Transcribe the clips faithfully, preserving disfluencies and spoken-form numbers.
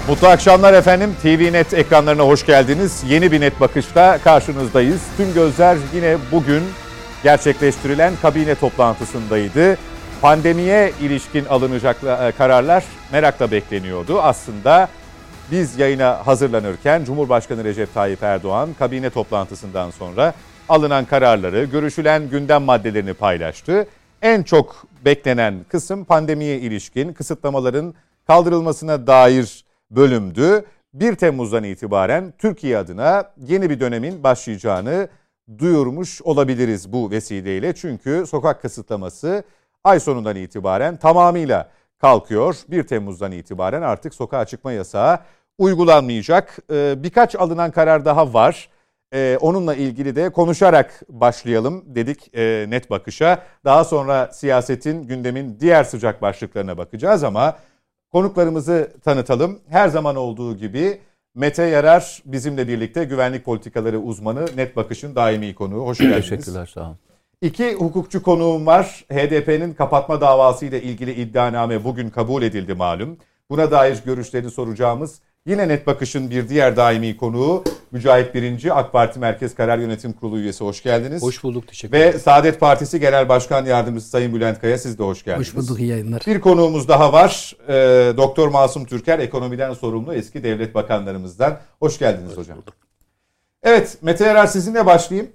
Mutlu akşamlar efendim. T V Net ekranlarına hoş geldiniz. Yeni bir Net Bakış'ta karşınızdayız. Tüm gözler yine bugün gerçekleştirilen kabine toplantısındaydı. Pandemiye ilişkin alınacak kararlar merakla bekleniyordu. Aslında biz yayına hazırlanırken Cumhurbaşkanı Recep Tayyip Erdoğan kabine toplantısından sonra alınan kararları, görüşülen gündem maddelerini paylaştı. En çok beklenen kısım pandemiye ilişkin kısıtlamaların kaldırılmasına dair bölümdü. bir Temmuz'dan itibaren Türkiye adına yeni bir dönemin başlayacağını duyurmuş olabiliriz bu vesileyle. Çünkü sokak kısıtlaması ay sonundan itibaren tamamıyla kalkıyor. bir Temmuz'dan itibaren artık sokağa çıkma yasağı uygulanmayacak. Birkaç alınan karar daha var. Onunla ilgili de konuşarak başlayalım dedik Net Bakış'a. Daha sonra siyasetin, gündemin diğer sıcak başlıklarına bakacağız ama konuklarımızı tanıtalım. Her zaman olduğu gibi Mete Yarar bizimle birlikte, güvenlik politikaları uzmanı, Net Bakış'ın daimi konuğu. Hoş geldiniz. Teşekkürler, sağ olun. İki hukukçu konuğum var. H D P'nin kapatma davası ile ilgili iddianame bugün kabul edildi malum. Buna dair görüşlerini soracağımız yine Net Bakış'ın bir diğer daimi konuğu Mücahit Birinci, AK Parti Merkez Karar Yönetim Kurulu üyesi. Hoş geldiniz. Hoş bulduk, teşekkür ederim. Ve Saadet Partisi Genel Başkan Yardımcısı Sayın Bülent Kaya, siz de hoş geldiniz. Hoş bulduk, iyi yayınlar. Bir konuğumuz daha var. E, Doktor Masum Türker, ekonomiden sorumlu eski devlet bakanlarımızdan. Hoş geldiniz hoş hocam. Bulduk. Evet, Mete Yarar sizinle başlayayım.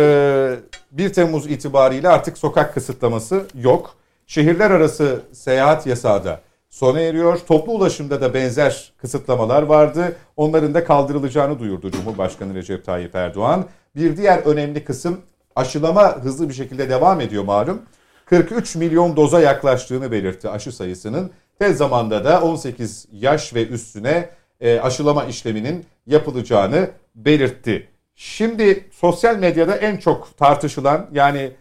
E, bir Temmuz itibariyle artık sokak kısıtlaması yok. Şehirler arası seyahat yasağı da sona eriyor. Toplu ulaşımda da benzer kısıtlamalar vardı. Onların da kaldırılacağını duyurdu Cumhurbaşkanı Recep Tayyip Erdoğan. Bir diğer önemli kısım, aşılama hızlı bir şekilde devam ediyor malum. kırk üç milyon doza yaklaştığını belirtti aşı sayısının. Tez zamanda da on sekiz yaş ve üstüne aşılama işleminin yapılacağını belirtti. Şimdi sosyal medyada en çok tartışılan, yani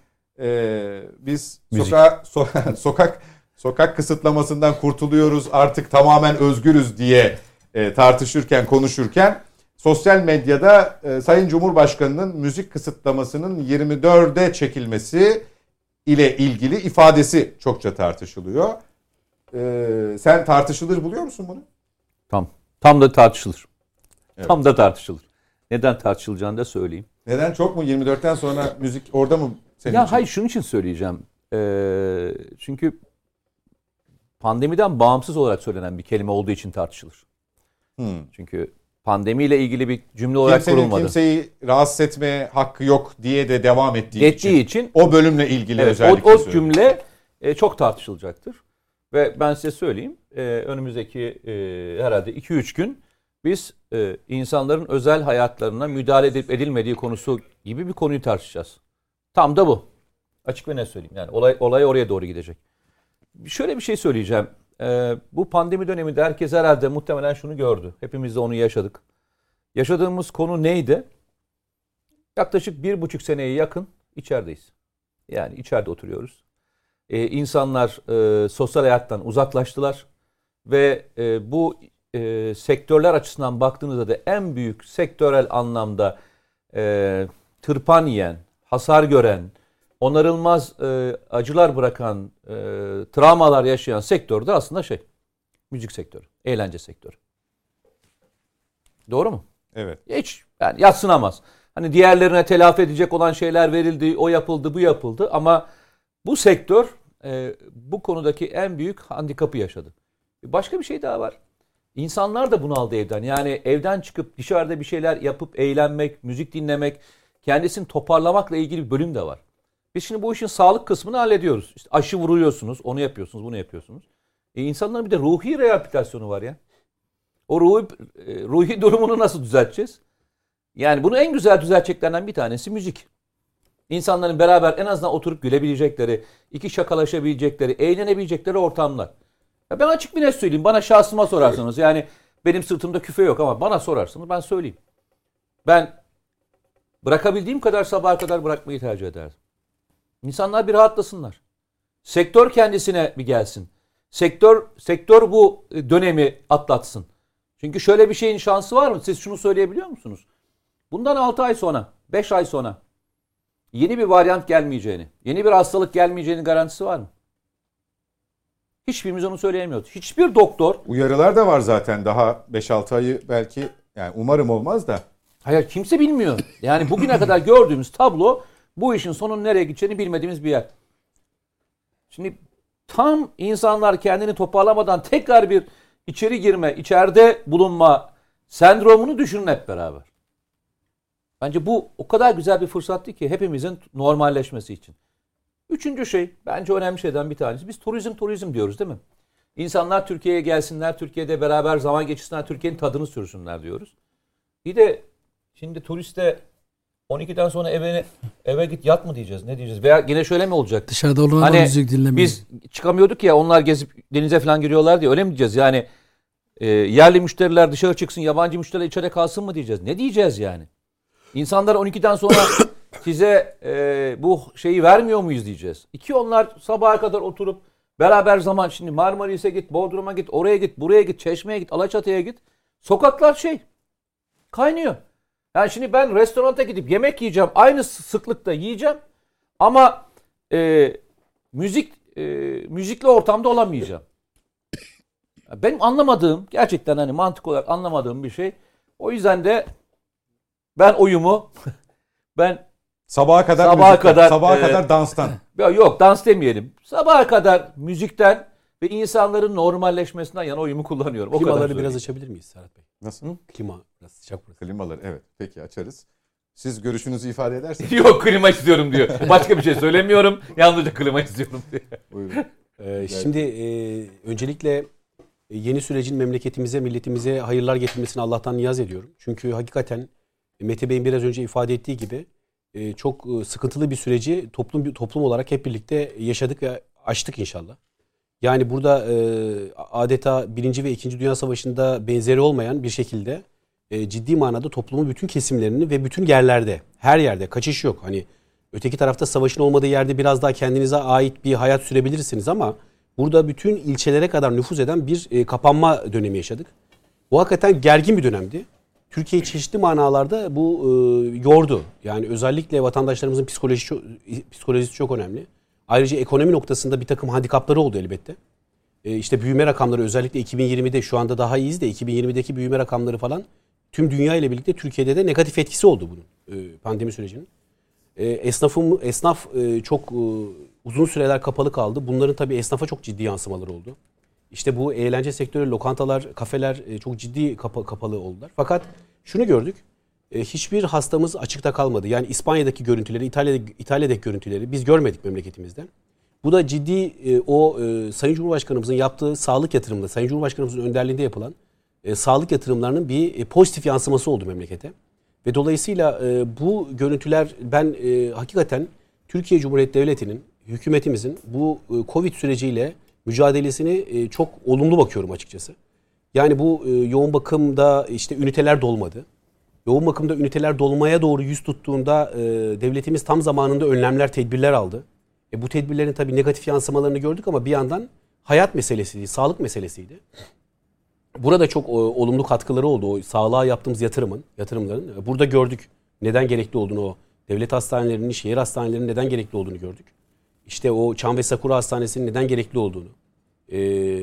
e, biz sokağa, so, sokak sokak kısıtlamasından kurtuluyoruz, artık tamamen özgürüz diye e, tartışırken, konuşurken sosyal medyada e, Sayın Cumhurbaşkanı'nın müzik kısıtlamasının yirmi dörde çekilmesi ile ilgili ifadesi çokça tartışılıyor. E, sen tartışılır buluyor musun bunu? Tam. Tam da tartışılır. Evet. Tam da tartışılır. Neden tartışılacağını da söyleyeyim. Neden? Çok mu? yirmi dörtten sonra müzik orada mı senin ya için? Hayır, şunun için söyleyeceğim. Ee, çünkü pandemiden bağımsız olarak söylenen bir kelime olduğu için tartışılır. Hmm. Çünkü pandemiyle ilgili bir cümle olarak Kimsenin kurulmadı. Kimseyi rahatsız etmeye hakkı yok diye de devam ettiği, ettiği için, için o bölümle ilgili evet, özellikle o, o söylüyorum. cümle e, çok tartışılacaktır. Ve ben size söyleyeyim, e, önümüzdeki e, herhalde iki üç gün biz e, insanların özel hayatlarına müdahale edip edilmediği konusu gibi bir konuyu tartışacağız. Tam da bu. Açık ve net söyleyeyim. Yani olay olay oraya doğru gidecek. Şöyle bir şey söyleyeceğim. Ee, bu pandemi döneminde herkes herhalde muhtemelen şunu gördü. Hepimiz de onu yaşadık. Yaşadığımız konu neydi? Yaklaşık bir buçuk seneye yakın içerideyiz. Yani içeride oturuyoruz. Ee, insanlar e, sosyal hayattan uzaklaştılar. Ve e, bu e, sektörler açısından baktığınızda da en büyük sektörel anlamda e, tırpan yiyen, hasar gören, onarılmaz e, acılar bırakan, e, travmalar yaşayan sektör de aslında şey, müzik sektörü, eğlence sektörü. Doğru mu? Evet. Hiç yani yadsınamaz. Hani diğerlerine telafi edecek olan şeyler verildi, o yapıldı, bu yapıldı ama bu sektör e, bu konudaki en büyük handikapı yaşadı. Başka bir şey daha var. İnsanlar da bunaldı evden. Yani evden çıkıp dışarıda bir şeyler yapıp eğlenmek, müzik dinlemek, kendisini toparlamakla ilgili bir bölüm de var. Biz şimdi bu işin sağlık kısmını hallediyoruz. İşte aşı vuruyorsunuz, onu yapıyorsunuz, bunu yapıyorsunuz. E insanların bir de ruhi rehabilitasyonu var ya. O ruhi, e, ruhi durumunu nasıl düzelteceğiz? Yani bunu en güzel düzelteceklerden bir tanesi müzik. İnsanların beraber en azından oturup gülebilecekleri, iki şakalaşabilecekleri, eğlenebilecekleri ortamlar. Ya ben açık bir net söyleyeyim. Bana şahsıma sorarsanız, yani benim sırtımda küfe yok ama bana sorarsanız ben söyleyeyim. Ben bırakabildiğim kadar sabaha kadar bırakmayı tercih ederdim. İnsanlar bir rahatlasınlar. Sektör kendisine bir gelsin. Sektör sektör bu dönemi atlatsın. Çünkü şöyle bir şeyin şansı var mı? Siz şunu söyleyebiliyor musunuz? Bundan altı ay sonra, beş ay sonra yeni bir varyant gelmeyeceğini, yeni bir hastalık gelmeyeceğinin garantisi var mı? Hiçbirimiz onu söyleyemiyoruz. Hiçbir doktor... Uyarılar da var zaten daha beş altı ayı belki, yani umarım olmaz da. Hayır, kimse bilmiyor. Yani bugüne kadar gördüğümüz tablo bu işin sonun nereye gideceğini bilmediğimiz bir yer. Şimdi tam insanlar kendini toparlamadan tekrar bir içeri girme, içeride bulunma sendromunu düşünün hep beraber. Bence bu o kadar güzel bir fırsattı ki hepimizin normalleşmesi için. Üçüncü şey, bence önemli şeyden bir tanesi. Biz turizm turizm diyoruz değil mi? İnsanlar Türkiye'ye gelsinler, Türkiye'de beraber zaman geçirsinler, Türkiye'nin tadını sürsünler diyoruz. Bir de şimdi turiste on ikiden sonra eve eve git yat mı diyeceğiz? Ne diyeceğiz? Veya yine şöyle mi olacak? Dışarıda olan hani müzik dinlemeyi. Biz çıkamıyorduk ya, onlar gezip denize falan giriyorlar diye, öyle mi diyeceğiz? Yani e, yerli müşteriler dışarı çıksın, yabancı müşteriler içeride kalsın mı diyeceğiz? Ne diyeceğiz yani? İnsanlar on ikiden sonra size e, bu şeyi vermiyor muyuz diyeceğiz. İki, onlar sabaha kadar oturup beraber zaman, şimdi Marmaris'e git, Bodrum'a git, oraya git, buraya git, Çeşme'ye git, Alaçatı'ya git. Sokaklar şey kaynıyor. Yani şimdi ben restoranta gidip yemek yiyeceğim, aynı sıklıkta yiyeceğim ama e, müzik e, müzikli ortamda olamayacağım. Benim anlamadığım, gerçekten hani mantık olarak anlamadığım bir şey. O yüzden de ben oyumu ben sabaha kadar sabaha müzikten, kadar sabaha e, kadar danstan. Yok, dans demeyelim. Sabaha kadar müzikten ve insanların normalleşmesinden yana oyumu kullanıyorum. O Klimaları kadar biraz açabilir miyiz Serhat Bey? Nasıl? Hı? Klima biraz sıcak burası. Klimaları, evet. Peki, açarız. Siz görüşünüzü ifade ederseniz. Yok, klima istiyorum diyor. Başka bir şey söylemiyorum. Yalnızca klima istiyorum diyor. Buyurun. Ee, şimdi e, öncelikle yeni sürecin memleketimize, milletimize hayırlar getirmesini Allah'tan niyaz ediyorum. Çünkü hakikaten Mete Bey'in biraz önce ifade ettiği gibi e, çok sıkıntılı bir süreci toplum toplum olarak hep birlikte yaşadık ve aştık inşallah. Yani burada e, adeta Birinci ve İkinci Dünya Savaşı'nda benzeri olmayan bir şekilde e, ciddi manada toplumun bütün kesimlerini ve bütün yerlerde, her yerde kaçış yok. Hani öteki tarafta savaşın olmadığı yerde biraz daha kendinize ait bir hayat sürebilirsiniz ama burada bütün ilçelere kadar nüfuz eden bir e, kapanma dönemi yaşadık. Bu hakikaten gergin bir dönemdi. Türkiye'yi çeşitli manalarda bu e, yordu. Yani özellikle vatandaşlarımızın psikolojisi çok, psikolojisi çok önemli. Ayrıca ekonomi noktasında bir takım handikapları oldu elbette. E, işte büyüme rakamları özellikle iki bin yirmide şu anda daha iyiyiz de iki bin yirmideki büyüme rakamları falan tüm dünya ile birlikte Türkiye'de de negatif etkisi oldu bunun e, pandemi sürecinin. E, esnafım, esnaf e, çok e, uzun süreler kapalı kaldı. Bunların tabii esnafa çok ciddi yansımaları oldu. İşte bu eğlence sektörü, lokantalar, kafeler e, çok ciddi kapa, kapalı oldular. Fakat şunu gördük. E, hiçbir hastamız açıkta kalmadı. Yani İspanya'daki görüntüleri, İtalya'daki, İtalya'daki görüntüleri biz görmedik memleketimizden. Bu da ciddi e, o e, Sayın Cumhurbaşkanımızın yaptığı sağlık yatırımında, Sayın Cumhurbaşkanımızın önderliğinde yapılan e, sağlık yatırımlarının bir e, pozitif yansıması oldu memlekete. Ve dolayısıyla e, bu görüntüler ben e, hakikaten Türkiye Cumhuriyeti Devleti'nin, hükümetimizin bu e, Covid süreciyle mücadelesini e, çok olumlu bakıyorum açıkçası. Yani bu e, yoğun bakımda işte üniteler dolmadı. Yoğun bakımda üniteler dolmaya doğru yüz tuttuğunda e, devletimiz tam zamanında önlemler, tedbirler aldı. E, bu tedbirlerin tabii negatif yansımalarını gördük ama bir yandan hayat meselesiydi, sağlık meselesiydi. Burada çok o, olumlu katkıları oldu o sağlığa yaptığımız yatırımın, yatırımların. Burada gördük neden gerekli olduğunu, o devlet hastanelerinin, şehir hastanelerinin neden gerekli olduğunu gördük. İşte o Çam ve Sakura Hastanesi'nin neden gerekli olduğunu, e,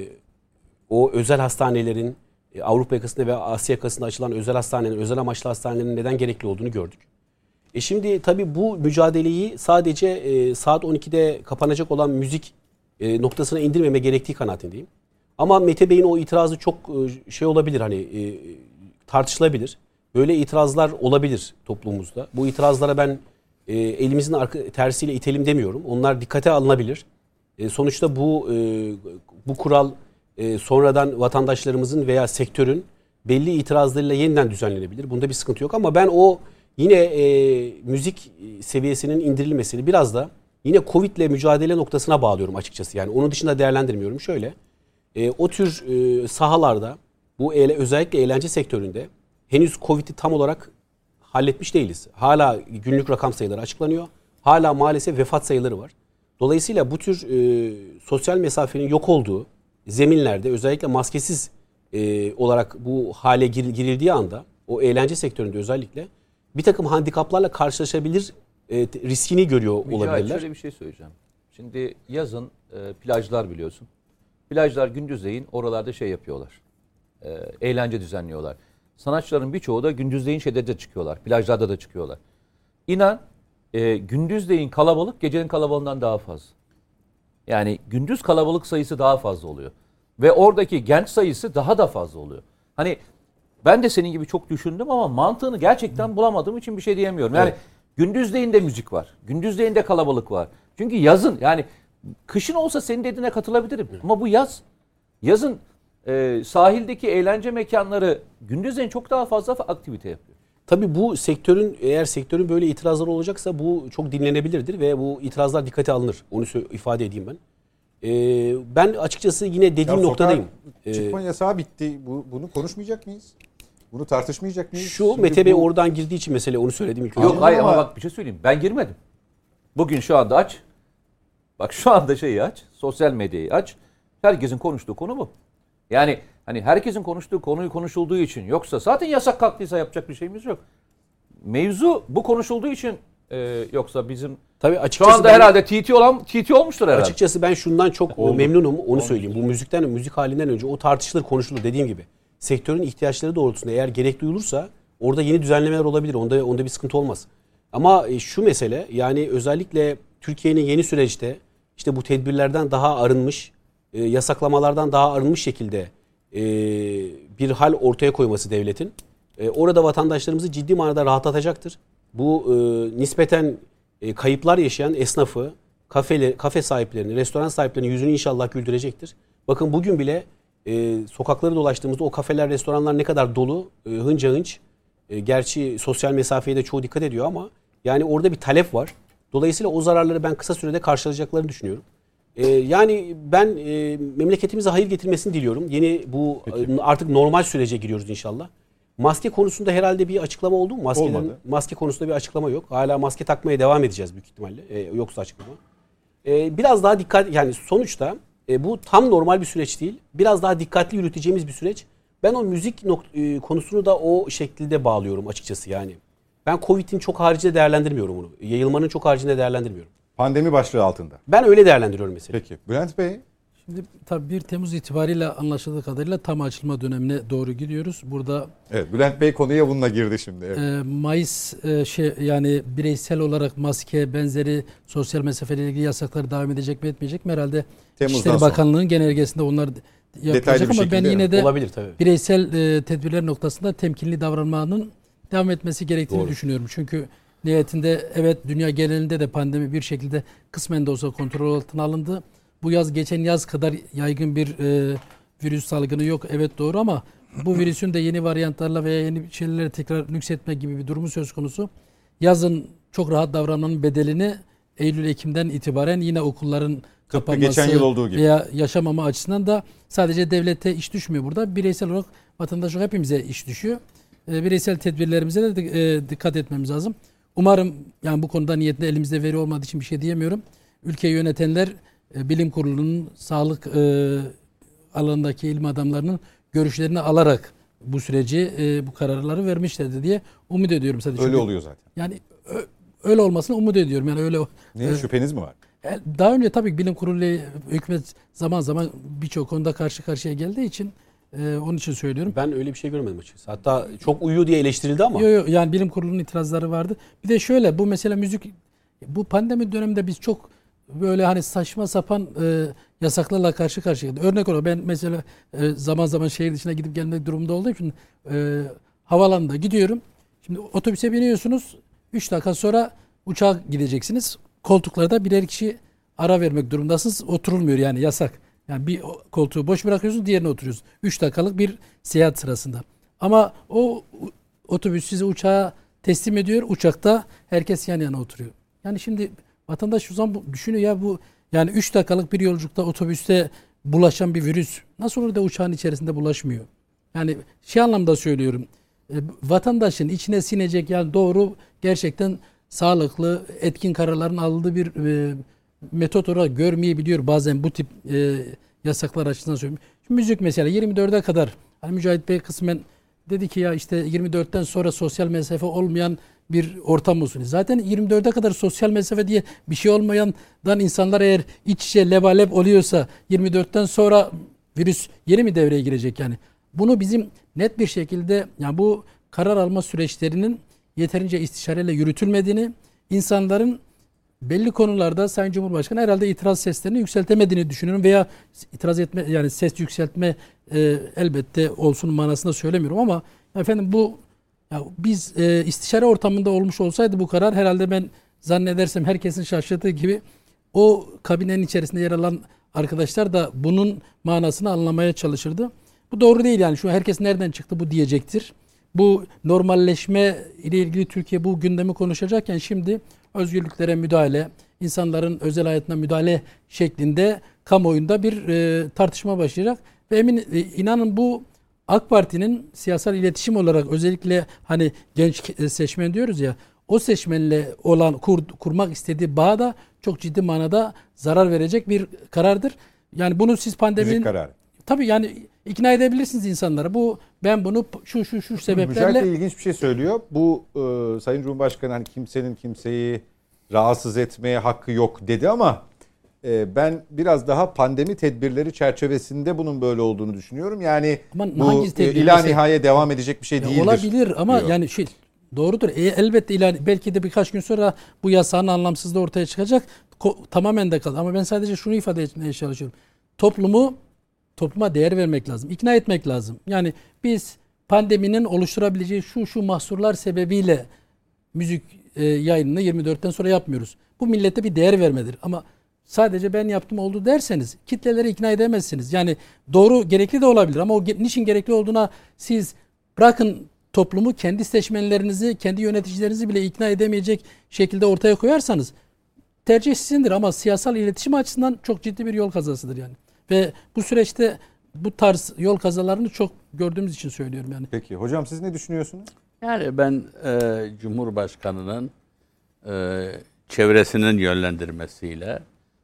o özel hastanelerin, e, Avrupa yakasında ve Asya yakasında açılan özel hastanelerin, özel amaçlı hastanelerin neden gerekli olduğunu gördük. E şimdi tabii bu mücadeleyi sadece e, saat on ikide kapanacak olan müzik e, noktasına indirmeme gerektiği kanaatindeyim. Ama Mete Bey'in o itirazı çok e, şey olabilir, hani e, tartışılabilir. Böyle itirazlar olabilir toplumumuzda. Bu itirazlara ben e, elimizin arka, tersiyle itelim demiyorum. Onlar dikkate alınabilir. E, sonuçta bu e, bu kural e, sonradan vatandaşlarımızın veya sektörün belli itirazlarıyla yeniden düzenlenebilir. Bunda bir sıkıntı yok ama ben o yine e, müzik seviyesinin indirilmesini biraz da yine Covid'le mücadele noktasına bağlıyorum açıkçası. Yani onun dışında değerlendirmiyorum. Şöyle, e, o tür e, sahalarda bu eğle, özellikle eğlence sektöründe henüz Covid'i tam olarak halletmiş değiliz. Hala günlük rakam sayıları açıklanıyor. Hala maalesef vefat sayıları var. Dolayısıyla bu tür e, sosyal mesafenin yok olduğu zeminlerde özellikle maskesiz e, olarak bu hale gir, girildiği anda o eğlence sektöründe özellikle bir takım handikaplarla karşılaşabilir e, riskini görüyor Mücahit, olabilirler. şöyle bir şey söyleyeceğim. Şimdi yazın e, plajlar biliyorsun. Plajlar gündüzleyin oralarda şey yapıyorlar. E, eğlence düzenliyorlar. Sanatçıların birçoğu da gündüzleyin şeyde de çıkıyorlar. Plajlarda da çıkıyorlar. İnan e, gündüzleyin kalabalık gecenin kalabalığından daha fazla. Yani gündüz kalabalık sayısı daha fazla oluyor. Ve oradaki genç sayısı daha da fazla oluyor. Hani ben de senin gibi çok düşündüm ama mantığını gerçekten bulamadığım için bir şey diyemiyorum. Yani evet. Gündüzleyin de müzik var. Gündüzleyin de kalabalık var. Çünkü yazın yani kışın olsa senin dediğine katılabilirim. Evet. Ama bu yaz. Yazın e, sahildeki eğlence mekanları gündüzleyin çok daha fazla aktivite yapıyor. Tabii bu sektörün eğer sektörün böyle itirazları olacaksa bu çok dinlenebilirdir ve bu itirazlar dikkate alınır. Onu ifade edeyim ben. Ee, ben açıkçası yine dediğim ya noktadayım. Çıkma ee, yasağı bitti. Bu, bunu konuşmayacak mıyız? Bunu tartışmayacak mıyız? Şu Şimdi Mete Bey bu... oradan girdiği için mesele onu söyledim ilk önce. Yok hayır ama bak bir şey söyleyeyim. Ben girmedim. Bugün şu anda aç. Bak şu anda şeyi aç. Sosyal medyayı aç. Herkesin konuştuğu konu bu. Yani hani herkesin konuştuğu konuyu konuşulduğu için yoksa zaten yasak kalktıysa yapacak bir şeyimiz yok. Mevzu bu konuşulduğu için e, yoksa bizim tabii açıkçası şu anda ben, herhalde T T olan T T olmuştur herhalde. Açıkçası ben şundan çok Oldu. memnunum onu Oldu. söyleyeyim. Bu müzikten müzik halinden önce o tartışılır konuşulur dediğim gibi. Sektörün ihtiyaçları doğrultusunda eğer gerek duyulursa orada yeni düzenlemeler olabilir. Onda onda bir sıkıntı olmaz. Ama e, şu mesele yani özellikle Türkiye'nin yeni süreçte işte bu tedbirlerden daha arınmış, e, yasaklamalardan daha arınmış şekilde e, bir hal ortaya koyması devletin. E, orada vatandaşlarımızı ciddi manada rahatlatacaktır. Bu e, nispeten e, kayıplar yaşayan esnafı, kafeli, kafe sahiplerini, restoran sahiplerinin yüzünü inşallah güldürecektir. Bakın bugün bile e, sokakları dolaştığımızda o kafeler, restoranlar ne kadar dolu, e, hınca hınç. E, gerçi sosyal mesafeye de çoğu dikkat ediyor ama yani orada bir talep var. Dolayısıyla o zararları ben kısa sürede karşılayacaklarını düşünüyorum. E, yani ben e, memleketimize hayır getirmesini diliyorum. Yeni bu e, artık normal sürece giriyoruz inşallah. Maske konusunda herhalde bir açıklama oldu mu? Maskelerin, maske konusunda bir açıklama yok. Hala maske takmaya devam edeceğiz büyük ihtimalle. E, yoksa açıklama. E, biraz daha dikkat yani sonuçta e, bu tam normal bir süreç değil. Biraz daha dikkatli yürüteceğimiz bir süreç. Ben o müzik nok- e, konusunu da o şekilde bağlıyorum açıkçası yani. Ben Covid'in çok haricinde değerlendirmiyorum onu. Yayılmanın çok haricinde değerlendirmiyorum. Pandemi başlığı altında. Ben öyle değerlendiriyorum mesela. Peki. Bülent Bey? Şimdi tabii bir Temmuz itibariyle anlaşıldığı kadarıyla tam açılma dönemine doğru gidiyoruz. Burada evet, Bülent Bey konuya bununla girdi şimdi. Evet. E, Mayıs e, şey yani bireysel olarak maske benzeri sosyal mesafeyle ilgili yasaklar devam edecek mi etmeyecek mi? Herhalde İçişleri Bakanlığı'nın genelgesinde onlar yapılacak ama ben yine de olabilir, tabii. bireysel e, tedbirler noktasında temkinli davranmanın devam etmesi gerektiğini Doğru. düşünüyorum. Çünkü nihayetinde evet dünya genelinde de pandemi bir şekilde kısmen de olsa kontrol altına alındı. Bu yaz geçen yaz kadar yaygın bir e, virüs salgını yok. Evet doğru ama bu virüsün de yeni varyantlarla veya yeni şeylerle tekrar nüksetme gibi bir durumu söz konusu. Yazın çok rahat davranmanın bedelini Eylül-Ekim'den itibaren yine okulların kapanması geçen yıl olduğu gibi. Veya yaşamama açısından da sadece devlete iş düşmüyor burada. Bireysel olarak vatandaş olarak hepimize iş düşüyor. E, bireysel tedbirlerimize de e, dikkat etmemiz lazım. Umarım yani bu konuda niyetinde elimizde veri olmadığı için bir şey diyemiyorum. Ülkeyi yönetenler Bilim Kurulu'nun sağlık e, alanındaki ilim adamlarının görüşlerini alarak bu süreci, e, bu kararları vermişlerdi diye umut ediyorum sadece. Öyle Çünkü, oluyor zaten. Yani ö, öyle olmasını umut ediyorum. Yani öyle. Ne e, şüpheniz mi var? Daha önce tabii Bilim Kurulu ile hükümet zaman zaman birçok konuda karşı karşıya geldiği için e, onun için söylüyorum. Ben öyle bir şey görmedim açıkçası. Hatta çok uyuyor diye eleştirildi ama. Yok yok yani Bilim Kurulu'nun itirazları vardı. Bir de şöyle bu mesela müzik bu pandemi döneminde biz çok böyle hani saçma sapan e, yasaklarla karşı karşıya. Örnek olarak ben mesela e, zaman zaman şehir dışına gidip gelmek durumunda olduğum için e, havaalanında gidiyorum. Şimdi otobüse biniyorsunuz. üç dakika sonra uçağa gideceksiniz. Koltuklarda birer kişi ara vermek durumundasınız. Oturulmuyor yani yasak. Yani bir koltuğu boş bırakıyorsunuz, diğerine oturuyorsunuz. üç dakikalık bir seyahat sırasında. Ama o otobüs sizi uçağa teslim ediyor. Uçakta herkes yan yana oturuyor. Yani şimdi vatandaş şu zaman düşünüyor ya bu yani üç dakikalık bir yolculukta otobüste bulaşan bir virüs nasıl olur da uçağın içerisinde bulaşmıyor? Yani şey anlamda söylüyorum. E, vatandaşın içine sinecek yani doğru gerçekten sağlıklı etkin kararların alındığı bir e, metot olarak görmeyebiliyor bazen bu tip e, yasaklar açısından söylüyorum. Şimdi müzik mesela yirmi dörde kadar hani Mücahit Bey kısmen dedi ki ya işte yirmi dörtten sonra sosyal mesafe olmayan bir ortam olsun. Zaten yirmi dörde kadar sosyal mesafe diye bir şey olmayandan insanlar eğer iç içe lebalep oluyorsa yirmi dörtten sonra virüs yeni mi devreye girecek yani? Bunu bizim net bir şekilde yani bu karar alma süreçlerinin yeterince istişareyle yürütülmediğini, insanların belli konularda Sayın Cumhurbaşkanı herhalde itiraz seslerini yükseltemediğini düşünüyorum veya itiraz etme yani ses yükseltme e, elbette olsun manasında söylemiyorum ama efendim bu ya biz e, istişare ortamında olmuş olsaydı bu karar herhalde ben zannedersem herkesin şaşırdığı gibi o kabinenin içerisinde yer alan arkadaşlar da bunun manasını anlamaya çalışırdı. Bu doğru değil yani şu herkes nereden çıktı bu diyecektir. Bu normalleşme ile ilgili Türkiye bu gündemi konuşacakken şimdi özgürlüklere müdahale, insanların özel hayatına müdahale şeklinde kamuoyunda bir e, tartışma başlayacak. Ve emin e, inanın bu AK Parti'nin siyasal iletişim olarak özellikle hani genç seçmen diyoruz ya o seçmenle olan kur, kurmak istediği bağa da çok ciddi manada zarar verecek bir karardır. Yani bunu siz pandeminin kararı. Tabii yani ikna edebilirsiniz insanlara. Bu ben bunu şu şu şu sebeplerle Mücahit de ilginç bir şey söylüyor. Bu e, Sayın Cumhurbaşkanı hani kimsenin kimseyi rahatsız etmeye hakkı yok dedi ama e, ben biraz daha pandemi tedbirleri çerçevesinde bunun böyle olduğunu düşünüyorum. Yani Aman, bu e, ila nihaye devam edecek bir şey değildir. Olabilir ama diyor. yani şey doğrudur. E, elbette ilan belki de birkaç gün sonra bu yasağın anlamsızlığı ortaya çıkacak. Ko- tamamen de kalır. Ama ben sadece şunu ifade etmeye çalışıyorum. Toplumu topluma değer vermek lazım. İkna etmek lazım. Yani biz pandeminin oluşturabileceği şu şu mahsurlar sebebiyle müzik e, yayınını yirmi dörtten sonra yapmıyoruz. Bu millete bir değer vermedir. Ama sadece ben yaptım oldu derseniz kitleleri ikna edemezsiniz. Yani doğru gerekli de olabilir ama o niçin gerekli olduğuna siz bırakın toplumu kendi seçmenlerinizi, kendi yöneticilerinizi bile ikna edemeyecek şekilde ortaya koyarsanız tercih sizindir ama siyasal iletişim açısından çok ciddi bir yol kazasıdır yani. Ve bu süreçte bu tarz yol kazalarını çok gördüğümüz için söylüyorum yani. Peki hocam siz ne düşünüyorsunuz? Yani ben e, Cumhurbaşkanı'nın e, çevresinin yönlendirmesiyle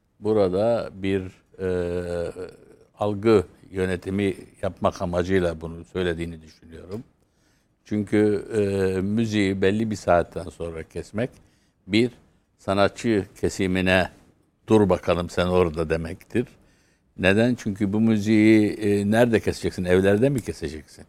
burada bir e, algı yönetimi yapmak amacıyla bunu söylediğini düşünüyorum. Çünkü e, müziği belli bir saatten sonra kesmek bir sanatçı kesimine dur bakalım sen orada demektir. Neden? Çünkü bu müziği e, nerede keseceksin? Evlerde mi keseceksin?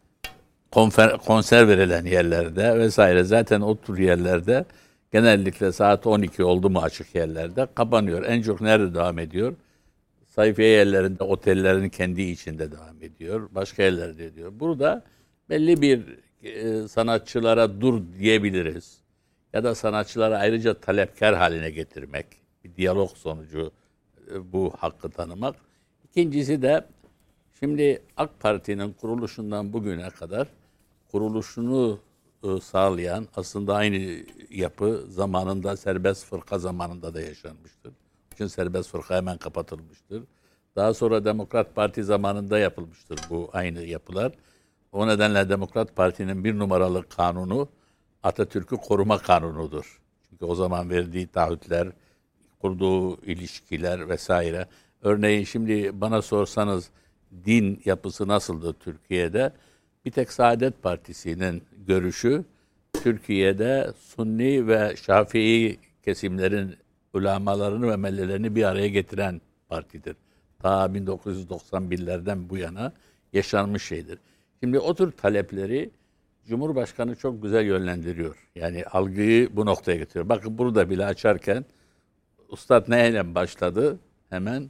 Konfer, konser verilen yerlerde vesaire. Zaten o tür yerlerde genellikle saat on iki oldu mu açık yerlerde kapanıyor. En çok nerede devam ediyor? Sayfiye yerlerinde, otellerin kendi içinde devam ediyor. Başka yerlerde ediyor. Burada belli bir e, sanatçılara dur diyebiliriz. Ya da sanatçılara ayrıca talepkar haline getirmek. Bir diyalog sonucu bu hakkı tanımak. İkincisi de şimdi AK Parti'nin kuruluşundan bugüne kadar kuruluşunu sağlayan aslında aynı yapı zamanında serbest fırka zamanında da yaşanmıştır. Çünkü serbest fırka hemen kapatılmıştır. Daha sonra Demokrat Parti zamanında yapılmıştır bu aynı yapılar. O nedenle Demokrat Parti'nin bir numaralı kanunu Atatürk'ü koruma kanunudur. Çünkü o zaman verdiği taahhütler, kurduğu ilişkiler vesaire. Örneğin şimdi bana sorsanız din yapısı nasıldı Türkiye'de? Bir tek Saadet Partisi'nin görüşü Türkiye'de Sunni ve Şafii kesimlerin ulemalarını ve mellelerini bir araya getiren partidir. Ta bin dokuz yüz doksan birlerden bu yana yaşanmış şeydir. Şimdi o tür talepleri Cumhurbaşkanı çok güzel yönlendiriyor. Yani algıyı bu noktaya getiriyor. Bakın burada bile açarken Üstad neyle başladı? Hemen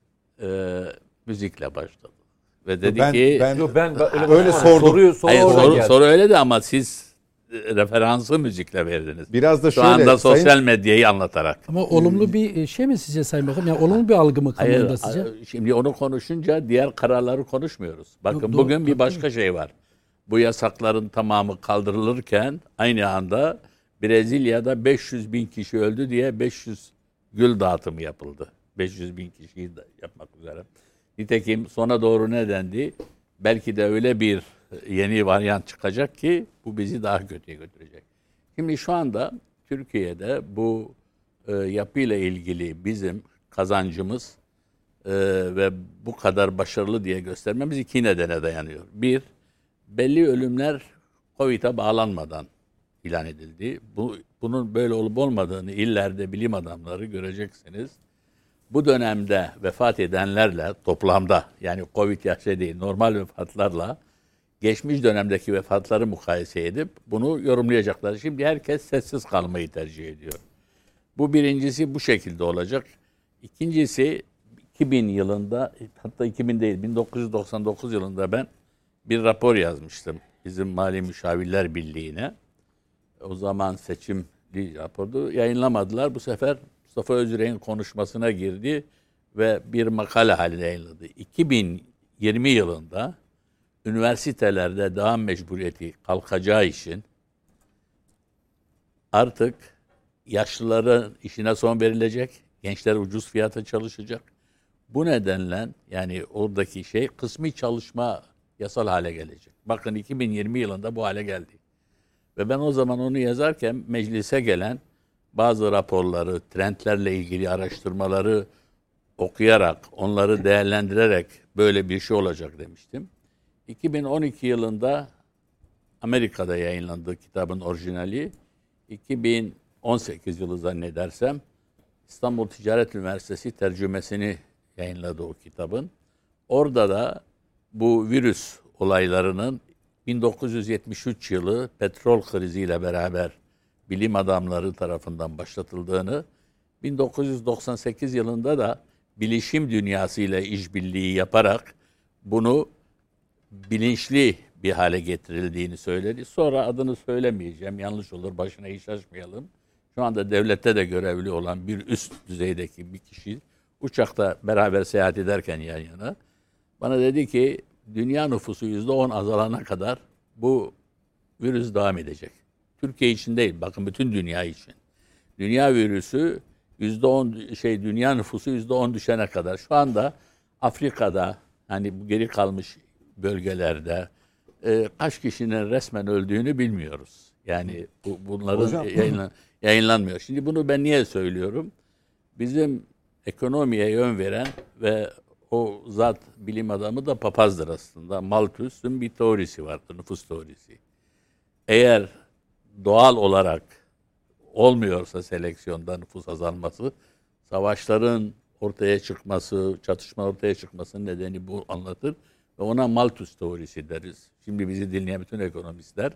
e, müzikle başladı. Ve dedi ben, ki... Ben, Yok, ben, ben öyle, öyle sordum. Soruyu, soru Hayır, soru, geldi. soru öyle de ama siz referansı müzikle verdiniz. Biraz da Şu şöyle, anda sosyal sayın... medyayı anlatarak. Ama olumlu bir şey mi sizce Sayın Bakanım? Yani olumlu bir algı mı kamuoyunda Hayır, sizce? şimdi onu konuşunca diğer kararları konuşmuyoruz. Bakın Yok, doğru, bugün bir tabii. başka şey var. Bu yasakların tamamı kaldırılırken aynı anda Brezilya'da beş yüz bin kişi öldü diye beş yüz gül dağıtımı yapıldı. beş yüz bin kişiyi yapmak üzere. Nitekim sona doğru ne dendi? Belki de öyle bir yeni varyant çıkacak ki bu bizi daha kötüye götürecek. Şimdi şu anda Türkiye'de bu e, yapıyla ilgili bizim kazancımız e, ve bu kadar başarılı diye göstermemiz iki nedene dayanıyor. Bir, belli ölümler Covid'e bağlanmadan ilan edildi. Bu, bunun böyle olup olmadığını illerde bilim adamları göreceksiniz. Bu dönemde vefat edenlerle toplamda, yani Covid yaşa değil, normal vefatlarla geçmiş dönemdeki vefatları mukayese edip bunu yorumlayacaklar. Şimdi herkes sessiz kalmayı tercih ediyor. Bu birincisi bu şekilde olacak. İkincisi iki bin yılında, hatta iki bin değil bin dokuz yüz doksan dokuz yılında ben bir rapor yazmıştım bizim Mali Müşavirler Birliği'ne. O zaman seçimli rapordu. Yayınlamadılar. Bu sefer Mustafa Özürek'in konuşmasına girdi ve bir makale haline yayınladı. iki bin yirmi yılında üniversitelerde devam mecburiyeti kalkacağı için artık yaşlıların işine son verilecek, gençler ucuz fiyata çalışacak. Bu nedenle yani oradaki şey kısmi çalışma yasal hale gelecek. Bakın iki bin yirmi yılında bu hale geldi. Ve ben o zaman onu yazarken meclise gelen bazı raporları, trendlerle ilgili araştırmaları okuyarak, onları değerlendirerek böyle bir şey olacak demiştim. iki bin on iki yılında Amerika'da yayınlandı kitabın orijinali. iki bin on sekiz yılı zannedersem İstanbul Ticaret Üniversitesi tercümesini yayınladı o kitabın. Orada da bu virüs olaylarının bin dokuz yüz yetmiş üç yılı petrol kriziyle beraber bilim adamları tarafından başlatıldığını, bin dokuz yüz doksan sekiz yılında da bilişim dünyasıyla işbirliği yaparak bunu bilinçli bir hale getirildiğini söyledi. Sonra adını söylemeyeceğim, yanlış olur, başına iş açmayalım. Şu anda devlette de görevli olan bir üst düzeydeki bir kişi uçakta beraber seyahat ederken yan yana bana dedi ki dünya nüfusu yüzde on azalana kadar bu virüs devam edecek. Türkiye için değil, bakın bütün dünya için. Dünya virüsü yüzde on şey dünya nüfusu yüzde on düşene kadar. Şu anda Afrika'da hani bu geri kalmış bölgelerde e, kaç kişinin resmen öldüğünü bilmiyoruz. Yani bu, bunların Hocam, yayınlan, yayınlanmıyor. Şimdi bunu ben niye söylüyorum? Bizim ekonomiye yön veren ve o zat bilim adamı da papazdır aslında. Malthus'un bir teorisi vardı, nüfus teorisi. Eğer doğal olarak olmuyorsa seleksiyonda nüfus azalması, savaşların ortaya çıkması, çatışma ortaya çıkmasının nedeni bu anlatır. Ve ona Malthus teorisi deriz. Şimdi bizi dinleyen bütün ekonomistler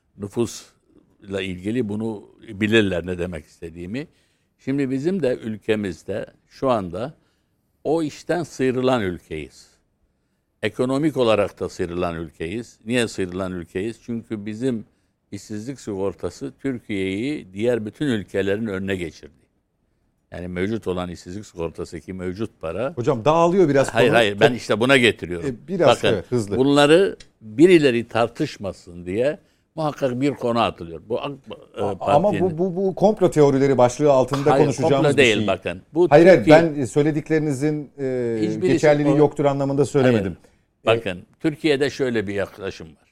nüfusla ilgili bunu bilirler ne demek istediğimi. Şimdi bizim de ülkemizde şu anda o işten sıyrılan ülkeyiz. Ekonomik olarak da sıyrılan ülkeyiz. Niye sıyrılan ülkeyiz? Çünkü bizim işsizlik sigortası Türkiye'yi diğer bütün ülkelerin önüne geçirdi. Yani mevcut olan işsizlik sigortası ki mevcut para. Hocam dağılıyor biraz. Hayır konu. hayır ben işte buna getiriyorum. E, biraz Bakın, evet, hızlı. Bunları birileri tartışmasın diye muhakkak bir konu atılıyor. Bu e, Ama bu, bu bu komplo teorileri başlığı altında hayır, konuşacağımız komplo bir değil şey. Bakın. Bu hayır Türkiye, hayır ben söylediklerinizin e, geçerliliği o, yoktur anlamında söylemedim. Hayır, bakın Türkiye'de şöyle bir yaklaşım var.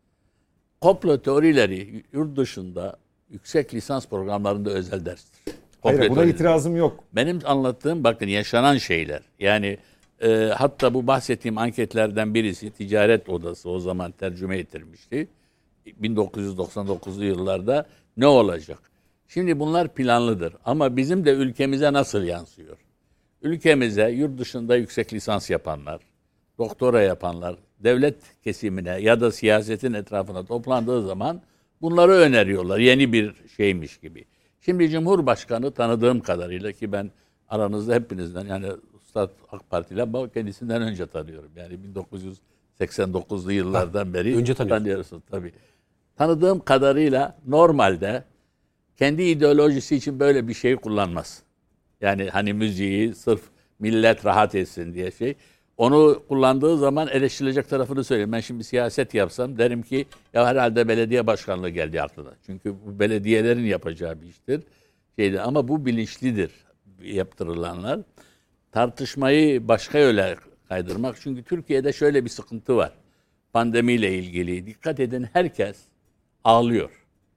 Komplo teorileri yurt dışında yüksek lisans programlarında özel derstir. Hayır, buna teorileri. itirazım yok. Benim anlattığım bakın yaşanan şeyler. Yani e, hatta bu bahsettiğim anketlerden birisi Ticaret Odası o zaman tercüme ettirmişti. bin dokuz yüz doksan dokuzlu yıllarda ne olacak? Şimdi bunlar planlıdır ama bizim de ülkemize nasıl yansıyor? Ülkemize yurt dışında yüksek lisans yapanlar, doktora yapanlar, devlet kesimine ya da siyasetin etrafına toplandığı zaman bunları öneriyorlar. Yeni bir şeymiş gibi. Şimdi Cumhurbaşkanı tanıdığım kadarıyla ki ben aranızda hepinizden yani Üstad AK Parti'yle kendisinden önce tanıyorum. Yani bin dokuz yüz seksen dokuzlu yıllardan beri önce tanıyorsunuz tabii. Tanıdığım kadarıyla normalde kendi ideolojisi için böyle bir şey kullanmaz. Yani hani müziği sırf millet rahat etsin diye şey. Onu kullandığı zaman eleştirilecek tarafını söyleyeyim. Ben şimdi siyaset yapsam derim ki ya herhalde belediye başkanlığı geldi aklına. Çünkü bu belediyelerin yapacağı bir iştir. Şeydi. Ama bu bilinçlidir yaptırılanlar. Tartışmayı başka yöne kaydırmak. Çünkü Türkiye'de şöyle bir sıkıntı var. Pandemiyle ilgili. Dikkat edin herkes ağlıyor.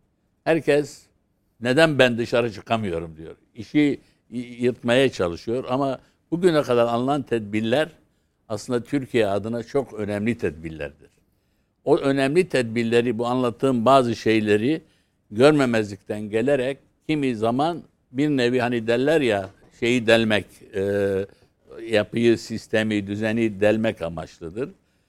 Herkes neden ben dışarı çıkamıyorum diyor. İşi yırtmaya çalışıyor ama bugüne kadar alınan tedbirler aslında Türkiye adına çok önemli tedbirlerdir. O önemli tedbirleri, bu anlattığım bazı şeyleri görmemezlikten gelerek kimi zaman bir nevi hani derler ya şeyi delmek, e, yapıyı, sistemi, düzeni delmek amaçlıdır.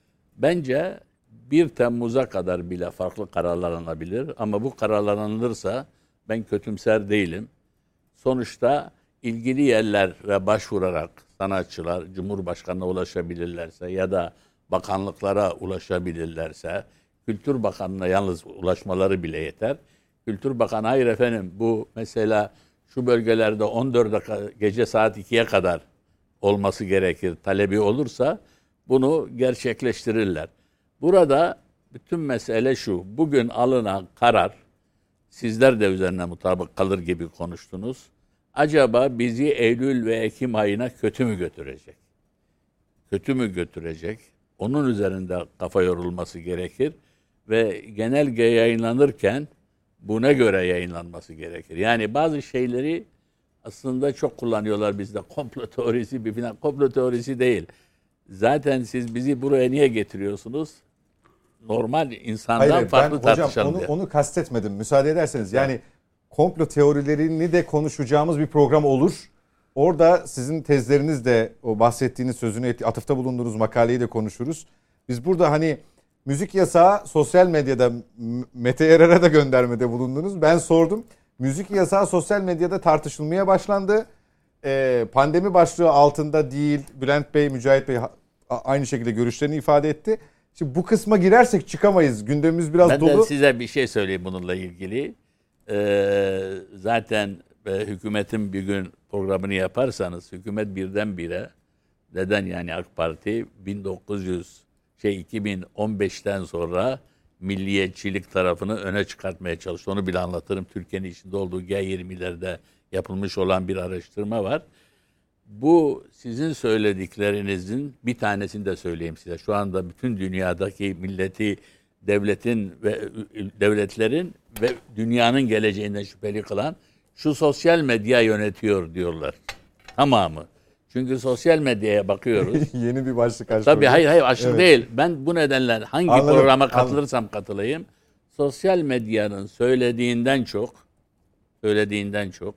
Bence bir Temmuz'a kadar bile farklı kararlar alınabilir ama bu kararlar alınırsa ben kötümser değilim. Sonuçta ilgili yerlere başvurarak sanatçılar Cumhurbaşkanı'na ulaşabilirlerse ya da bakanlıklara ulaşabilirlerse, Kültür Bakanı'na yalnız ulaşmaları bile yeter. Kültür Bakanı hayır efendim bu mesela şu bölgelerde on dörde gece saat ikiye kadar olması gerekir talebi olursa bunu gerçekleştirirler. Burada bütün mesele şu, bugün alınan karar, sizler de üzerine mutabık kalır gibi konuştunuz. Acaba bizi Eylül ve Ekim ayına kötü mü götürecek? Kötü mü götürecek? Onun üzerinde kafa yorulması gerekir ve genelge yayınlanırken buna göre yayınlanması gerekir. Yani bazı şeyleri aslında çok kullanıyorlar bizde. Komplo teorisi bir falan. Komplo teorisi değil. Zaten siz bizi buraya niye getiriyorsunuz? Normal insandan Hayır, farklı ben, hocam, tartışalım onu, diye. onu kastetmedim. Müsaade ederseniz. Yani komplo teorilerini de konuşacağımız bir program olur. Orada sizin tezleriniz de o bahsettiğiniz sözünü etti, atıfta bulunduğunuz makaleyi de konuşuruz. Biz burada hani müzik yasağı sosyal medyada Mete Yarar'a da göndermede bulundunuz. Ben sordum. Müzik yasağı sosyal medyada tartışılmaya başlandı. Ee, pandemi başlığı altında değil. Bülent Bey, Mücahit Bey aynı şekilde görüşlerini ifade etti. Şimdi bu kısma girersek çıkamayız. Gündemimiz biraz ben dolu. Ben de size bir şey söyleyeyim bununla ilgili. Ee, zaten e, hükümetin bir gün programını yaparsanız hükümet birdenbire neden yani AK Parti bin dokuz yüz şey iki bin on beşten sonra milliyetçilik tarafını öne çıkartmaya çalıştı. Onu bile anlatırım. Türkiye'nin içinde olduğu G yirmilerde yapılmış olan bir araştırma var. Bu sizin söylediklerinizin bir tanesini de söyleyeyim size. Şu anda bütün dünyadaki milleti, devletin ve devletlerin ve dünyanın geleceğinden şüpheli kılan şu sosyal medya yönetiyor diyorlar. Tamamı. Çünkü sosyal medyaya bakıyoruz. Yeni bir başlık açtı. Tabii hayır hayır açlık evet. değil. Ben bu nedenle hangi anladım, programa katılırsam anladım. katılayım. Sosyal medyanın söylediğinden çok söylediğinden çok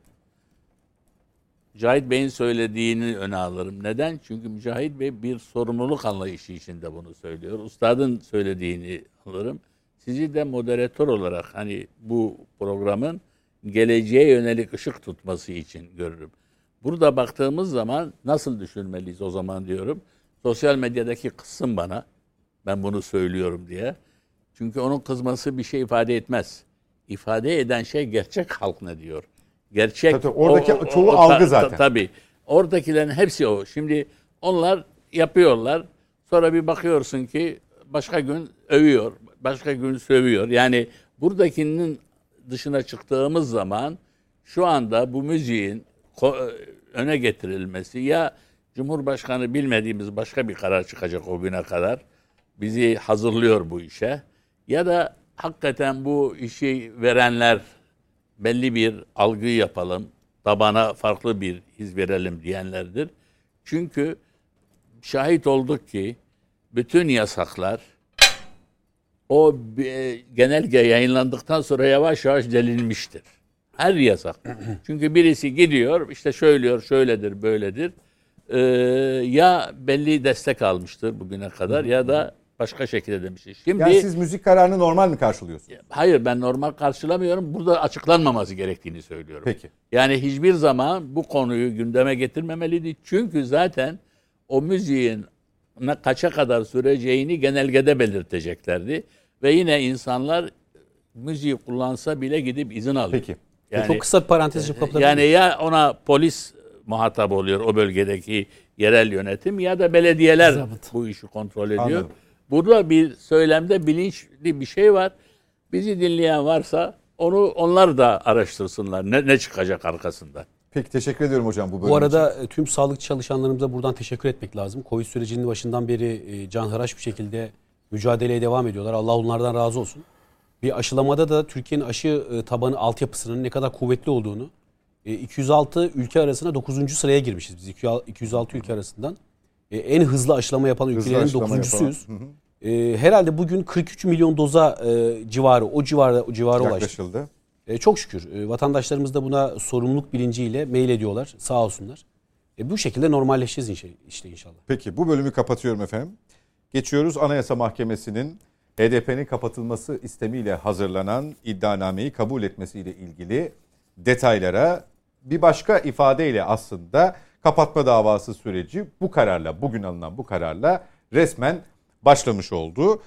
Mücahit Bey'in söylediğini öne alırım. Neden? Çünkü Mücahit Bey bir sorumluluk anlayışı içinde bunu söylüyor. Üstadın söylediğini alırım. Sizi de moderatör olarak hani bu programın geleceğe yönelik ışık tutması için görürüm. Burada baktığımız zaman nasıl düşünmeliyiz o zaman diyorum. Sosyal medyadaki kızsın bana. Ben bunu söylüyorum diye. Çünkü onun kızması bir şey ifade etmez. İfade eden şey gerçek halk ne diyor. Gerçek. Tabii, oradaki o, çoğu o, o, algı ta, zaten. Ta, tabii. Oradakilerin hepsi o. Şimdi onlar yapıyorlar. Sonra bir bakıyorsun ki başka gün övüyor. Başka gün sövüyor. Yani buradakinin dışına çıktığımız zaman şu anda bu müziğin öne getirilmesi ya Cumhurbaşkanı bilmediğimiz başka bir karar çıkacak o güne kadar bizi hazırlıyor bu işe ya da hakikaten bu işi verenler belli bir algı yapalım, tabana farklı bir his verelim diyenlerdir. Çünkü şahit olduk ki bütün yasaklar o genelge yayınlandıktan sonra yavaş yavaş delinmiştir. Her yasak. Çünkü birisi gidiyor, işte söylüyor, şöyledir, böyledir. Ee, ya belli destek almıştır bugüne kadar ya da başka şekilde demiştir. Şimdi, yani siz müzik kararını normal mi karşılıyorsunuz? Hayır, ben normal karşılamıyorum. Burada açıklanmaması gerektiğini söylüyorum. Peki. Yani hiçbir zaman bu konuyu gündeme getirmemeliydi. Çünkü zaten o müziğin kaça kadar süreceğini genelgede belirteceklerdi. Ve yine insanlar müziği kullansa bile gidip izin alıyor. Peki. Yani, çok kısa bir parantez yapabilir Yani ya ona polis muhatap oluyor o bölgedeki yerel yönetim ya da belediyeler Zabıt. bu işi kontrol ediyor. Anladım. Burada bir söylemde bilinçli bir şey var. Bizi dinleyen varsa onu onlar da araştırsınlar. Ne, ne çıkacak arkasında. Peki teşekkür ediyorum hocam bu bölüm Bu arada için. Tüm sağlık çalışanlarımıza buradan teşekkür etmek lazım. Covid sürecinin başından beri canhıraş bir şekilde mücadeleye devam ediyorlar. Allah onlardan razı olsun. Bir aşılamada da Türkiye'nin aşı tabanı altyapısının ne kadar kuvvetli olduğunu, iki yüz altı ülke arasına dokuzuncu sıraya girmişiz biz. iki yüz altı ülke arasından. En hızlı aşılama yapan hızlı ülkelerin dokuzuncusuyuz. Herhalde bugün kırk üç milyon doza civarı, o civarda o civara ulaştık. E, çok şükür e, vatandaşlarımız da buna sorumluluk bilinciyle mail ediyorlar. Sağ olsunlar. E, bu şekilde normalleşeceğiz inşallah, işte inşallah. Peki bu bölümü kapatıyorum efendim. Geçiyoruz Anayasa Mahkemesi'nin H D P'nin kapatılması istemiyle hazırlanan iddianameyi kabul etmesiyle ilgili detaylara. Bir başka ifadeyle aslında kapatma davası süreci bu kararla, bugün alınan bu kararla resmen başlamış oldu.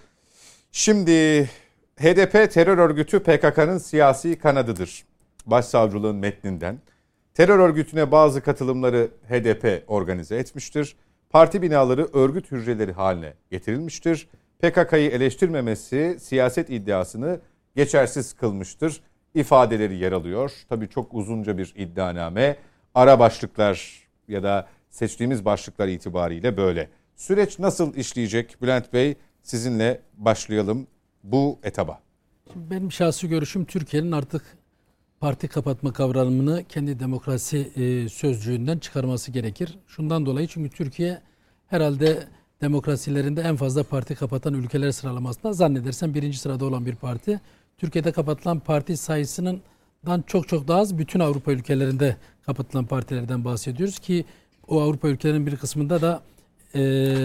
Şimdi H D P terör örgütü P K K'nın siyasi kanadıdır. Başsavcılığın metninden. Terör örgütüne bazı katılımları H D P organize etmiştir. Parti binaları örgüt hücreleri haline getirilmiştir. P K K'yı eleştirmemesi siyaset iddiasını geçersiz kılmıştır ifadeleri yer alıyor. Tabii çok uzunca bir iddianame. Ara başlıklar ya da seçtiğimiz başlıklar itibariyle böyle. Süreç nasıl işleyecek? Bülent Bey, sizinle başlayalım bu etaba. Şimdi benim şahsi görüşüm Türkiye'nin artık parti kapatma kavramını kendi demokrasi e, sözcüğünden çıkarması gerekir. Şundan dolayı çünkü Türkiye herhalde demokrasilerinde en fazla parti kapatan ülkeler sıralamasında zannedersem birinci sırada olan bir parti. Türkiye'de kapatılan parti sayısının çok çok daha az bütün Avrupa ülkelerinde kapatılan partilerden bahsediyoruz ki o Avrupa ülkelerinin bir kısmında da e,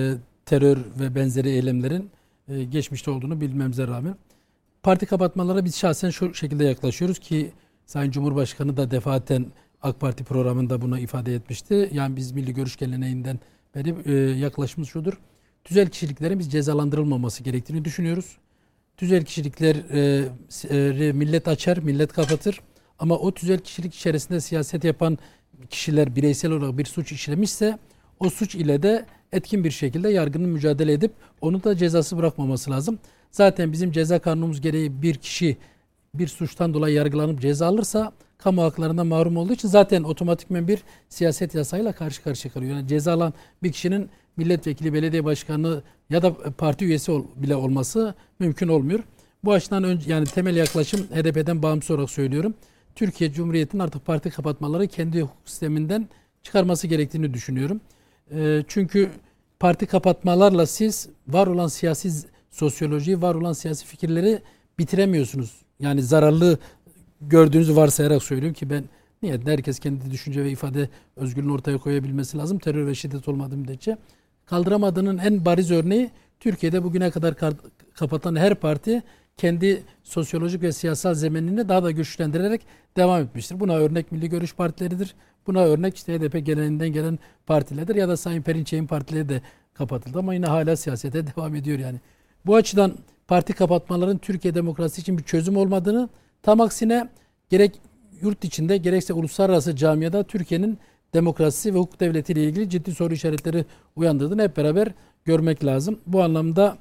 terör ve benzeri eylemlerin e, geçmişte olduğunu bilmemize rağmen parti kapatmalara biz şahsen şu şekilde yaklaşıyoruz ki Sayın Cumhurbaşkanı da defaten AK Parti programında bunu ifade etmişti. Yani biz milli görüş geleneğinden beri e, yaklaşımımız şudur. Tüzel kişiliklerin biz cezalandırılmaması gerektiğini düşünüyoruz. Tüzel kişilikler e, e, millet açar, millet kapatır. Ama o tüzel kişilik içerisinde siyaset yapan kişiler bireysel olarak bir suç işlemişse o suç ile de etkin bir şekilde yargının mücadele edip onu da cezası bırakmaması lazım. Zaten bizim ceza kanunumuz gereği bir kişi bir suçtan dolayı yargılanıp ceza alırsa kamu haklarından mahrum olduğu için zaten otomatikmen bir siyaset yasayla karşı karşıya kalıyor. Yani ceza alan bir kişinin milletvekili, belediye başkanı ya da parti üyesi ol, bile olması mümkün olmuyor. Bu açıdan önce yani temel yaklaşım H D P'den bağımsız olarak söylüyorum. Türkiye Cumhuriyeti'nin artık parti kapatmaları kendi hukuk sisteminden çıkarması gerektiğini düşünüyorum. E, çünkü parti kapatmalarla siz var olan siyasi sosyolojiyi, var olan siyasi fikirleri bitiremiyorsunuz. Yani zararlı gördüğünüzü varsayarak söylüyorum ki ben niyetinde herkes kendi düşünce ve ifade özgürlüğünü ortaya koyabilmesi lazım. Terör ve şiddet olmadığı müddetçe. Kaldıramadığının en bariz örneği Türkiye'de bugüne kadar kapatan her parti kendi sosyolojik ve siyasal zeminini daha da güçlendirerek devam etmiştir. Buna örnek Milli Görüş Partileridir. Buna örnek işte H D P geleneğinden gelen partilerdir ya da Sayın Perinçek'in partileri de kapatıldı ama yine hala siyasete devam ediyor yani. Bu açıdan parti kapatmaların Türkiye demokrasi için bir çözüm olmadığını, tam aksine gerek yurt içinde gerekse uluslararası camiada Türkiye'nin demokrasi ve hukuk devletiyle ilgili ciddi soru işaretleri uyandırdığını hep beraber görmek lazım. Bu anlamda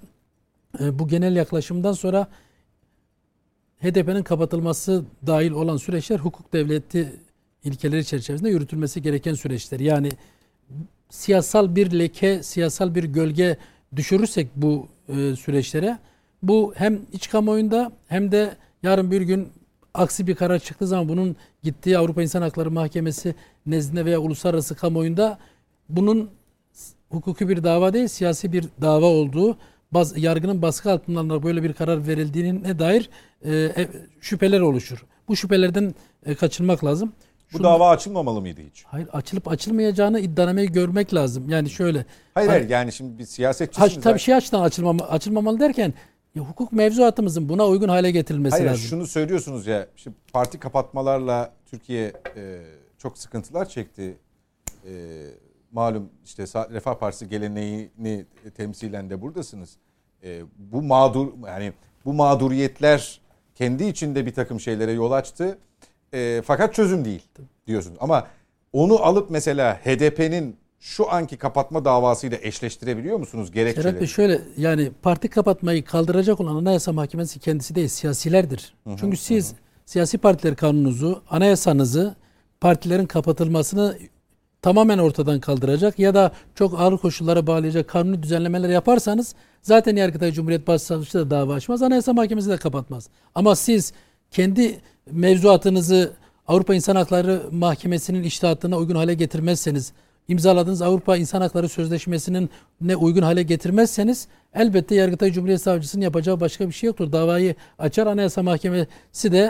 e, bu genel yaklaşımdan sonra H D P'nin kapatılması dahil olan süreçler hukuk devleti ilkeleri çerçevesinde yürütülmesi gereken süreçler. Yani siyasal bir leke, siyasal bir gölge düşürürsek bu e, süreçlere, bu hem iç kamuoyunda hem de yarın bir gün aksi bir karar çıktığı zaman bunun gittiği Avrupa İnsan Hakları Mahkemesi nezdinde veya uluslararası kamuoyunda bunun hukuki bir dava değil, siyasi bir dava olduğu, baz, yargının baskı altında böyle bir karar verildiğine dair e, şüpheler oluşur. Bu şüphelerden e, kaçınmak lazım. Bu Şunu, dava açılmamalı mıydı hiç? Hayır, açılıp açılmayacağını iddianameyi görmek lazım. Yani şöyle. Hayır hani, hayır yani şimdi bir siyasetçisiniz. tabii şey açıdan açılmama, açılmamalı derken ya, hukuk mevzuatımızın buna uygun hale getirilmesi hayır, lazım. Hayır şunu söylüyorsunuz ya, işte parti kapatmalarla Türkiye e, çok sıkıntılar çekti. E, malum işte Refah Partisi geleneğini temsilen de buradasınız. E, bu mağdur yani bu mağduriyetler kendi içinde bir takım şeylere yol açtı. E, fakat çözüm değil diyorsunuz. Ama onu alıp mesela H D P'nin şu anki kapatma davasıyla eşleştirebiliyor musunuz gerekçeleri? Şeref Bey şöyle, yani parti kapatmayı kaldıracak olan Anayasa Mahkemesi kendisi değil, siyasilerdir. Hı hı, Çünkü siz hı. siyasi partiler kanununuzu, anayasanızı partilerin kapatılmasını tamamen ortadan kaldıracak ya da çok ağır koşullara bağlayacak kanuni düzenlemeler yaparsanız zaten Yargıtay Cumhuriyet Başsavcısı da dava açmaz, Anayasa Mahkemesi de kapatmaz. Ama siz kendi mevzuatınızı Avrupa İnsan Hakları Mahkemesi'nin içtihatına uygun hale getirmezseniz, imzaladığınız Avrupa İnsan Hakları Sözleşmesi'nin ne uygun hale getirmezseniz elbette Yargıtay Cumhuriyet Savcısının yapacağı başka bir şey yoktur. Davayı açar, Anayasa Mahkemesi de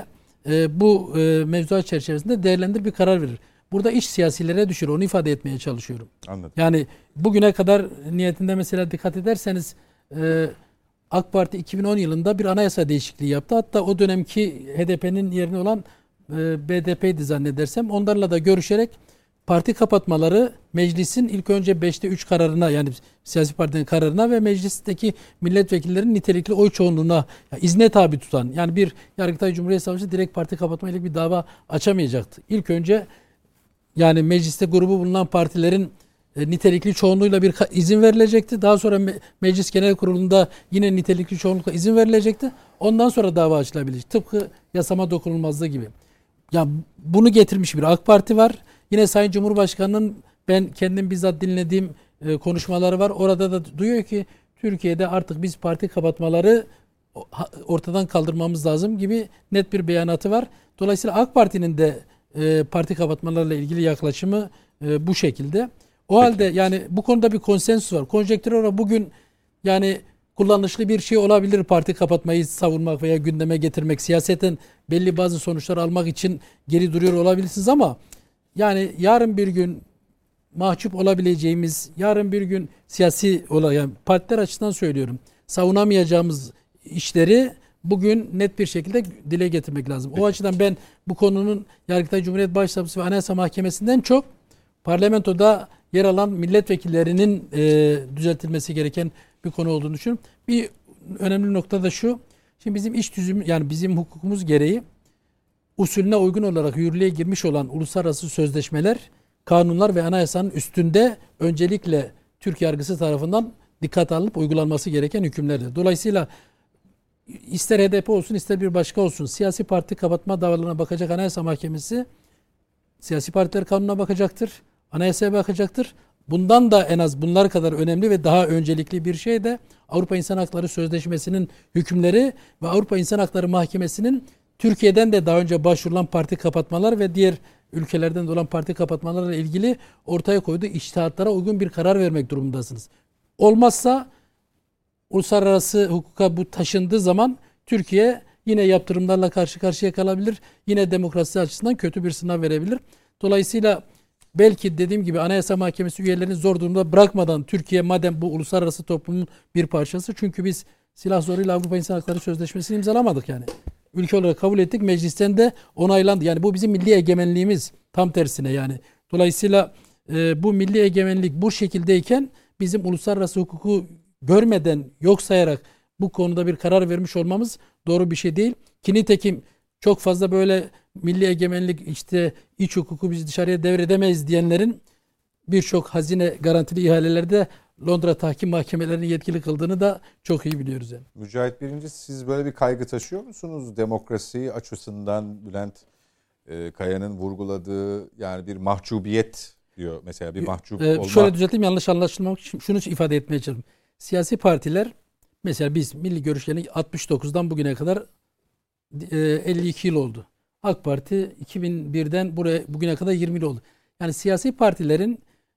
e, bu e, mevzuat çerçevesinde değerlendir bir karar verir. Burada iş siyasilere düşür. Onu ifade etmeye çalışıyorum. Anladım. Yani bugüne kadar niyetinde mesela dikkat ederseniz e, AK Parti iki bin on yılında bir anayasa değişikliği yaptı. Hatta o dönemki H D P'nin yerine olan e, B D P'ydi zannedersem. Onlarla da görüşerek parti kapatmaları meclisin ilk önce beşte üç kararına, yani siyasi partinin kararına ve meclisteki milletvekillerinin nitelikli oy çoğunluğuna, yani izne tabi tutan, yani bir Yargıtay Cumhuriyet Savcısı direkt parti kapatmayla bir dava açamayacaktı. İlk önce yani mecliste grubu bulunan partilerin e, nitelikli çoğunluğuyla bir izin verilecekti. Daha sonra me- Meclis Genel Kurulu'nda yine nitelikli çoğunlukla izin verilecekti. Ondan sonra dava açılabilecek. Tıpkı yasama dokunulmazlığı gibi. Ya bunu getirmiş bir AK Parti var. Yine Sayın Cumhurbaşkanı'nın ben kendim bizzat dinlediğim e, konuşmaları var. Orada da duyuyor ki Türkiye'de artık biz parti kapatmaları ortadan kaldırmamız lazım gibi net bir beyanatı var. Dolayısıyla AK Parti'nin de e, parti kapatmalarla ilgili yaklaşımı e, bu şekilde. O Peki. halde yani bu konuda bir konsensüs var. Konjektür olarak bugün yani kullanışlı bir şey olabilir parti kapatmayı savunmak veya gündeme getirmek, siyaseten belli bazı sonuçlar almak için geri duruyor olabilirsiniz ama yani yarın bir gün mahcup olabileceğimiz, yarın bir gün siyasi olarak, yani partiler açısından söylüyorum, savunamayacağımız işleri bugün net bir şekilde dile getirmek lazım. Peki. O açıdan ben bu konunun Yargıtay Cumhuriyet Başsavcısı ve Anayasa Mahkemesi'nden çok parlamentoda yer alan milletvekillerinin e, düzeltilmesi gereken bir konu olduğunu düşünüyorum. Bir önemli nokta da şu. Şimdi bizim iş tüzüğümüz, yani bizim hukukumuz gereği usulüne uygun olarak yürürlüğe girmiş olan uluslararası sözleşmeler, kanunlar ve anayasanın üstünde öncelikle Türk yargısı tarafından dikkate alınıp uygulanması gereken hükümlerdir. Dolayısıyla ister H D P olsun ister bir başka olsun siyasi parti kapatma davalarına bakacak Anayasa Mahkemesi siyasi partiler kanununa bakacaktır. Anayasaya bakacaktır. Bundan da en az bunlar kadar önemli ve daha öncelikli bir şey de Avrupa İnsan Hakları Sözleşmesi'nin hükümleri ve Avrupa İnsan Hakları Mahkemesi'nin Türkiye'den de daha önce başvurulan parti kapatmalar ve diğer ülkelerden de olan parti kapatmalarla ilgili ortaya koyduğu içtihatlara uygun bir karar vermek durumundasınız. Olmazsa uluslararası hukuka bu taşındığı zaman Türkiye yine yaptırımlarla karşı karşıya kalabilir. Yine demokrasi açısından kötü bir sınav verebilir. Dolayısıyla belki dediğim gibi Anayasa Mahkemesi üyelerini zor durumda bırakmadan Türkiye madem bu uluslararası toplumun bir parçası, çünkü biz silah zoruyla Avrupa İnsan Hakları Sözleşmesi'ni imzalamadık yani. Ülke olarak kabul ettik. Meclisten de onaylandı. Yani bu bizim milli egemenliğimiz. Tam tersine yani. Dolayısıyla e, bu milli egemenlik bu şekildeyken bizim uluslararası hukuku görmeden, yok sayarak bu konuda bir karar vermiş olmamız doğru bir şey değil. Ki nitekim çok fazla böyle milli egemenlik, işte iç hukuku biz dışarıya devredemeyiz diyenlerin birçok hazine garantili ihalelerde Londra tahkim mahkemelerinin yetkili kıldığını da çok iyi biliyoruz yani. Mücahit Birinci, siz böyle bir kaygı taşıyor musunuz? Demokrasi açısından Bülent e, Kaya'nın vurguladığı yani bir mahcubiyet diyor. Mesela bir mahcup ee, olma. Şöyle düzelteyim, yanlış anlaşılmamak için şunu ifade etmeye çalışıyorum. Siyasi partiler mesela biz milli görüşlerini altmış dokuzdan bugüne kadar e, elli iki yıl oldu. AK Parti iki bin birden buraya bugüne kadar yirmi yıl oldu. Yani siyasi partilerin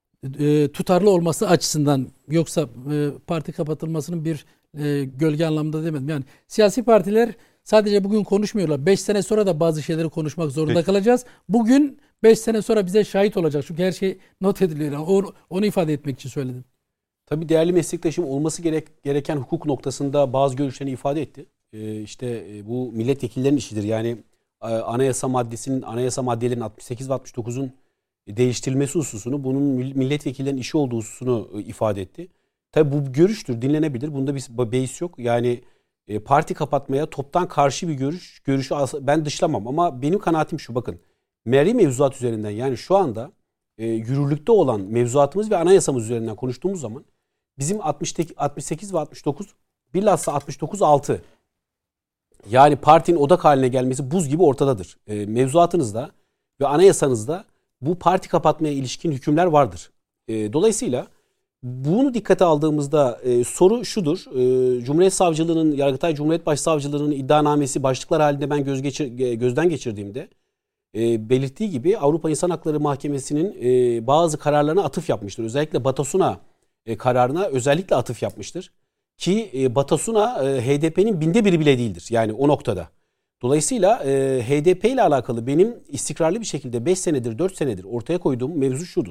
e, tutarlı olması açısından, yoksa e, parti kapatılmasının bir e, gölge anlamda demedim. Yani siyasi partiler sadece bugün konuşmuyorlar. beş sene sonra da bazı şeyleri konuşmak zorunda Peki. kalacağız. Bugün beş sene sonra bize şahit olacak. Çünkü her şey not ediliyor. Yani onu, onu ifade etmek için söyledim. Tabii değerli meslektaşım olması gerek, gereken hukuk noktasında bazı görüşlerini ifade etti. Ee, işte e, bu milletvekillerinin işidir. Yani e, anayasa maddesinin, anayasa maddelerinin altmış sekiz ve altmış dokuzun değiştirilmesi hususunu, bunun milletvekillerinin işi olduğu hususunu e, ifade etti. Tabii bu görüştür, dinlenebilir. Bunda bir beis yok. Yani e, parti kapatmaya toptan karşı bir görüş, görüşü ben dışlamam. Ama benim kanaatim şu, bakın. Meri mevzuat üzerinden, yani şu anda e, yürürlükte olan mevzuatımız ve anayasamız üzerinden konuştuğumuz zaman bizim altmış sekiz ve altmış dokuz, bilhassa altmış dokuz altı, yani partinin odak haline gelmesi buz gibi ortadadır. E, mevzuatınızda ve anayasanızda bu parti kapatmaya ilişkin hükümler vardır. E, dolayısıyla bunu dikkate aldığımızda e, soru şudur. E, Cumhuriyet Savcılığı'nın, Yargıtay Cumhuriyet Başsavcılığı'nın iddianamesi başlıklar halinde ben göz geçir, gözden geçirdiğimde e, belirttiği gibi Avrupa İnsan Hakları Mahkemesi'nin e, bazı kararlarına atıf yapmıştır. Özellikle Batasuna e, kararına özellikle atıf yapmıştır. Ki e, Batasuna e, H D P'nin binde biri bile değildir. Yani o noktada. Dolayısıyla e, H D P ile alakalı benim istikrarlı bir şekilde beş senedir, dört senedir ortaya koyduğum mevzu şudur.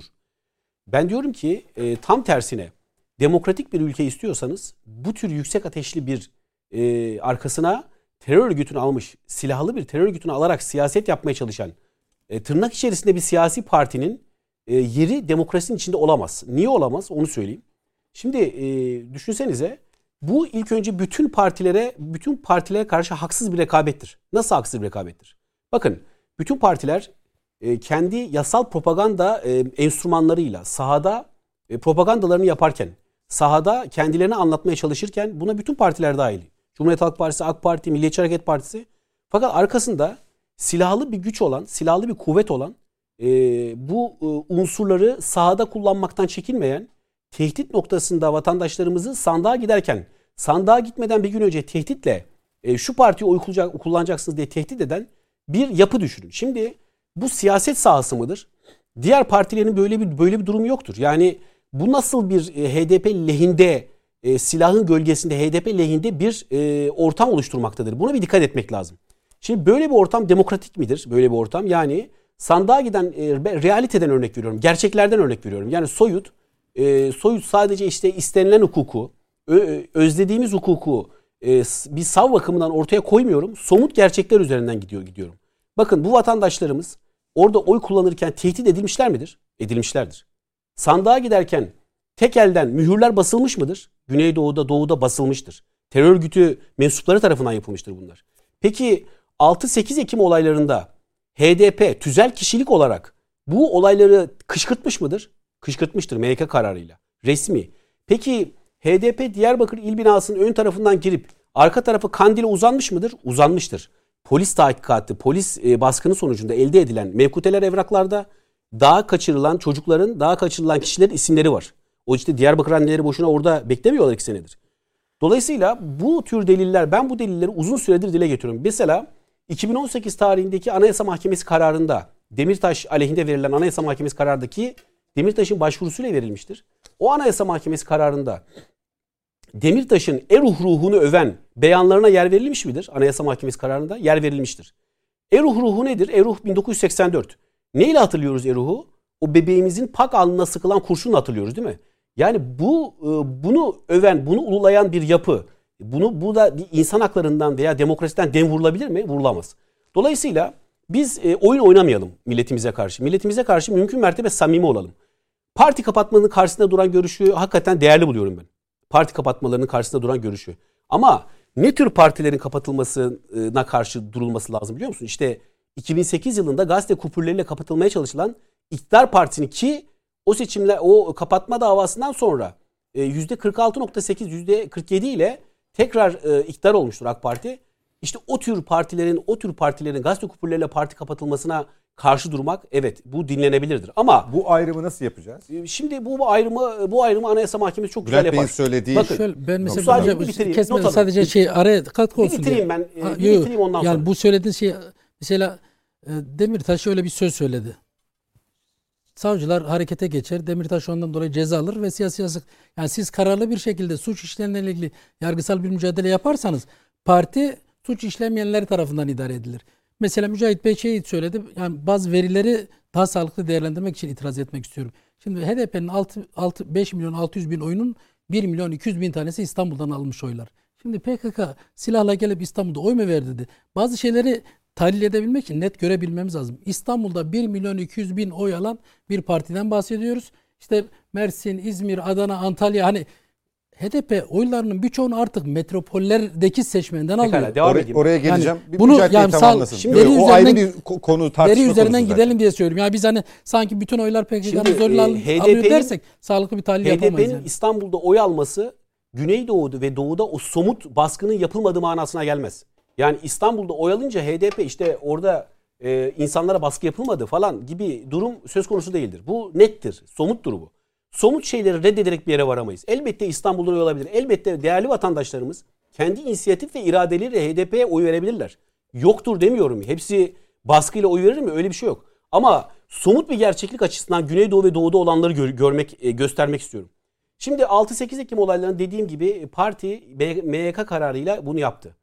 Ben diyorum ki e, tam tersine demokratik bir ülke istiyorsanız bu tür yüksek ateşli bir e, arkasına terör örgütünü almış, silahlı bir terör örgütünü alarak siyaset yapmaya çalışan e, tırnak içerisinde bir siyasi partinin e, yeri demokrasinin içinde olamaz. Niye olamaz? Onu söyleyeyim. Şimdi e, düşünsenize bu ilk önce bütün partilere bütün partilere karşı haksız bir rekabettir. Nasıl haksız bir rekabettir? Bakın bütün partiler e, kendi yasal propaganda e, enstrümanlarıyla sahada e, propagandalarını yaparken, sahada kendilerini anlatmaya çalışırken buna bütün partiler dahil. Cumhuriyet Halk Partisi, AK Parti, Milliyetçi Hareket Partisi. Fakat arkasında silahlı bir güç olan, silahlı bir kuvvet olan e, bu e, unsurları sahada kullanmaktan çekinmeyen, tehdit noktasında vatandaşlarımızı sandığa giderken, sandığa gitmeden bir gün önce tehditle e, şu partiyi oy kullanacaksınız diye tehdit eden bir yapı düşünün. Şimdi bu siyaset sahası mıdır? Diğer partilerin böyle bir böyle bir durumu yoktur. Yani bu nasıl bir e, H D P lehinde e, silahın gölgesinde H D P lehinde bir e, ortam oluşturmaktadır. Buna bir dikkat etmek lazım. Şimdi böyle bir ortam demokratik midir? Böyle bir ortam yani sandığa giden e, realiteden örnek veriyorum. Gerçeklerden örnek veriyorum. Yani soyut e, soyut sadece işte istenilen hukuku, ö, özlediğimiz hukuku e, bir sav bakımından ortaya koymuyorum. Somut gerçekler üzerinden gidiyor gidiyorum. Bakın bu vatandaşlarımız orada oy kullanırken tehdit edilmişler midir? Edilmişlerdir. Sandığa giderken tek elden mühürler basılmış mıdır? Güneydoğu'da, Doğu'da basılmıştır. Terör örgütü mensupları tarafından yapılmıştır bunlar. Peki altı sekiz Ekim olaylarında H D P tüzel kişilik olarak bu olayları kışkırtmış mıdır? Kışkırtmıştır M Y K kararıyla. Resmi. Peki H D P Diyarbakır İl Binası'nın ön tarafından girip arka tarafı Kandil'e uzanmış mıdır? Uzanmıştır. Polis tahkikatı, polis baskını sonucunda elde edilen mevkuteler evraklarda dağa kaçırılan çocukların, dağa kaçırılan kişilerin isimleri var. O işte Diyarbakır anneleri boşuna orada beklemiyorlar iki senedir. Dolayısıyla bu tür deliller, ben bu delilleri uzun süredir dile getiriyorum. Mesela iki bin on sekiz tarihindeki Anayasa Mahkemesi kararında Demirtaş aleyhinde verilen Anayasa Mahkemesi kararındaki Demirtaş'ın başvurusuyla verilmiştir. O Anayasa Mahkemesi kararında Demirtaş'ın Eruh ruhunu öven beyanlarına yer verilmiş midir? Anayasa Mahkemesi kararında yer verilmiştir. Eruh ruhu nedir? Eruh bin dokuz yüz seksen dört. Neyle hatırlıyoruz Eruh'u? O bebeğimizin pak alnına sıkılan kurşunla hatırlıyoruz değil mi? Yani bu bunu öven, bunu ululayan bir yapı, bunu bu da insan haklarından veya demokrasiden dem vurulabilir mi? Vurulamaz. Dolayısıyla biz e, oyun oynamayalım milletimize karşı. Milletimize karşı mümkün mertebe samimi olalım. Parti kapatmanın karşısında duran görüşü hakikaten değerli buluyorum ben. Parti kapatmalarının karşısında duran görüşü. Ama ne tür partilerin kapatılmasına karşı durulması lazım biliyor musun? İşte iki bin sekiz yılında gazete kupürleriyle kapatılmaya çalışılan İktidar Partisi'nin ki o seçimler, o kapatma davasından sonra yüzde kırk altı nokta sekiz, yüzde kırk yedi ile tekrar iktidar olmuştur AK Parti. İşte o tür partilerin, o tür partilerin gazete kupürleriyle parti kapatılmasına karşı durmak, evet bu dinlenebilirdir. Ama bu ayrımı nasıl yapacağız? Şimdi bu ayrımı bu ayrımı Anayasa Mahkemesi çok güzel Bülent yapar. Bey'in söylediği Bakın, şöyle, ben mesela sadece hocam, bitireyim, kesmeden sadece şey araya katkı olsun bitireyim diye. ben. Ha, bir yok, bitireyim ondan yani sonra. bu söylediğin şey mesela e, Demirtaş şöyle bir söz söyledi. Savcılar harekete geçer. Demirtaş ondan dolayı ceza alır ve siyasi yasak. Yani siz kararlı bir şekilde suç işleyenlerle ilgili yargısal bir mücadele yaparsanız parti suç işlemeyenler tarafından idare edilir. Mesela Mücahit Bey şey söyledi. Yani bazı verileri daha sağlıklı değerlendirmek için itiraz etmek istiyorum. Şimdi H D P'nin beş milyon altı yüz bin oyunun bir milyon iki yüz bin tanesi İstanbul'dan alınmış oylar. Şimdi P K K silahla gelip İstanbul'da oy mu verdi dedi. Bazı şeyleri tahlil edebilmek için net görebilmemiz lazım. İstanbul'da bir milyon iki yüz bin oy alan bir partiden bahsediyoruz. İşte Mersin, İzmir, Adana, Antalya hani H D P oylarının birçoğunu artık metropollerdeki seçmenden alıyor. Pekala, devam Oraya, edeyim. oraya geleceğim. Yani bir bunu Mücahit Bey yani sağ- tamamlasın. şimdi Yok, veri o ayrı üzerinden- bir ko- konu tartışma Veri üzerinden konusu gidelim zaten. diye söylüyorum. Yani biz hani sanki bütün oylar P K K'nın Şimdi, zorla e, al- H D P'nin alıyor dersek sağlıklı bir tahlil H D yapamayız. P'nin Yani. İstanbul'da oy alması Güneydoğu'da ve Doğu'da o somut baskının yapılmadığı manasına gelmez. Yani İstanbul'da oy alınca H D P işte orada e, insanlara baskı yapılmadı falan gibi durum söz konusu değildir. Bu nettir, somuttur bu. Somut şeyleri reddederek bir yere varamayız. Elbette İstanbul'da oy alabilir. Elbette değerli vatandaşlarımız kendi inisiyatif ve iradeleriyle H D P'ye oy verebilirler. Yoktur demiyorum. Hepsi baskıyla oy verir mi? Öyle bir şey yok. Ama somut bir gerçeklik açısından Güneydoğu ve Doğu'da olanları gör, görmek, e, göstermek istiyorum. Şimdi altı sekiz Ekim olaylarının dediğim gibi parti M Y K kararıyla bunu yaptı.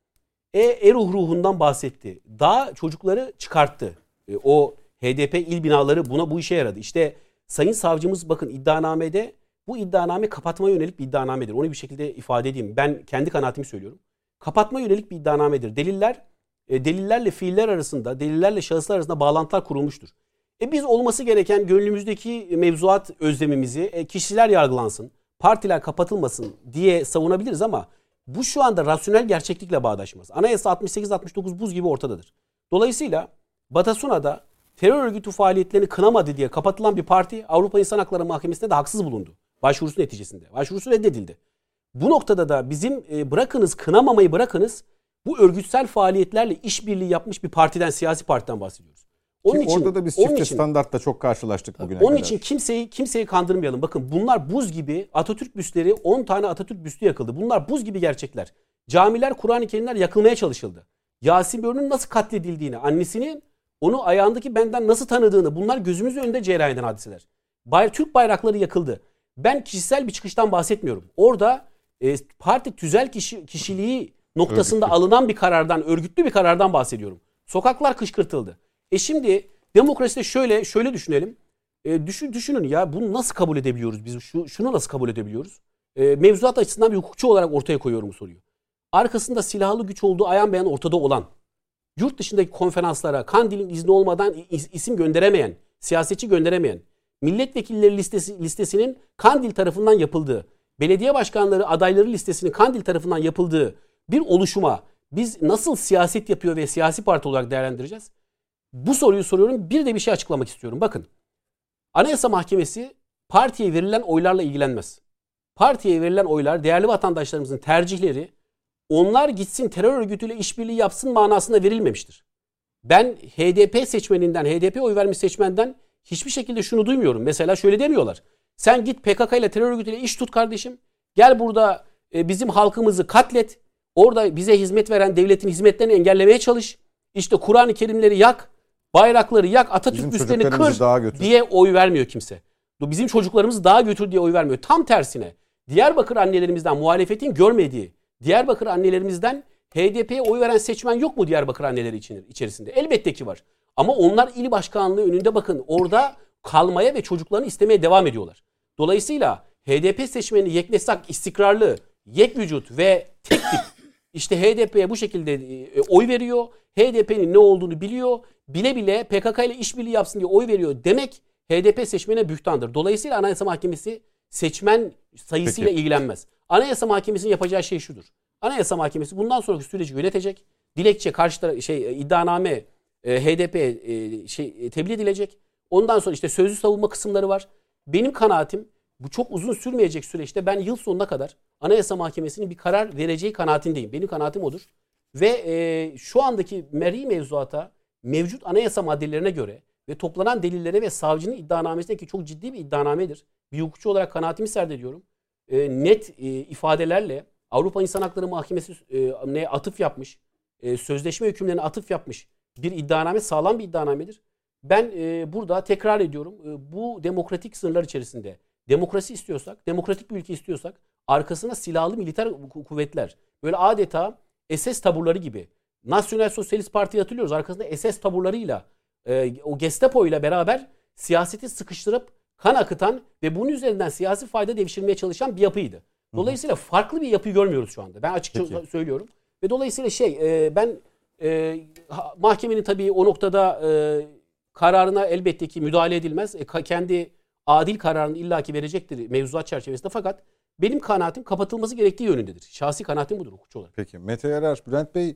E, Eruh ruhundan bahsetti. Daha çocukları çıkarttı. E, o H D P il binaları buna bu işe yaradı. İşte Sayın Savcımız bakın iddianamede bu iddianame kapatmaya yönelik bir iddianamedir. Onu bir şekilde ifade edeyim. Ben kendi kanaatimi söylüyorum. Kapatma yönelik bir iddianamedir. Deliller, e, delillerle fiiller arasında, delillerle şahıslar arasında bağlantılar kurulmuştur. E biz olması gereken gönlümüzdeki mevzuat özlemimizi e, kişiler yargılansın, partiler kapatılmasın diye savunabiliriz ama bu şu anda rasyonel gerçeklikle bağdaşmaz. Anayasa altmış sekiz altmış dokuz buz gibi ortadadır. Dolayısıyla Batasuna'da terör örgütü faaliyetlerini kınamadı diye kapatılan bir parti Avrupa İnsan Hakları Mahkemesi'nde de haksız bulundu. Başvurusu neticesinde. Başvurusu reddedildi. Bu noktada da bizim e, bırakınız kınamamayı bırakınız bu örgütsel faaliyetlerle işbirliği yapmış bir partiden, siyasi partiden bahsediyoruz. Onun Ki için, orada da biz onun çifte için, standartla çok karşılaştık bugüne Onun kadar. için kimseyi kimseyi kandırmayalım. Bakın bunlar buz gibi Atatürk büstleri on tane Atatürk büstü yakıldı. Bunlar buz gibi gerçekler. Camiler, Kur'an-ı Kerimler yakılmaya çalışıldı. Yasin Börü'nün nasıl katledildiğini, annesinin onu ayağındaki benden nasıl tanıdığını bunlar gözümüzün önünde cereyan eden hadiseler. Bay, Türk bayrakları yakıldı. Ben kişisel bir çıkıştan bahsetmiyorum. Orada e, parti tüzel kişi, kişiliği noktasında örgütlü. alınan bir karardan, örgütlü bir karardan bahsediyorum. Sokaklar kışkırtıldı. E şimdi demokraside şöyle şöyle düşünelim. E, düşün, düşünün ya bunu nasıl kabul edebiliyoruz biz? Şu, şunu nasıl kabul edebiliyoruz? E, mevzuat açısından bir hukukçu olarak ortaya koyuyorum bu soruyu. Arkasında silahlı güç olduğu ayan beyan ortada olan, yurt dışındaki konferanslara Kandil'in izni olmadan isim gönderemeyen, siyasetçi gönderemeyen, milletvekilleri listesi, listesinin Kandil tarafından yapıldığı, belediye başkanları adayları listesinin Kandil tarafından yapıldığı bir oluşuma biz nasıl siyaset yapıyor ve siyasi parti olarak değerlendireceğiz? Bu soruyu soruyorum. Bir de bir şey açıklamak istiyorum. Bakın, Anayasa Mahkemesi partiye verilen oylarla ilgilenmez. Partiye verilen oylar, değerli vatandaşlarımızın tercihleri, onlar gitsin terör örgütüyle işbirliği yapsın manasında verilmemiştir. Ben H D P seçmeninden, H D P oy vermiş seçmenden hiçbir şekilde şunu duymuyorum. Mesela şöyle demiyorlar. Sen git P K K ile terör örgütüyle iş tut kardeşim. Gel burada e, bizim halkımızı katlet. Orada bize hizmet veren devletin hizmetlerini engellemeye çalış. İşte Kur'an-ı Kerimleri yak, bayrakları yak, Atatürk büstlerini kır diye oy vermiyor kimse. Bizim çocuklarımızı daha götür diye oy vermiyor. Tam tersine Diyarbakır annelerimizden muhalefetin görmediği, Diyarbakır annelerimizden H D P'ye oy veren seçmen yok mu Diyarbakır anneleri içerisinde? Elbette ki var. Ama onlar il başkanlığı önünde bakın orada kalmaya ve çocuklarını istemeye devam ediyorlar. Dolayısıyla H D P seçmenini yeknesak, istikrarlı, yek vücut ve tek tip işte H D P'ye bu şekilde oy veriyor. H D P'nin ne olduğunu biliyor. Bile bile P K K ile işbirliği yapsın diye oy veriyor demek H D P seçmenine bühtandır. Dolayısıyla Anayasa Mahkemesi seçmen sayısıyla Peki. ilgilenmez. Anayasa Mahkemesi'nin yapacağı şey şudur. Anayasa Mahkemesi bundan sonraki süreci yönetecek. Dilekçe, karşı taraf, şey iddianame e, H D P e, şey e, tebliğ edilecek. Ondan sonra işte sözlü savunma kısımları var. Benim kanaatim bu çok uzun sürmeyecek süreçte ben yıl sonuna kadar Anayasa Mahkemesi'nin bir karar vereceği kanaatindeyim. Benim kanaatim odur. Ve e, şu andaki meri mevzuata mevcut anayasa maddelerine göre ve toplanan delillere ve savcının iddianamesindeki çok ciddi bir iddianamedir. Bir hukukçu olarak kanaatimi serdediyorum. E, net e, ifadelerle Avrupa İnsan Hakları Mahkemesi e, ne atıf yapmış, e, sözleşme hükümlerine atıf yapmış bir iddianame, sağlam bir iddianamedir. Ben e, burada tekrar ediyorum, e, bu demokratik sınırlar içerisinde demokrasi istiyorsak, demokratik bir ülke istiyorsak arkasına silahlı militer kuvvetler, böyle adeta S S taburları gibi, Nasyonel Sosyalist Parti'yi hatırlıyoruz, arkasında S S taburlarıyla, e, o Gestapo ile beraber siyaseti sıkıştırıp kan akıtan ve bunun üzerinden siyasi fayda devşirmeye çalışan bir yapıydı. Dolayısıyla farklı bir yapıyı görmüyoruz şu anda. Ben açıkça Peki. söylüyorum. Ve dolayısıyla şey e, ben e, mahkemenin tabii o noktada e, kararına elbette ki müdahale edilmez. E, kendi adil kararını illaki verecektir mevzuat çerçevesinde. Fakat benim kanaatim kapatılması gerektiği yönündedir. Şahsi kanaatim budur hukukçu olarak. Peki Mete Yarar, Bülent Bey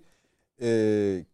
e,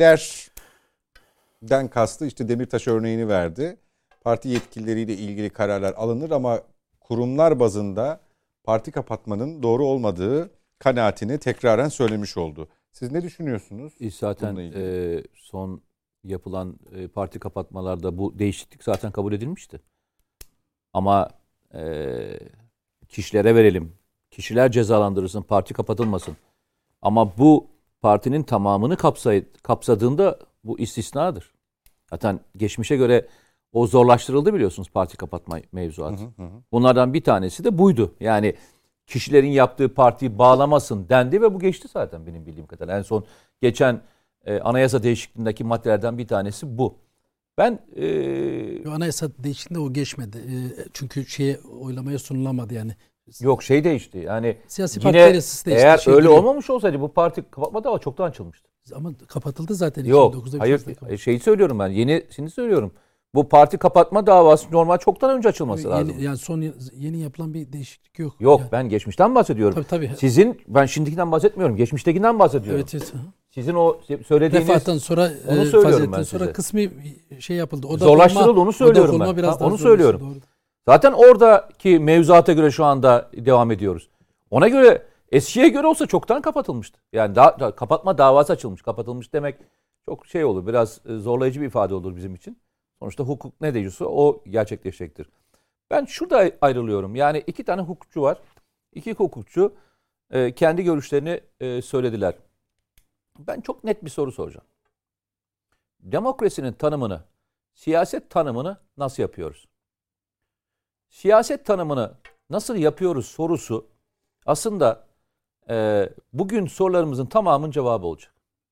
kişilerden kastı işte Demirtaş örneğini verdi. Parti yetkilileriyle ilgili kararlar alınır ama kurumlar bazında parti kapatmanın doğru olmadığı kanaatini tekraren söylemiş oldu. Siz ne düşünüyorsunuz? Zaten e, son yapılan e, parti kapatmalarda bu değişiklik zaten kabul edilmişti. Ama e, kişilere verelim. Kişiler cezalandırılsın, parti kapatılmasın. Ama bu partinin tamamını kapsay, kapsadığında bu istisnadır. Zaten geçmişe göre o zorlaştırıldı biliyorsunuz parti kapatma mevzuatı. Hı hı hı. Bunlardan bir tanesi de buydu. Yani kişilerin yaptığı partiyi bağlamasın dendi ve bu geçti zaten benim bildiğim kadarıyla. En son geçen e, anayasa değişikliğindeki maddelerden bir tanesi bu. Ben e, anayasa değişikliğinde o geçmedi. E, çünkü şeye oylamaya sunulamadı yani. Yok şey değişti. Yani siyasi yine değişti, eğer şey öyle duruyor. olmamış olsaydı bu parti kapatma dava çoktan açılmıştı. Ama kapatıldı zaten. Yok. iki bin dokuzda Hayır. Şeyi söylüyorum ben. Yeni şimdi söylüyorum. Bu parti kapatma davası normal çoktan önce açılması yeni, lazım. Yani son yeni yapılan bir değişiklik yok. Yok yani. ben geçmişten bahsediyorum. Tabii, tabii. Sizin ben şimdikinden bahsetmiyorum. Geçmiştekinden bahsediyorum. Evet, evet. Sizin o söylediğiniz Vefattan sonra onu e, söylüyorum ben sonra size. kısmi şey yapıldı. O da zorlaştırıldı olma, onu söylüyorum o da ben. biraz Ha, daha onu söylüyorum. Doğru. Zaten oradaki mevzuata göre şu anda devam ediyoruz. Ona göre eskiye göre olsa çoktan kapatılmıştı. Yani da, da, kapatma davası açılmış. Kapatılmış demek çok şey olur. Biraz zorlayıcı bir ifade olur bizim için. Sonuçta hukuk ne diyorsa o gerçekleşecektir. Ben şurada ayrılıyorum. Yani iki tane hukukçu var. İki hukukçu e, kendi görüşlerini e, söylediler. Ben çok net bir soru soracağım. Demokrasinin tanımını, siyaset tanımını nasıl yapıyoruz? Siyaset tanımını nasıl yapıyoruz sorusu aslında e, bugün sorularımızın tamamının cevabı olacak.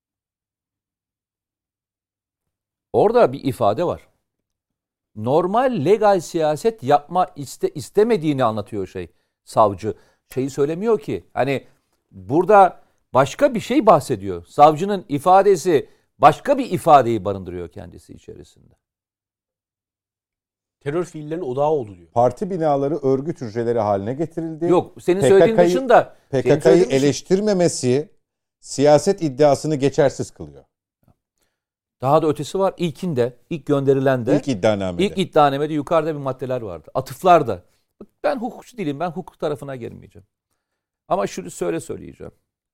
Orada bir ifade var. Normal legal siyaset yapma iste, istemediğini anlatıyor şey savcı. Şeyi söylemiyor ki. Hani burada başka bir şey bahsediyor. Savcının ifadesi başka bir ifadeyi barındırıyor kendisi içerisinde. Terör fiillerinin odağı oldu diyor. Parti binaları örgüt hücreleri haline getirildi. Yok senin P K K'yı söylediğin dışında. P K K'yı eleştirmemesi siyaset iddiasını geçersiz kılıyor. Daha da ötesi var. İlkinde, ilk gönderilen İlk iddianamede. İlk iddianamede yukarıda bir maddeler vardı. Atıflar da. Ben hukukçu değilim. Ben hukuk tarafına girmeyeceğim. Ama şunu söyle söyleyeceğim.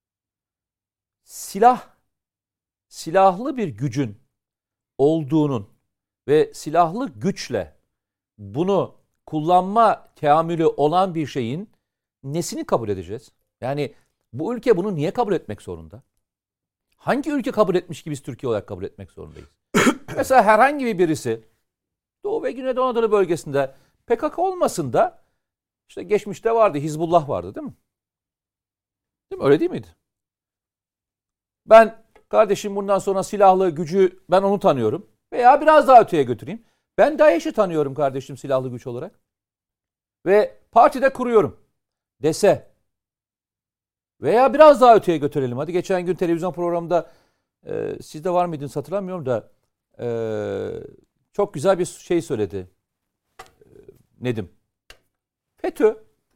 Silah, silahlı bir gücün olduğunun ve silahlı güçle bunu kullanma teamülü olan bir şeyin nesini kabul edeceğiz? Yani bu ülke bunu niye kabul etmek zorunda? Hangi ülke kabul etmiş gibi biz Türkiye olarak kabul etmek zorundayız? Mesela herhangi bir birisi Doğu ve Güneydoğu Anadolu bölgesinde P K K olmasın da işte geçmişte vardı, Hizbullah vardı değil mi? Değil mi? Öyle değil miydi? Ben kardeşim bundan sonra silahlı gücü ben onu tanıyorum. Veya biraz daha öteye götüreyim. Ben DAEŞ'i tanıyorum kardeşim silahlı güç olarak. Ve partide kuruyorum dese veya biraz daha öteye götürelim. Hadi geçen gün televizyon programında e, sizde var mıydınız hatırlamıyorum da e, çok güzel bir şey söyledi e, Nedim. FETÖ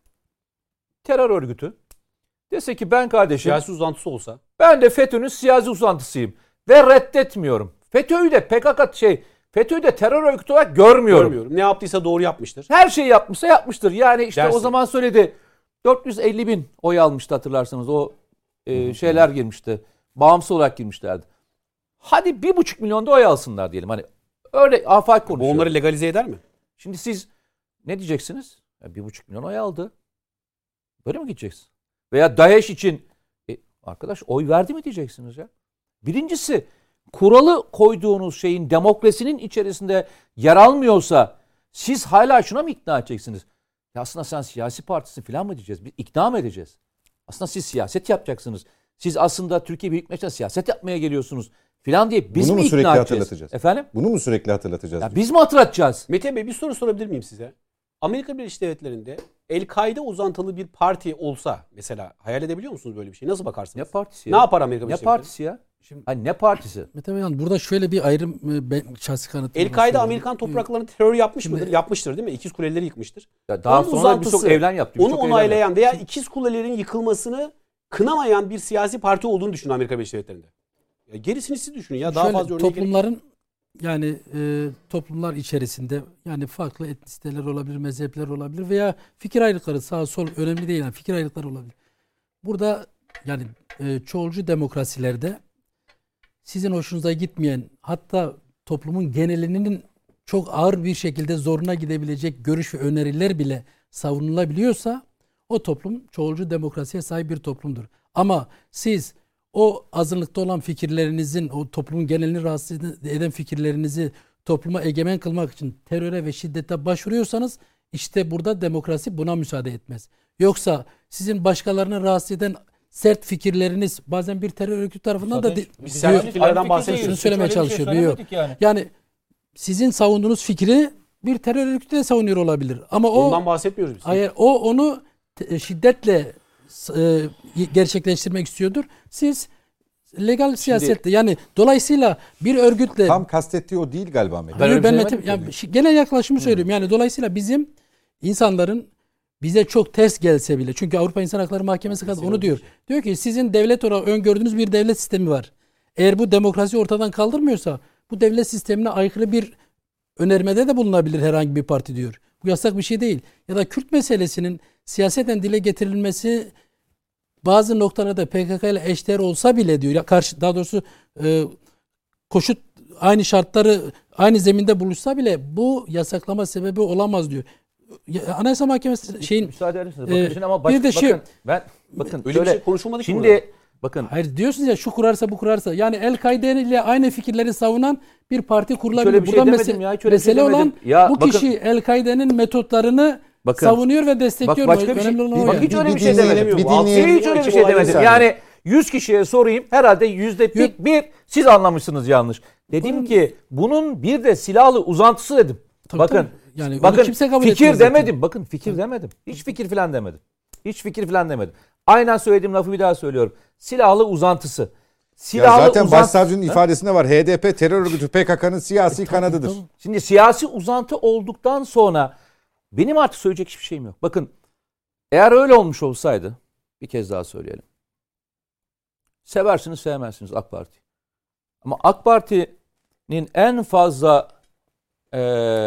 terör örgütü dese ki ben kardeşim Siyasi uzantısı olsa. Ben de FETÖ'nün siyasi uzantısıyım ve reddetmiyorum. FETÖ'yü de P K K şey FETÖ'yü de terör örgütü olarak görmüyorum. Görmüyorum. Ne yaptıysa doğru yapmıştır. Her şeyi yapmışsa yapmıştır. Yani işte Dersin. o zaman söyledi. dört yüz elli bin oy almıştı hatırlarsanız. O e, şeyler girmişti. Bağımsız olarak girmişlerdi. Hadi bir buçuk milyon da oy alsınlar diyelim. Hani öyle afak Bu konuşuyor. onları legalize eder mi? Şimdi siz ne diyeceksiniz? Ya bir buçuk milyon oy aldı. Böyle mi gideceksin? Veya DAEŞ için e, arkadaş oy verdi mi diyeceksiniz ya. Birincisi kuralı koyduğunuz şeyin demokrasinin içerisinde yer almıyorsa siz hala şuna mı ikna edeceksiniz? Ya aslında sen siyasi partisi falan mı diyeceğiz? Biz ikna mı edeceğiz? Aslında siz siyaset yapacaksınız. Siz aslında Türkiye Büyük Meclisi'ne siyaset yapmaya geliyorsunuz falan diye biz Bunu mi mu ikna sürekli edeceğiz? hatırlatacağız? Efendim? Bunu mu sürekli hatırlatacağız? Ya biz mi hatırlatacağız? Mete Bey bir soru sorabilir miyim size? Amerika Birleşik Devletleri'nde El-Kaide uzantılı bir parti olsa mesela hayal edebiliyor musunuz böyle bir şey? Nasıl bakarsınız? Ne partisi ya? Ne yapar Amerika Ne Birleşik Devletleri? partisi ya? Şimdi, hani ne partisi? Mete Bey, burada şöyle bir ayrım e, ben şahsi kanıtım. El-Kaide Amerikan topraklarını terör yapmış Şimdi- mıdır? Yapmıştır değil mi? İkiz Kuleleri yıkmıştır. Ya daha Onun sonra birçok uzantısı, evlen yaptı. Onu birçok eylem onaylayan yaptı. veya İkiz Kulelerin yıkılmasını kınamayan bir siyasi parti olduğunu düşünün Amerika Birleşik Devletleri'nde. Ya gerisini siz düşünün ya. Daha Şöyle, fazla örnek gerek- toplumların yani e, toplumlar içerisinde yani farklı etnisiteler olabilir, mezhepler olabilir veya fikir ayrılıkları sağ sol önemli değil yani fikir ayrılıkları olabilir. Burada yani e, çoğulcu demokrasilerde sizin hoşunuza gitmeyen hatta toplumun genelinin çok ağır bir şekilde zoruna gidebilecek görüş ve öneriler bile savunulabiliyorsa o toplum çoğulcu demokrasiye sahip bir toplumdur. Ama siz o azınlıkta olan fikirlerinizin, o toplumun genelini rahatsız eden fikirlerinizi topluma egemen kılmak için teröre ve şiddete başvuruyorsanız İşte burada demokrasi buna müsaade etmez. Yoksa sizin başkalarını rahatsız eden sert fikirleriniz bazen bir terör örgütü tarafından da Biz sert fikirlerden bahsediyoruz. şunu söylemeye çalışıyor. Yok. Yani. Yani sizin savunduğunuz fikri bir terör örgütü de savunuyor olabilir. Ama o Ondan bahsetmiyoruz biz. hayır o onu te- şiddetle e, gerçekleştirmek istiyordur. Siz legal siyasette yani dolayısıyla bir örgütle Tam kastettiği o değil galiba Mete. Ben öyle ben bir şey Mete- demedim yani şi- genel yaklaşımı söylüyorum. Yani dolayısıyla bizim insanların bize çok ters gelse bile çünkü Avrupa İnsan Hakları Mahkemesi kadar onu diyor. Diyor ki sizin devlet olarak öngördüğünüz bir devlet sistemi var. Eğer bu demokrasi ortadan kaldırmıyorsa bu devlet sistemine aykırı bir önermede de bulunabilir herhangi bir parti diyor. Bu yasak bir şey değil. Ya da Kürt meselesinin siyaseten dile getirilmesi bazı noktalarda P K K ile eşdeğer olsa bile diyor. Ya karşı daha doğrusu e, koşut aynı şartları aynı zeminde buluşsa bile bu yasaklama sebebi olamaz diyor. Ya, Anayasa Mahkemesi şeyin Müsaade edersiniz. Ee, Bakın şimdi ama baş, bir de şey- bakın ben bakın Öyle şöyle, bir şey konuşulmadı ki şimdi burada. bakın hayır diyorsunuz ya şu kurarsa bu kurarsa. Yani El-Kaide ile aynı fikirleri savunan bir parti kurulabilir. öyle bir şey Burada demedim mese- ya, hiç öyle bir şey mesele olan demedim. Ya bu bakın- kişi El-Kaide'nin metotlarını Bakın, savunuyor ve destekliyor. Bak başka bir şey. Önemli olan o Bak yani. hiç öyle Bir- bir bir şey dinleyelim, demedim. bir Bu altı- dinleyelim. Hiç öyle bir İçim şey o demedim. saniye. Yani yüz kişiye sorayım herhalde yüzde bir, Yok. bir siz anlamışsınız yanlış. Dedim ki bunun bir de silahlı uzantısı dedim. Tabii, bakın. tabii. Yani onu bakın kimse kabul fikir etmez zaten. demedim. Bakın fikir demedim. Hiç fikir falan demedim. Hiç fikir falan demedim. Aynen söylediğim lafı bir daha söylüyorum. Silahlı uzantısı. Ya Silahlı zaten uzantı- başsavcının Ha? ifadesinde var. H D P terör örgütü P K K'nın siyasi E, tabii, kanadıdır. tabii. Şimdi siyasi uzantı olduktan sonra benim artık söyleyecek hiçbir şeyim yok. Bakın eğer öyle olmuş olsaydı bir kez daha söyleyelim. Seversiniz sevmezsiniz AK Parti. Ama AK Parti'nin en fazla eee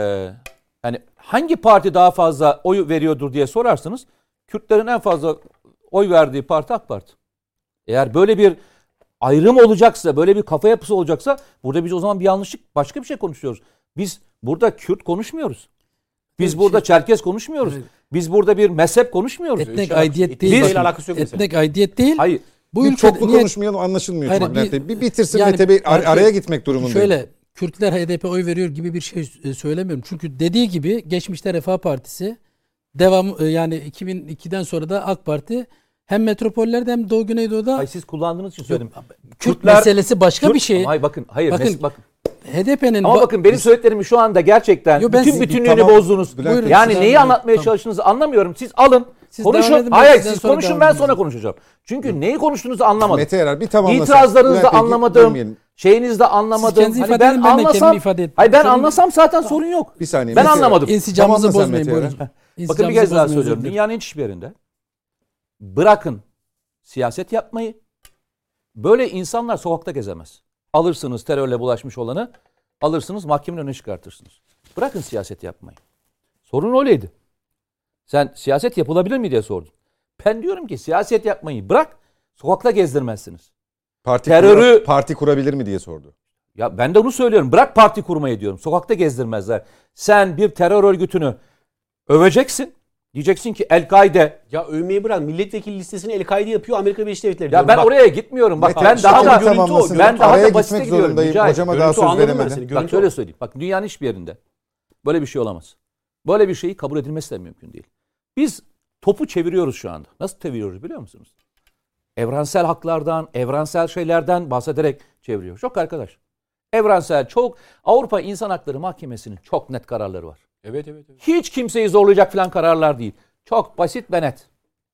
yani hangi parti daha fazla oy veriyordur diye sorarsanız Kürtlerin en fazla oy verdiği parti AK Parti. Eğer böyle bir ayrım olacaksa, böyle bir kafa yapısı olacaksa burada biz o zaman bir yanlışlık başka bir şey konuşuyoruz. Biz burada Kürt konuşmuyoruz. Biz Evet, burada şey- Çerkez konuşmuyoruz. Evet. Biz burada bir mezhep konuşmuyoruz. Etnik Biz- aidiyet Biz- değil. Biz- alakası yok mesela. Etnik aidiyet değil. Hayır. Bu Bir ülkede çoklu niye- konuşmayalım anlaşılmıyor. Hayır, çünkü bir- Mete Bey. Bir bitirsin yani Mete Bey ar- bir- araya gitmek durumundayım. Şöyle Kürtler H D P oy veriyor gibi bir şey e, söylemiyorum. Çünkü dediği gibi geçmişte Refah Partisi devam e, yani iki bin ikiden sonra da AK Parti hem metropollerde hem Doğu Güneydoğu'da Hayır siz kullandığınız için söyledim. Kürt Kürtler- meselesi başka Kürt- bir şey. Hayır bakın, hayır Bakın, mes- bakın. H D P'nin Ama bakın benim söylediklerimi şu anda gerçekten Yo, ben bütün siz- bütünlüğünü Tamam, bozdunuz. Bülent Buyurun, Yani siz neyi devam edin. anlatmaya Tamam. çalıştığınızı anlamıyorum. Siz alın, Siz devam konuşun. edin, ben Hayır sizden siz sonra konuşun devam ben edeceğim. sonra konuşacağım. Çünkü neyi konuştuğunuzu anlamadım. Mete Erer bir tamamlasın. İtirazlarınızı Bülent da Bey, anlamadım. bölmeyelim. Şeyinizi de anlamadım. kendinizi Hani ifade ben edin, ben de kendimi anlasam, ifade ettim. hayır ben Sorun- anlasam zaten sorun yok. Bir saniye. Ben Mete- anlamadım. İnsicamınızı Tamamla sen bozmayın. Mete Buyurun. Erer. Bakın bir kez daha İnsicamınızı söylüyorum. bozmayın. Dünyanın hiçbir yerinde bırakın siyaset yapmayı. Böyle insanlar sokakta gezemez. Alırsınız terörle bulaşmış olanı, alırsınız mahkemenin önüne çıkartırsınız. Bırakın siyaset yapmayı. Sorun öyleydi. Sen siyaset yapılabilir mi diye sordun. Ben diyorum ki siyaset yapmayı bırak, sokakta gezdirmezsiniz. Parti, Terörü- kura- parti kurabilir mi diye sordu. Ya ben de onu söylüyorum. Bırak parti kurmayı diyorum. Sokakta gezdirmezler. Sen bir terör örgütünü öveceksin. Diyeceksin ki El-Kaide. Ya övmeyi bırak. Milletvekili listesini El-Kaide yapıyor. Amerika Birleşik Devletleri. Ya diyorum. ben Bak, oraya gitmiyorum. Bak Mete, ben daha şimdi da görüntü o, tamamlasın. ben daha Araya da basite gitmek gidiyorum. zorundayım. Rica ederim. Hocama daha Görüntü söz anladım ben veremedim. seni. Bak Görüntü şöyle o. söyleyeyim. Bak dünyanın hiçbir yerinde böyle bir şey olamaz. Böyle bir şeyi kabul edilmesi de mümkün değil. Biz topu çeviriyoruz şu anda. Nasıl çeviriyoruz biliyor musunuz? Evrensel haklardan, evrensel şeylerden bahsederek çeviriyoruz. Yok arkadaş. Evrensel çok Avrupa İnsan Hakları Mahkemesi'nin çok net kararları var. Evet evet. evet. Hiç kimseyi zorlayacak falan kararlar değil. Çok basit ve net.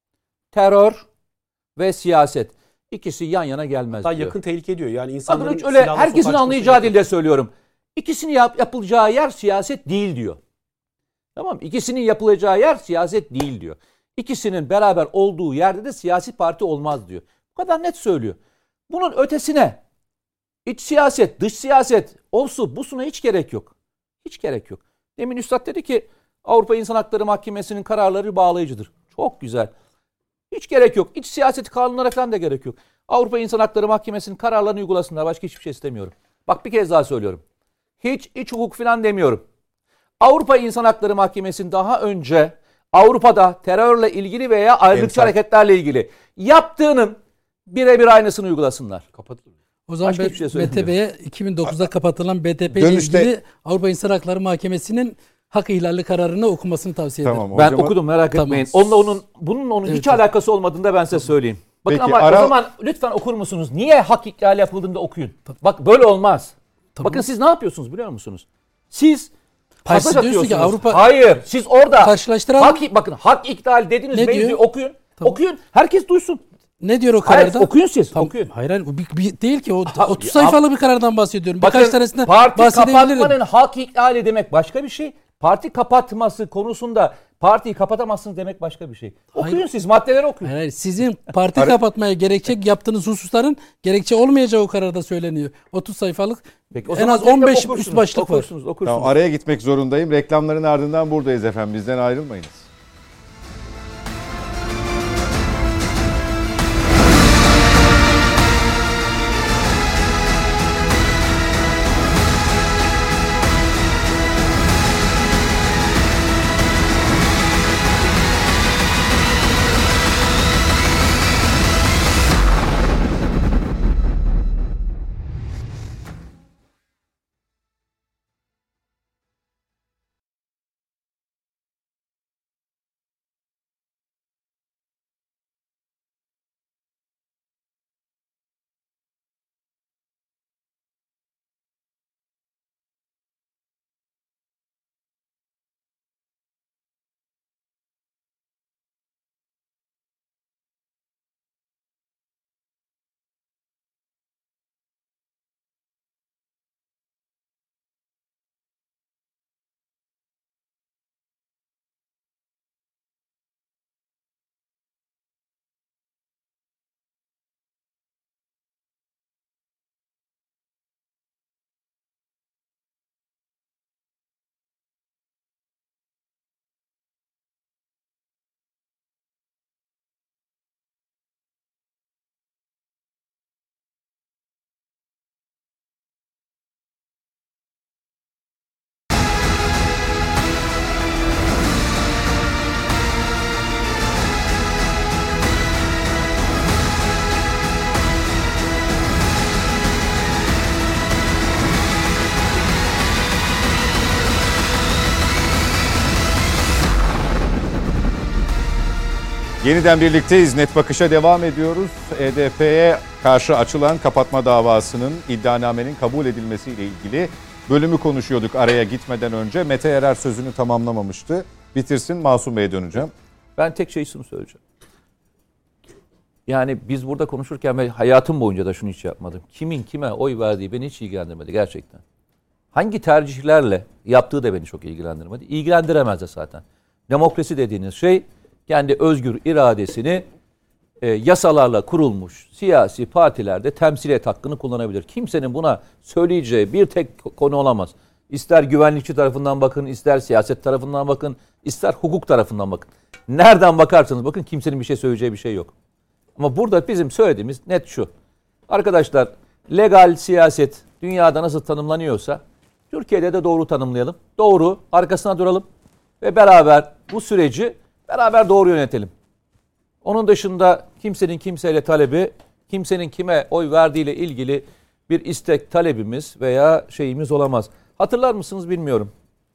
Terör ve siyaset ikisi yan yana gelmez Daha diyor. yakın tehlike diyor. Yani Bakın insanların hiç öyle silahla herkesin sokağa anlayacağı çıkması- dilde söylüyorum. İkisini yap, yapılacağı yer siyaset değil diyor. Tamam mı? İkisinin yapılacağı yer siyaset değil diyor. İkisinin beraber olduğu yerde de siyasi parti olmaz diyor. Bu kadar net söylüyor. Bunun ötesine iç siyaset, dış siyaset, olsu, busuna hiç gerek yok. Hiç gerek yok. Demin Üstad dedi ki Avrupa İnsan Hakları Mahkemesi'nin kararları bağlayıcıdır. Çok güzel. Hiç gerek yok. İç siyaseti kanunlara falan da gerek yok. Avrupa İnsan Hakları Mahkemesi'nin kararlarını uygulasınlar. Başka hiçbir şey istemiyorum. Bak bir kez daha söylüyorum. Hiç iç hukuk falan demiyorum. Avrupa İnsan Hakları Mahkemesi'nin daha önce Avrupa'da terörle ilgili veya ayrılıkçı Emsal. hareketlerle ilgili yaptığının birebir aynısını uygulasınlar. Kapatılır. O zaman Başka B- hiçbir şey B söylemiyorum. T B'ye iki bin dokuzda kapatılan B T P ile Dönüşte- ilgili Avrupa İnsan Hakları Mahkemesi'nin hak ihlali kararını okumasını tavsiye ederim. Tamam, Ben hocama- okudum, merak Tamam. etmeyin. Onunla onun bunun onun Evet, hiç evet. alakası olmadığını da ben size söyleyeyim. Bakın Peki, ama ara- o zaman lütfen okur musunuz? Niye hak ihlali yapıldığında okuyun. Bak böyle olmaz. Tamam. Bakın siz ne yapıyorsunuz biliyor musunuz? Siz Hayır, pasaj siz diyorsunuz ki atıyorsunuz. Avrupa- Hayır, siz orada Karşılaştıralım. hak, bakın hak ihlali dediğiniz Ne mevzuyu diyor? okuyun. Tamam. Okuyun. Herkes duysun. Ne diyor o Hayır, kararda? okuyun siz. Tamam. Okuyun. Hayır hayır o bir, bir- değil ki o Ha, otuz ya- sayfalı bir karardan bahsediyorum. Birkaç Bakın tanesinden parti bahsedebilirim. kapatmanın hak ihlali demek başka bir şey. Parti kapatması konusunda partiyi kapatamazsınız demek başka bir şey. Okuyun Hayır. siz maddeleri okuyun. Hayır, hayır, sizin parti kapatmaya gerekçe yaptığınız hususların gerekçe olmayacağı o kararda söyleniyor. otuz sayfalık Peki, o en zaman az tek tek on beş üst okursunuz, başlık var. okursunuz, okursunuz. Tamam, araya gitmek zorundayım. Reklamların ardından buradayız efendim. Bizden ayrılmayınız. Yeniden birlikteyiz. Net Bakış'a devam ediyoruz. E D P'ye karşı açılan kapatma davasının iddianamenin kabul edilmesiyle ilgili bölümü konuşuyorduk araya gitmeden önce. Mete Erer sözünü tamamlamamıştı. Bitirsin, Masum Bey'e döneceğim. Ben tek şey şunu söyleyeceğim. Yani biz burada konuşurken ben hayatım boyunca da şunu hiç yapmadım. Kimin kime oy verdiği beni hiç ilgilendirmedi gerçekten. Hangi tercihlerle yaptığı da beni çok ilgilendirmedi. İlgilendiremez de zaten. Demokrasi dediğiniz şey kendi özgür iradesini e, yasalarla kurulmuş siyasi partilerde temsil et hakkını kullanabilir. Kimsenin buna söyleyeceği bir tek konu olamaz. İster güvenlikçi tarafından bakın, ister siyaset tarafından bakın, ister hukuk tarafından bakın. Nereden bakarsanız bakın kimsenin bir şey söyleyeceği bir şey yok. Ama burada bizim söylediğimiz net şu. Arkadaşlar legal siyaset dünyada nasıl tanımlanıyorsa Türkiye'de de doğru tanımlayalım. Doğru, arkasına duralım ve beraber bu süreci beraber doğru yönetelim. Onun dışında kimsenin kimseyle talebi, kimsenin kime oy verdiğiyle ilgili bir istek, talebimiz veya şeyimiz olamaz. Hatırlar mısınız bilmiyorum.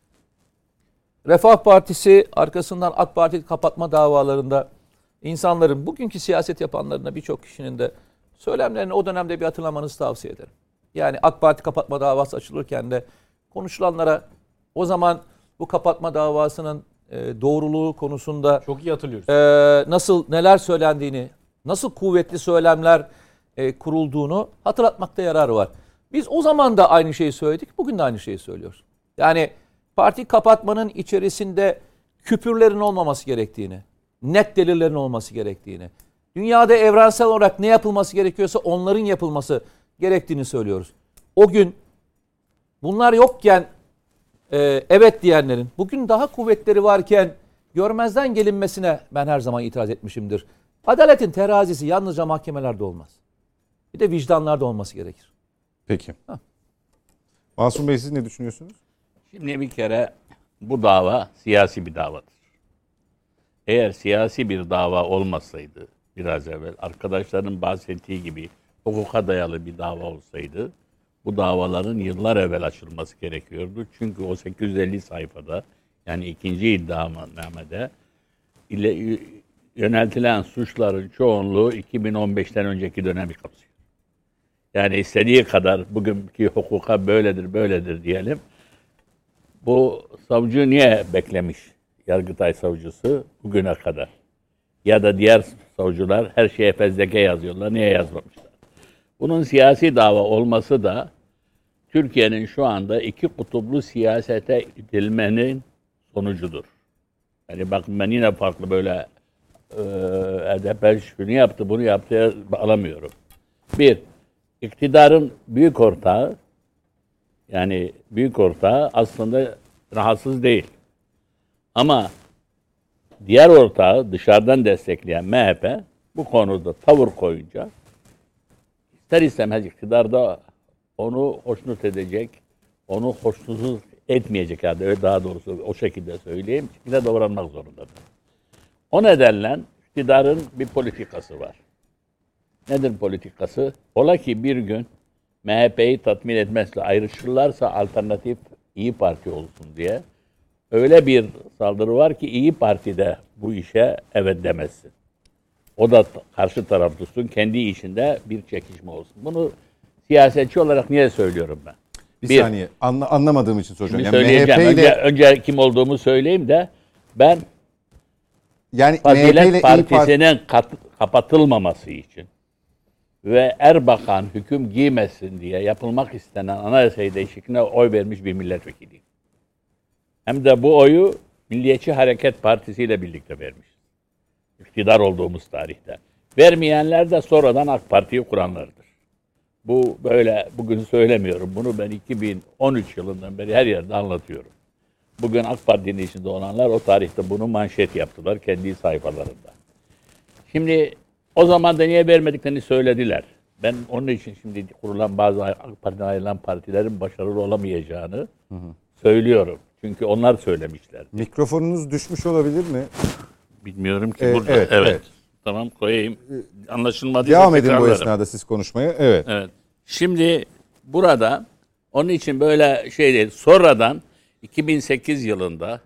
Refah Partisi arkasından AK Parti kapatma davalarında insanların, bugünkü siyaset yapanlarına birçok kişinin de söylemlerini o dönemde bir hatırlamanızı tavsiye ederim. Yani AK Parti kapatma davası açılırken de konuşulanlara o zaman bu kapatma davasının e, doğruluğu konusunda Çok iyi hatırlıyoruz. e, nasıl neler söylendiğini, nasıl kuvvetli söylemler e, kurulduğunu hatırlatmakta yarar var. Biz o zaman da aynı şeyi söyledik, bugün de aynı şeyi söylüyoruz. Yani parti kapatmanın içerisinde küpürlerin olmaması gerektiğini, net delillerin olması gerektiğini, dünyada evrensel olarak ne yapılması gerekiyorsa onların yapılması gerektiğini söylüyoruz. O gün bunlar yokken e, evet diyenlerin, bugün daha kuvvetleri varken görmezden gelinmesine ben her zaman itiraz etmişimdir. Adaletin terazisi yalnızca mahkemelerde olmaz. Bir de vicdanlarda olması gerekir. Peki. Ha. Masum Bey, siz ne düşünüyorsunuz? Şimdi bir kere bu dava siyasi bir davadır. Eğer siyasi bir dava olmasaydı, biraz evvel arkadaşların bahsettiği gibi hukuka dayalı bir dava olsaydı, bu davaların yıllar evvel açılması gerekiyordu. Çünkü o sekiz yüz elli sayfada yani ikinci iddianamede ile yöneltilen suçların çoğunluğu iki bin on beşten önceki dönemi kapsıyor. Yani istediği kadar bugünkü hukuka böyledir, böyledir diyelim. Bu savcı niye beklemiş? Yargıtay savcısı bugüne kadar. Ya da diğer savcılar her şeye fezleke yazıyorlar. Niye yazmamışlar? Bunun siyasi dava olması da Türkiye'nin şu anda iki kutuplu siyasete itilmenin sonucudur. Yani bakın ben yine farklı böyle e, H D P şunu yaptı, bunu yaptı alamıyorum. Bir, iktidarın büyük ortağı, yani büyük ortağı aslında rahatsız değil. Ama diğer ortağı dışarıdan destekleyen M H P bu konuda tavır koyunca ister istemez iktidarda onu hoşnut edecek, onu hoşnutsuz etmeyecek yani öyle daha doğrusu o şekilde söyleyeyim. Şekilde davranmak zorundadır. O nedenle iktidarın bir politikası var. Nedir politikası? Ola ki bir gün M H P'yi tatmin etmezse ayrışırlarsa alternatif İyi Parti olsun diye öyle bir saldırı var ki İyi Parti'de bu işe evet demezsin. O da karşı taraf tutsun, kendi işinde bir çekişme olsun. Bunu siyasetçi olarak niye söylüyorum ben? Bir, bir saniye anla, anlamadığım için soracağım. Şimdi Yani söyleyeceğim. M H P ile, önce, önce kim olduğumu söyleyeyim de ben yani Fazilet M H P ile Partisi'nin kat, kapatılmaması için ve Erbakan hüküm giymesin diye yapılmak istenen anayasa değişikliğine oy vermiş bir milletvekiliyim. Hem de bu oyu Milliyetçi Hareket Partisi ile birlikte vermiş. İktidar olduğumuz tarihte. Vermeyenler de sonradan AK Parti'yi kuranlardır. Bu böyle bugün söylemiyorum. Bunu ben iki bin on üç yılından beri her yerde anlatıyorum. Bugün AK Parti'nin içinde olanlar o tarihte bunu manşet yaptılar kendi sayfalarında. Şimdi o zaman da niye vermediklerini söylediler. Ben onun için şimdi kurulan bazı AK Parti'den ayrılan partilerin başarılı olamayacağını hı hı. söylüyorum. Çünkü onlar söylemişler. Mikrofonunuz düşmüş olabilir mi? Bilmiyorum ki Ee, burada. Evet, evet. evet. Tamam koyayım. Anlaşılmadıysa devam edin bu tekrarlarım. esnada siz konuşmaya. Evet. Evet. Şimdi burada onun için böyle şey değil. Sonradan iki bin sekiz yılında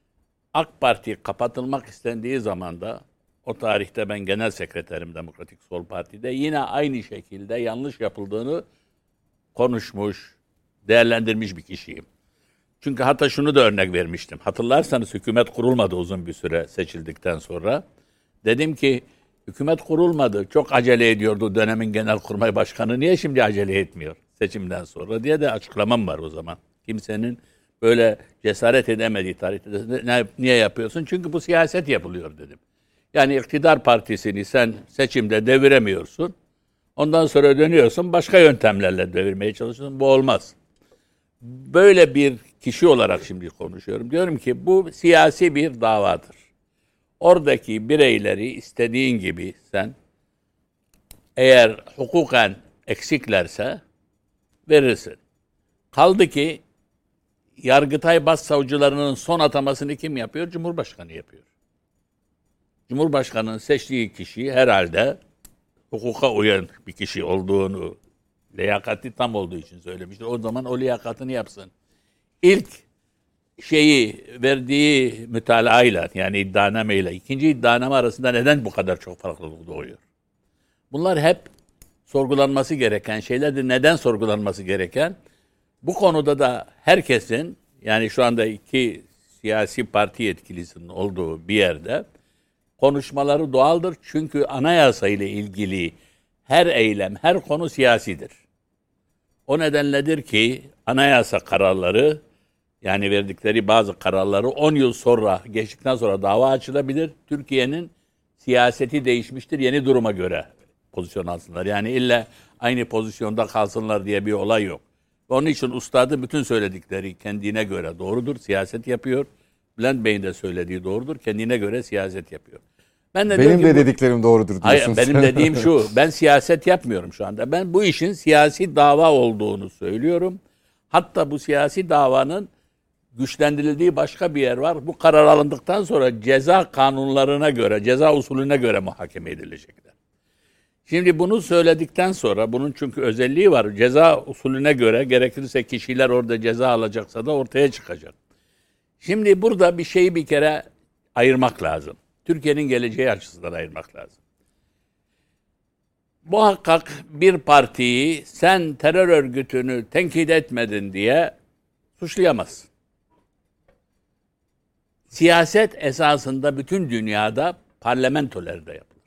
AK Parti kapatılmak istendiği zaman da o tarihte ben genel sekreterim Demokratik Sol Parti'de yine aynı şekilde yanlış yapıldığını konuşmuş, değerlendirmiş bir kişiyim. Çünkü hatta şunu da örnek vermiştim. Hatırlarsanız hükümet kurulmadı uzun bir süre seçildikten sonra. Dedim ki hükümet kurulmadı. Çok acele ediyordu dönemin genelkurmay başkanı. Niye şimdi acele etmiyor seçimden sonra diye de açıklamam var o zaman. Kimsenin böyle cesaret edemediği tarihte ne, niye yapıyorsun? Çünkü bu siyaset yapılıyor dedim. Yani iktidar partisini sen seçimde deviremiyorsun. Ondan sonra dönüyorsun başka yöntemlerle devirmeye çalışıyorsun. Bu olmaz. Böyle bir kişi olarak şimdi konuşuyorum. Diyorum ki bu siyasi bir davadır. Oradaki bireyleri istediğin gibi sen eğer hukuken eksiklerse verirsin. Kaldı ki Yargıtay Başsavcılarının son atamasını kim yapıyor? Cumhurbaşkanı yapıyor. Cumhurbaşkanının seçtiği kişi herhalde hukuka uyan bir kişi olduğunu, liyakati tam olduğu için söylemiştir. O zaman o liyakatını yapsın. İlk şeyi verdiği mütalaayla yani iddianameyle ikinci iddianame arasında neden bu kadar çok farklılık doğuyor? Bunlar hep sorgulanması gereken şeylerdir. Neden sorgulanması gereken? Bu konuda da herkesin yani şu anda iki siyasi parti yetkilisinin olduğu bir yerde konuşmaları doğaldır. Çünkü anayasa ile ilgili her eylem, her konu siyasidir. O nedenledir ki anayasa kararları yani verdikleri bazı kararları on yıl sonra geçtikten sonra dava açılabilir. Türkiye'nin siyaseti değişmiştir. Yeni duruma göre pozisyon alsınlar. Yani illa aynı pozisyonda kalsınlar diye bir olay yok. Onun için ustadın bütün söyledikleri kendine göre doğrudur. Siyaset yapıyor. Bülent Bey'in de söylediği doğrudur. Kendine göre siyaset yapıyor. Ben de Benim de bu, dediklerim doğrudur diyorsunuz. Hayır, benim dediğim şu. Ben siyaset yapmıyorum şu anda. Ben bu işin siyasi dava olduğunu söylüyorum. Hatta bu siyasi davanın güçlendirildiği başka bir yer var. Bu karar alındıktan sonra ceza kanunlarına göre, ceza usulüne göre muhakeme edilecekler. Şimdi bunu söyledikten sonra, bunun çünkü özelliği var. Ceza usulüne göre gerekirse kişiler orada ceza alacaksa da ortaya çıkacak. Şimdi burada bir şeyi bir kere ayırmak lazım. Türkiye'nin geleceği açısından ayırmak lazım. Muhakkak bir partiyi sen terör örgütünü tenkit etmedin diye suçlayamazsın. Siyaset esasında bütün dünyada parlamentolarda yapılır.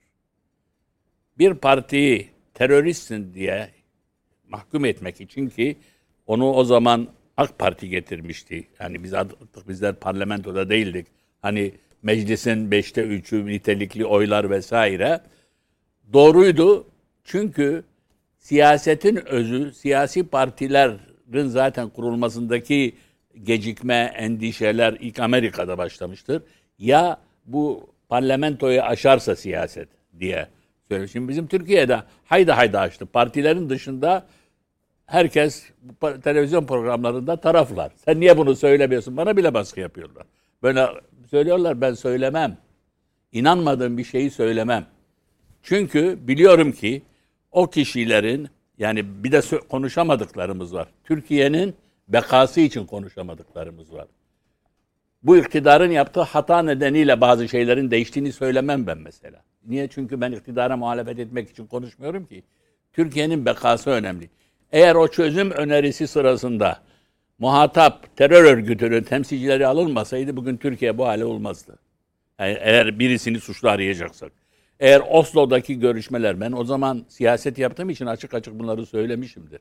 Bir partiyi teröristsin diye mahkum etmek için, ki onu o zaman AK Parti getirmişti. Yani biz artık bizler parlamentoda değildik. Hani meclisin beşte üçü nitelikli oylar vesaire. Doğruydu. Çünkü siyasetin özü, siyasi partilerin zaten kurulmasındaki gecikme, endişeler ilk Amerika'da başlamıştır. Ya bu parlamentoyu aşarsa siyaset diye söylüyor. Şimdi bizim Türkiye'de hayda hayda açtı. Partilerin dışında herkes televizyon programlarında taraflar. Sen niye bunu söylemiyorsun? Bana bile baskı yapıyorlar. Böyle söylüyorlar, ben söylemem. İnanmadığım bir şeyi söylemem. Çünkü biliyorum ki o kişilerin, yani bir de konuşamadıklarımız var. Türkiye'nin bekası için konuşamadıklarımız var. Bu iktidarın yaptığı hata nedeniyle bazı şeylerin değiştiğini söylemem ben mesela. Niye? Çünkü ben iktidara muhalefet etmek için konuşmuyorum ki. Türkiye'nin bekası önemli. Eğer o çözüm önerisi sırasında muhatap terör örgütünün temsilcileri alınmasaydı bugün Türkiye bu hale olmazdı. Yani eğer birisini suçlu arayacaksak. Eğer Oslo'daki görüşmeler, ben o zaman siyaset yaptığım için açık açık bunları söylemişimdir.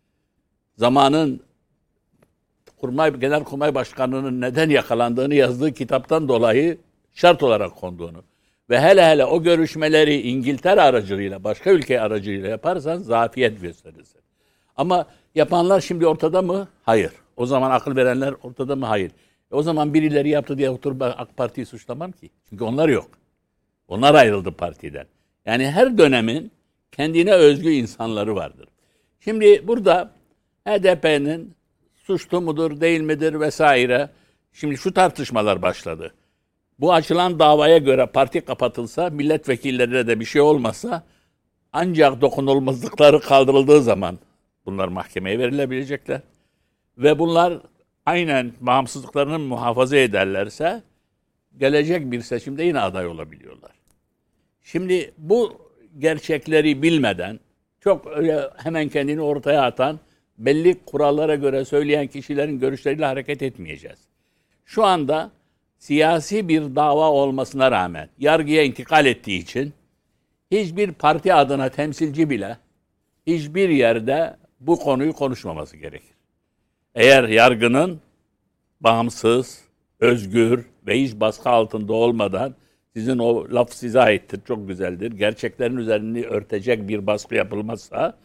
Zamanın Kurmay, Genelkurmay Başkanı'nın neden yakalandığını yazdığı kitaptan dolayı şart olarak konduğunu ve hele hele o görüşmeleri İngiltere aracılığıyla, başka ülke aracılığıyla yaparsan zafiyet gösterirsin. Ama yapanlar şimdi ortada mı? Hayır. O zaman akıl verenler ortada mı? Hayır. E o zaman birileri yaptı diye oturup AK Parti'yi suçlamam ki. Çünkü onlar yok. Onlar ayrıldı partiden. Yani her dönemin kendine özgü insanları vardır. Şimdi burada H D P'nin suçlu mudur, değil midir vesaire. Şimdi şu tartışmalar başladı. Bu açılan davaya göre parti kapatılsa, milletvekillerine de bir şey olmasa, ancak dokunulmazlıkları kaldırıldığı zaman bunlar mahkemeye verilebilecekler. Ve bunlar aynen bağımsızlıklarını muhafaza ederlerse gelecek bir seçimde yine aday olabiliyorlar. Şimdi bu gerçekleri bilmeden çok öyle hemen kendini ortaya atan, belli kurallara göre söyleyen kişilerin görüşleriyle hareket etmeyeceğiz. Şu anda siyasi bir dava olmasına rağmen yargıya intikal ettiği için hiçbir parti adına temsilci bile hiçbir yerde bu konuyu konuşmaması gerekir. Eğer yargının bağımsız, özgür ve hiç baskı altında olmadan, sizin o laf size aittir, çok güzeldir, gerçeklerin üzerini örtecek bir baskı yapılmazsa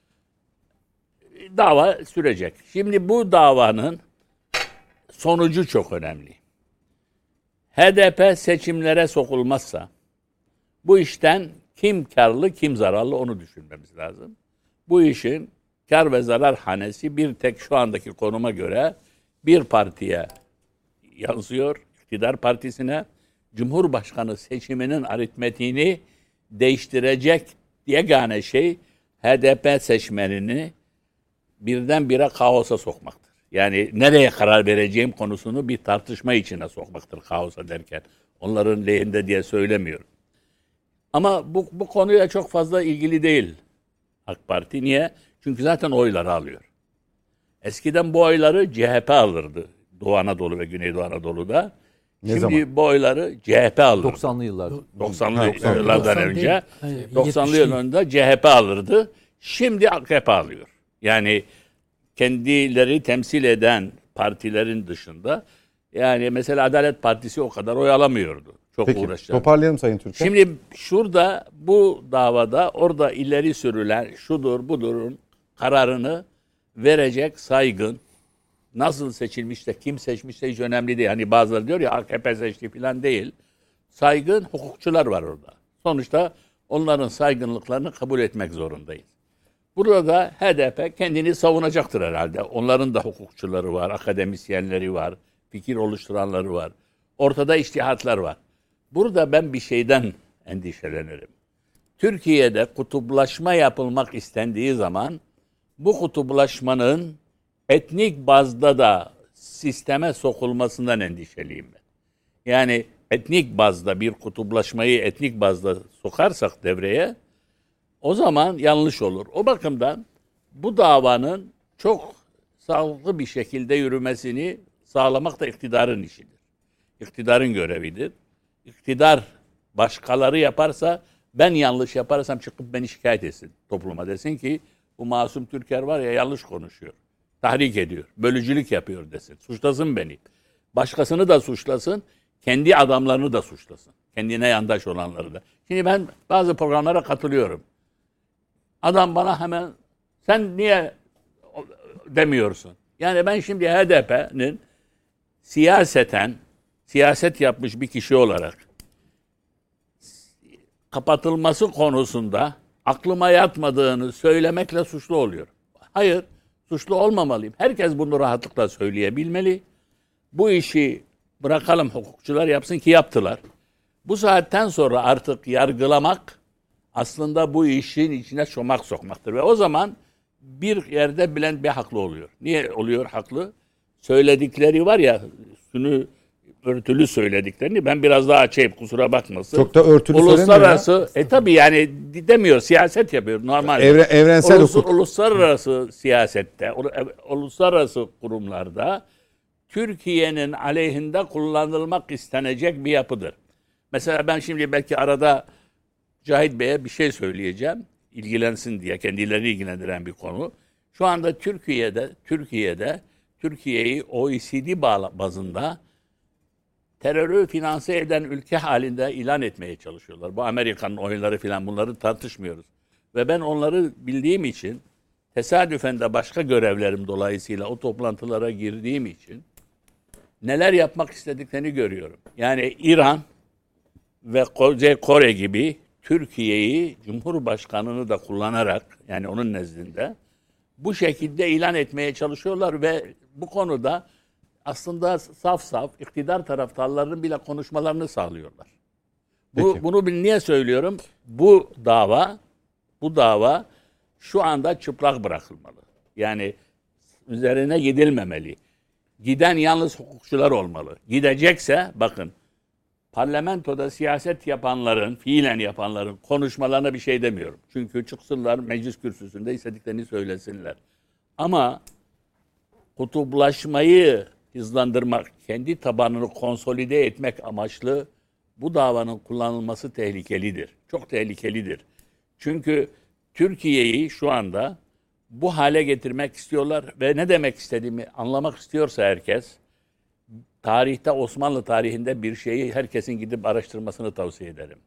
dava sürecek. Şimdi bu davanın sonucu çok önemli. H D P seçimlere sokulmazsa bu işten kim karlı kim zararlı onu düşünmemiz lazım. Bu işin kar ve zarar hanesi bir tek şu andaki konuma göre bir partiye yansıyor, iktidar partisine. Cumhurbaşkanı seçiminin aritmetiğini değiştirecek yegane şey H D P seçmenini birdenbire kaosa sokmaktır. Yani nereye karar vereceğim konusunu bir tartışma içine sokmaktır kaosa derken. Onların lehinde diye söylemiyorum. Ama bu, bu konuya çok fazla ilgili değil AK Parti. Niye? Çünkü zaten oyları alıyor. Eskiden bu oyları C H P alırdı. Doğu Anadolu ve Güneydoğu Anadolu'da. Ne Şimdi zaman? bu oyları C H P alırdı. doksanlı yıllar. doksanlı doksan yıllardan değil. önce. Hayır, doksanlı yetmiş yıllarında C H P alırdı. Şimdi A K P alıyor. Yani kendileri temsil eden partilerin dışında, yani mesela Adalet Partisi o kadar oy alamıyordu. Çok Peki uğraştı. toparlayalım Sayın Türker. Şimdi şurada bu davada orada ileri sürülen şudur budurun kararını verecek saygın, nasıl seçilmişse kim seçmişse hiç önemli değil. Hani bazıları diyor ya A K P seçti falan değil. Saygın hukukçular var orada. Sonuçta onların saygınlıklarını kabul etmek zorundayız. Burada da H D P kendini savunacaktır herhalde. Onların da hukukçuları var, akademisyenleri var, fikir oluşturanları var. Ortada içtihatlar var. Burada ben bir şeyden endişelenirim. Türkiye'de kutuplaşma yapılmak istendiği zaman bu kutuplaşmanın etnik bazda da sisteme sokulmasından endişeliyim ben. Yani etnik bazda bir kutuplaşmayı etnik bazda sokarsak devreye, o zaman yanlış olur. O bakımdan bu davanın çok sağlıklı bir şekilde yürümesini sağlamak da iktidarın işidir. İktidarın görevidir. İktidar başkaları yaparsa, ben yanlış yaparsam çıkıp beni şikayet etsin topluma. Desin ki bu Masum Türker var ya yanlış konuşuyor. Tahrik ediyor. Bölücülük yapıyor desin. Suçlasın beni. Başkasını da suçlasın. Kendi adamlarını da suçlasın. Kendine yandaş olanları da. Şimdi ben bazı programlara katılıyorum. Adam bana hemen sen niye demiyorsun? Yani ben şimdi H D P'nin siyaseten siyaset yapmış bir kişi olarak kapatılması konusunda aklıma yatmadığını söylemekle suçlu oluyorum. Hayır, suçlu olmamalıyım. Herkes bunu rahatlıkla söyleyebilmeli. Bu işi bırakalım hukukçular yapsın ki yaptılar. Bu saatten sonra artık yargılamak aslında bu işin içine çomak sokmaktır. Ve o zaman bir yerde bilen bir haklı oluyor. Niye oluyor haklı? Söyledikleri var ya, üstünü örtülü söylediklerini ben biraz daha açayım, kusura bakmasın. Çok da örtülü uluslararası, e tabi yani demiyor, siyaset yapıyor normal. Evre, evrensel Ulus, hukuk. Uluslararası siyasette, uluslararası kurumlarda Türkiye'nin aleyhinde kullanılmak istenecek bir yapıdır. Mesela ben şimdi belki arada Cahit Bey'e bir şey söyleyeceğim. İlgilensin diye, kendilerini ilgilendiren bir konu. Şu anda Türkiye'de Türkiye'de Türkiye'yi O E C D bazında terörü finanse eden ülke halinde ilan etmeye çalışıyorlar. Bu Amerika'nın oyunları falan, bunları tartışmıyoruz. Ve ben onları bildiğim için, tesadüfen de başka görevlerim dolayısıyla o toplantılara girdiğim için neler yapmak istediklerini görüyorum. Yani İran ve Kuzey Kore gibi Türkiye'yi, Cumhurbaşkanı'nı da kullanarak, yani onun nezdinde bu şekilde ilan etmeye çalışıyorlar ve bu konuda aslında saf saf iktidar taraftarlarının bile konuşmalarını sağlıyorlar. Bu, Peki. bunu niye söylüyorum? Bu dava, bu dava şu anda çıplak bırakılmalı. Yani üzerine gidilmemeli. Giden yalnız hukukçular olmalı. Gidecekse bakın, parlamentoda siyaset yapanların, fiilen yapanların konuşmalarına bir şey demiyorum. Çünkü çıksınlar meclis kürsüsünde istediklerini söylesinler. Ama kutuplaşmayı hızlandırmak, kendi tabanını konsolide etmek amaçlı bu davanın kullanılması tehlikelidir. Çok tehlikelidir. Çünkü Türkiye'yi şu anda bu hale getirmek istiyorlar ve ne demek istediğimi anlamak istiyorsa herkes, tarihte, Osmanlı tarihinde bir şeyi herkesin gidip araştırmasını tavsiye ederim.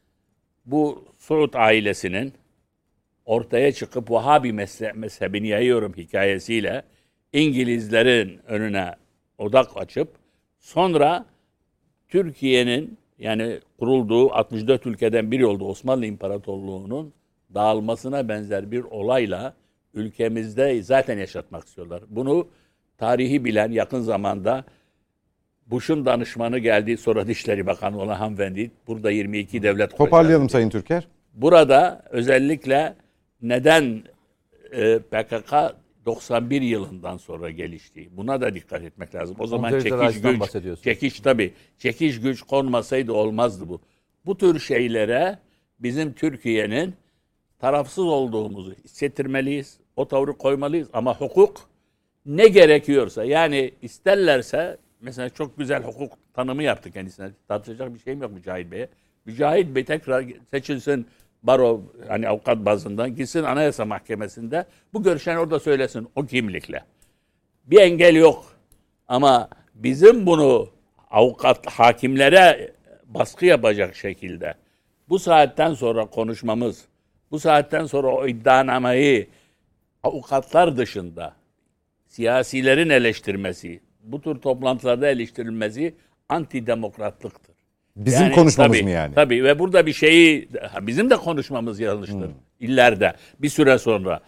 Bu Suud ailesinin ortaya çıkıp Vahabi mezhebini yayıyorum hikayesiyle İngilizlerin önüne odak açıp sonra Türkiye'nin, yani kurulduğu altmış dört ülkeden biri oldu Osmanlı İmparatorluğu'nun dağılmasına benzer bir olayla ülkemizde zaten yaşatmak istiyorlar. Bunu tarihi bilen, yakın zamanda Bush'un danışmanı geldi, sonra Dışişleri Bakanı olan hanımefendi, burada yirmi iki devlet kuracağız. Toparlayalım Sayın Türker. Burada özellikle neden e, P K K doksan bir yılından sonra gelişti? Buna da dikkat etmek lazım. O zaman çekiş güç, çekiş tabii, çekiş güç konmasaydı olmazdı bu. Bu tür şeylere bizim Türkiye'nin tarafsız olduğumuzu hissettirmeliyiz. O tavrı koymalıyız ama hukuk ne gerekiyorsa, yani isterlerse, mesela çok güzel hukuk tanımı yaptı kendisine. Tartışacak bir şeyim yok Mücahit Bey'e. Mücahit Bey tekrar seçilsin baro, hani avukat bazından, gitsin Anayasa Mahkemesi'nde bu görüşen orada söylesin o kimlikle. Bir engel yok. Ama bizim bunu avukat hakimlere baskı yapacak şekilde bu saatten sonra konuşmamız, bu saatten sonra o iddianameyi avukatlar dışında siyasilerin eleştirmesi, bu tür toplantılarda eleştirilmesi antidemokratlıktır. Bizim yani, konuşmamız tabii, mı yani? Tabii ve burada bir şeyi, bizim de konuşmamız yanlıştır. Hmm. İllerde bir süre sonra.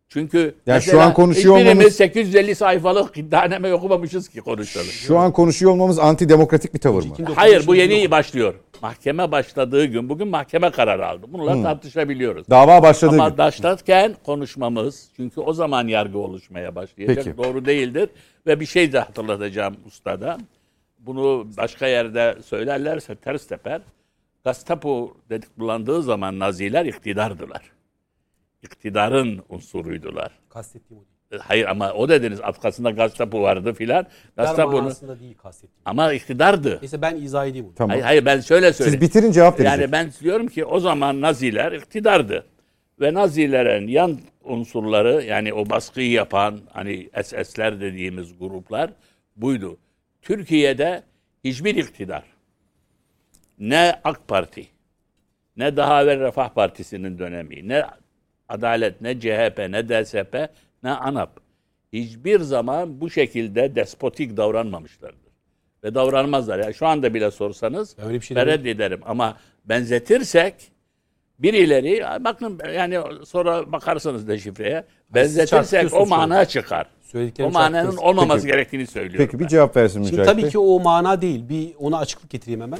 Çünkü yani şu an konuşuyor hiçbirimiz olmamız sekiz yüz elli sayfalık iddianame okumamışız ki konuşalım. şu an konuşuyor olmamız antidemokratik bir tavır mı? Hayır, bu yeni başlıyor. Mahkeme başladığı gün, bugün mahkeme kararı aldı. Bununla Hmm. tartışabiliyoruz. Dava başladığı Ama gün. başlarken konuşmamız, çünkü o zaman yargı oluşmaya başlayacak. Peki. Doğru değildir. Ve bir şey de hatırlatacağım ustada. Bunu başka yerde söylerlerse ters teper. Gestapo dedik kullandığı zaman Naziler iktidardılar. İktidarın unsuruydular. Kastettiğim o değil. Hayır, ama o dediniz arkasında Gestapo vardı filan. Dar Gestapo'nun manasında değil kastettiğim. ama iktidardı. Neyse ben izah edeyim onu. Tamam. Hayır, hayır, ben şöyle söyleyeyim. Siz bitirin cevap verecek. Yani ben diyorum ki o zaman Naziler iktidardı. Ve Nazilerin yan unsurları, yani o baskıyı yapan hani S S'ler dediğimiz gruplar buydu. Türkiye'de hiçbir iktidar, ne AK Parti, ne daha evvel Refah Partisi'nin dönemi, ne Adalet, ne C H P, ne D S P, ne ANAP hiçbir zaman bu şekilde despotik davranmamışlardır. Ve davranmazlar. Yani şu anda bile sorsanız Öyle bir şey ben demedim. reddederim. Ama benzetirsek birileri, bakın yani sonra bakarsanız deşifreye, benzetirsek o çarpıtıyorsunuz mana şöyle. çıkar. Söylediklerini O mananın çarpıtıyorsunuz. olmaması Peki. gerektiğini söylüyorum. Peki bir ben. cevap versin Şimdi Mücahit tabii Bey. ki o mana değil. Bir ona açıklık getireyim hemen.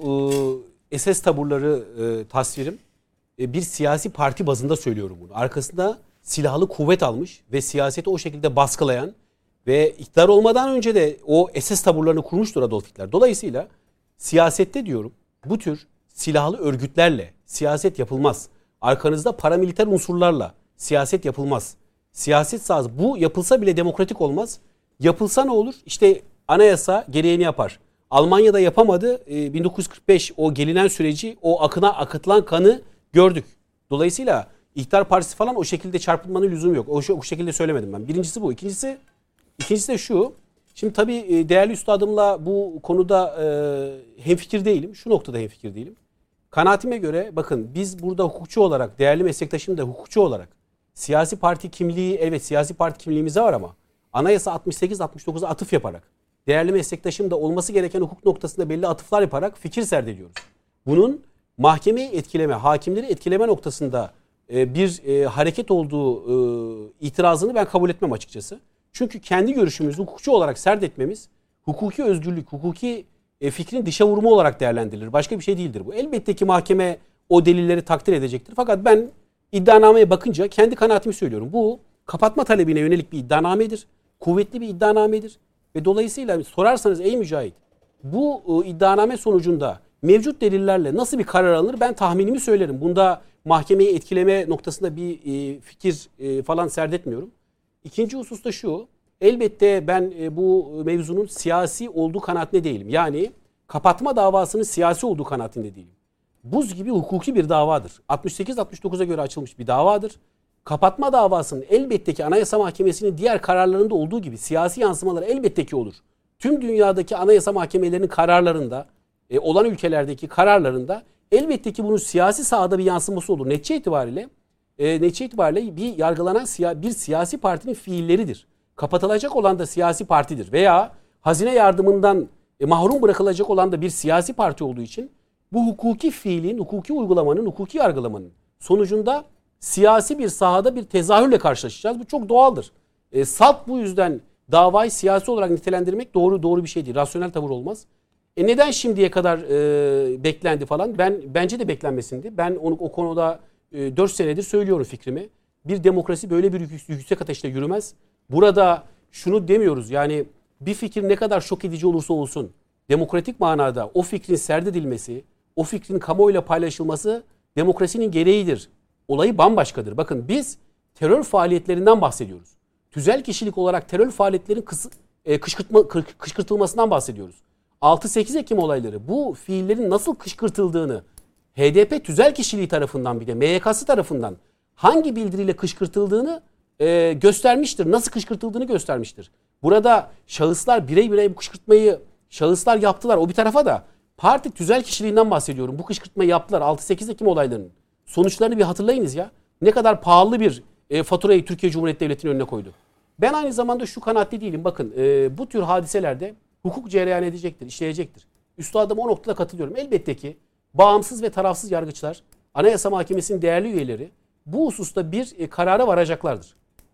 Bu e, S S taburları e, tasvirim e, bir siyasi parti bazında söylüyorum bunu. Arkasında silahlı kuvvet almış ve siyaseti o şekilde baskılayan ve iktidar olmadan önce de o S S taburlarını kurmuştur Adolf Hitler. Dolayısıyla siyasette diyorum bu tür silahlı örgütlerle siyaset yapılmaz. Arkanızda paramiliter unsurlarla siyaset yapılmaz. Siyaset sahası bu yapılsa bile demokratik olmaz. Yapılsa ne olur? İşte anayasa gereğini yapar. Almanya'da yapamadı. Ee, bin dokuz yüz kırk beş o gelinen süreci, o akına akıtılan kanı gördük. Dolayısıyla İktidar Partisi falan o şekilde çarpılmanın lüzumu yok. O, o şekilde söylemedim ben. Birincisi bu. İkincisi, ikincisi de şu. Şimdi tabii değerli üstadımla bu konuda e, hemfikir değilim. Şu noktada hemfikir değilim. Kanaatime göre bakın biz burada hukukçu olarak, değerli meslektaşım da hukukçu olarak siyasi parti kimliği, evet siyasi parti kimliğimize var ama anayasa altmış sekiz altmış dokuza atıf yaparak, değerli meslektaşım da olması gereken hukuk noktasında belli atıflar yaparak fikir serdediyoruz. Bunun mahkemeyi etkileme, hakimleri etkileme noktasında e, bir e, hareket olduğu e, itirazını ben kabul etmem açıkçası. Çünkü kendi görüşümüzü hukukçu olarak serdetmemiz hukuki özgürlük, hukuki e, fikrin dışa vurumu olarak değerlendirilir. Başka bir şey değildir bu. Elbette ki mahkeme o delilleri takdir edecektir. Fakat ben iddianameye bakınca kendi kanaatimi söylüyorum. Bu kapatma talebine yönelik bir iddianamedir. Kuvvetli bir iddianamedir. Ve dolayısıyla sorarsanız ey Mücahit, bu e, iddianame sonucunda mevcut delillerle nasıl bir karar alınır ben tahminimi söylerim. Bunda mahkemeyi etkileme noktasında bir e, fikir e, falan serdetmiyorum. İkinci husus da şu, elbette ben e, bu mevzunun siyasi olduğu kanaatinde değilim. Yani kapatma davasının siyasi olduğu kanaatinde değilim. Buz gibi hukuki bir davadır. altmış sekiz altmış dokuza göre açılmış bir davadır. Kapatma davasının elbette ki Anayasa Mahkemesi'nin diğer kararlarında olduğu gibi siyasi yansımaları elbette ki olur. Tüm dünyadaki anayasa mahkemelerinin kararlarında, e, olan ülkelerdeki kararlarında elbette ki bunun siyasi sahada bir yansıması olur. Netice itibariyle, e, netice itibariyle bir yargılanan siya, bir siyasi partinin fiilleridir. Kapatılacak olan da siyasi partidir. Veya hazine yardımından e, mahrum bırakılacak olan da bir siyasi parti olduğu için bu hukuki fiilin, hukuki uygulamanın, hukuki yargılamanın sonucunda siyasi bir sahada bir tezahürle karşılaşacağız. Bu çok doğaldır. E, salt bu yüzden davayı siyasi olarak nitelendirmek doğru doğru bir şey değil. Rasyonel tavır olmaz. E neden şimdiye kadar e, beklendi falan? Ben bence de beklenmesindi. Ben onu o konuda e, dört senedir söylüyorum fikrimi. Bir demokrasi böyle bir yük, yüksek ateşte yürümez. Burada şunu demiyoruz. Yani bir fikir ne kadar şok edici olursa olsun demokratik manada o fikrin serdedilmesi, o fikrin kamuoyuyla paylaşılması demokrasinin gereğidir. Olayı bambaşkadır. Bakın biz terör faaliyetlerinden bahsediyoruz. Tüzel kişilik olarak terör faaliyetlerin kıs, e, kışkırtma, kışkırtılmasından bahsediyoruz. altı sekiz Ekim olayları bu fiillerin nasıl kışkırtıldığını H D P tüzel kişiliği tarafından bir de M Y K'sı tarafından hangi bildiriyle kışkırtıldığını e, göstermiştir. Nasıl kışkırtıldığını göstermiştir. Burada şahıslar birey birey bu kışkırtmayı şahıslar yaptılar. O bir tarafa da parti tüzel kişiliğinden bahsediyorum. Bu kışkırtmayı yaptılar altı sekiz Ekim olaylarının. Sonuçlarını bir hatırlayınız ya. Ne kadar pahalı bir e, faturayı Türkiye Cumhuriyeti Devleti'nin önüne koydu. Ben aynı zamanda şu kanaatte değilim. Bakın e, bu tür hadiselerde hukuk cereyan edecektir, işleyecektir. Üstadım o noktada katılıyorum. Elbette ki bağımsız ve tarafsız yargıçlar, Anayasa Mahkemesi'nin değerli üyeleri bu hususta bir e, karara varacaklardır.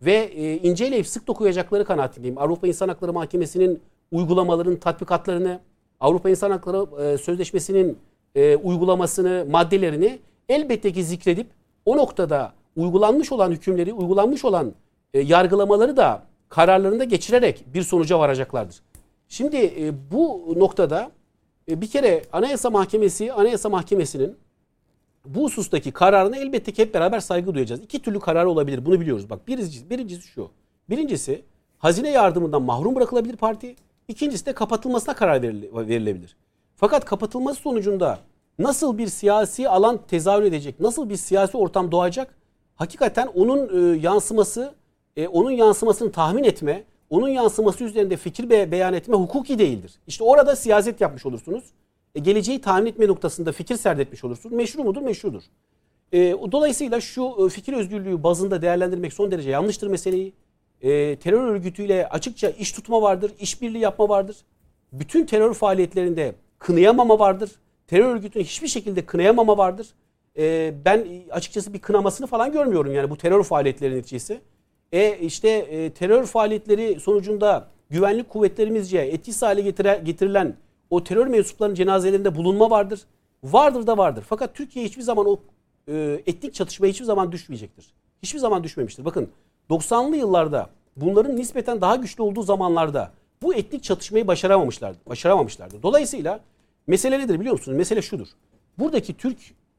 ve e, inceleyip sık dokuyacakları kanaatindeyim. Avrupa İnsan Hakları Mahkemesi'nin uygulamaların tatbikatlarını, Avrupa İnsan Hakları e, Sözleşmesi'nin e, uygulamasını, maddelerini elbette ki zikredip o noktada uygulanmış olan hükümleri, uygulanmış olan e, yargılamaları da kararlarında geçirerek bir sonuca varacaklardır. Şimdi e, bu noktada e, bir kere Anayasa Mahkemesi, Anayasa Mahkemesi'nin bu husustaki kararına elbette ki hep beraber saygı duyacağız. İki türlü karar olabilir. Bunu biliyoruz. Bak birincisi, birincisi şu. Birincisi hazine yardımından mahrum bırakılabilir parti. İkincisi de kapatılmasına karar verilebilir. Fakat kapatılması sonucunda nasıl bir siyasi alan tezahür edecek, nasıl bir siyasi ortam doğacak? Hakikaten onun e, yansıması, e, onun yansımasını tahmin etme, onun yansıması üzerinde fikir be- beyan etme hukuki değildir. İşte orada siyaset yapmış olursunuz. E, geleceği tahmin etme noktasında fikir serdetmiş olursunuz. Meşru mudur? Meşrudur. E, dolayısıyla şu e, fikir özgürlüğü bazında değerlendirmek son derece yanlıştır meseleyi. E, terör örgütüyle açıkça iş tutma vardır, işbirliği yapma vardır. Bütün terör faaliyetlerinde kınayamama vardır. Terör örgütünü hiçbir şekilde kınayamama vardır. E, ben açıkçası bir kınamasını falan görmüyorum yani bu terör faaliyetlerinin neticesi. E işte e, terör faaliyetleri sonucunda güvenlik kuvvetlerimizce etkisiz hale getire, getirilen o terör mensuplarının cenazelerinde bulunma vardır. Vardır da vardır. Fakat Türkiye hiçbir zaman o e, etnik çatışmaya hiçbir zaman düşmeyecektir. Hiçbir zaman düşmemiştir. Bakın doksanlı yıllarda bunların nispeten daha güçlü olduğu zamanlarda bu etnik çatışmayı başaramamışlardı. Başaramamışlardı. Dolayısıyla mesele nedir biliyor musunuz? Mesele şudur. Buradaki Türk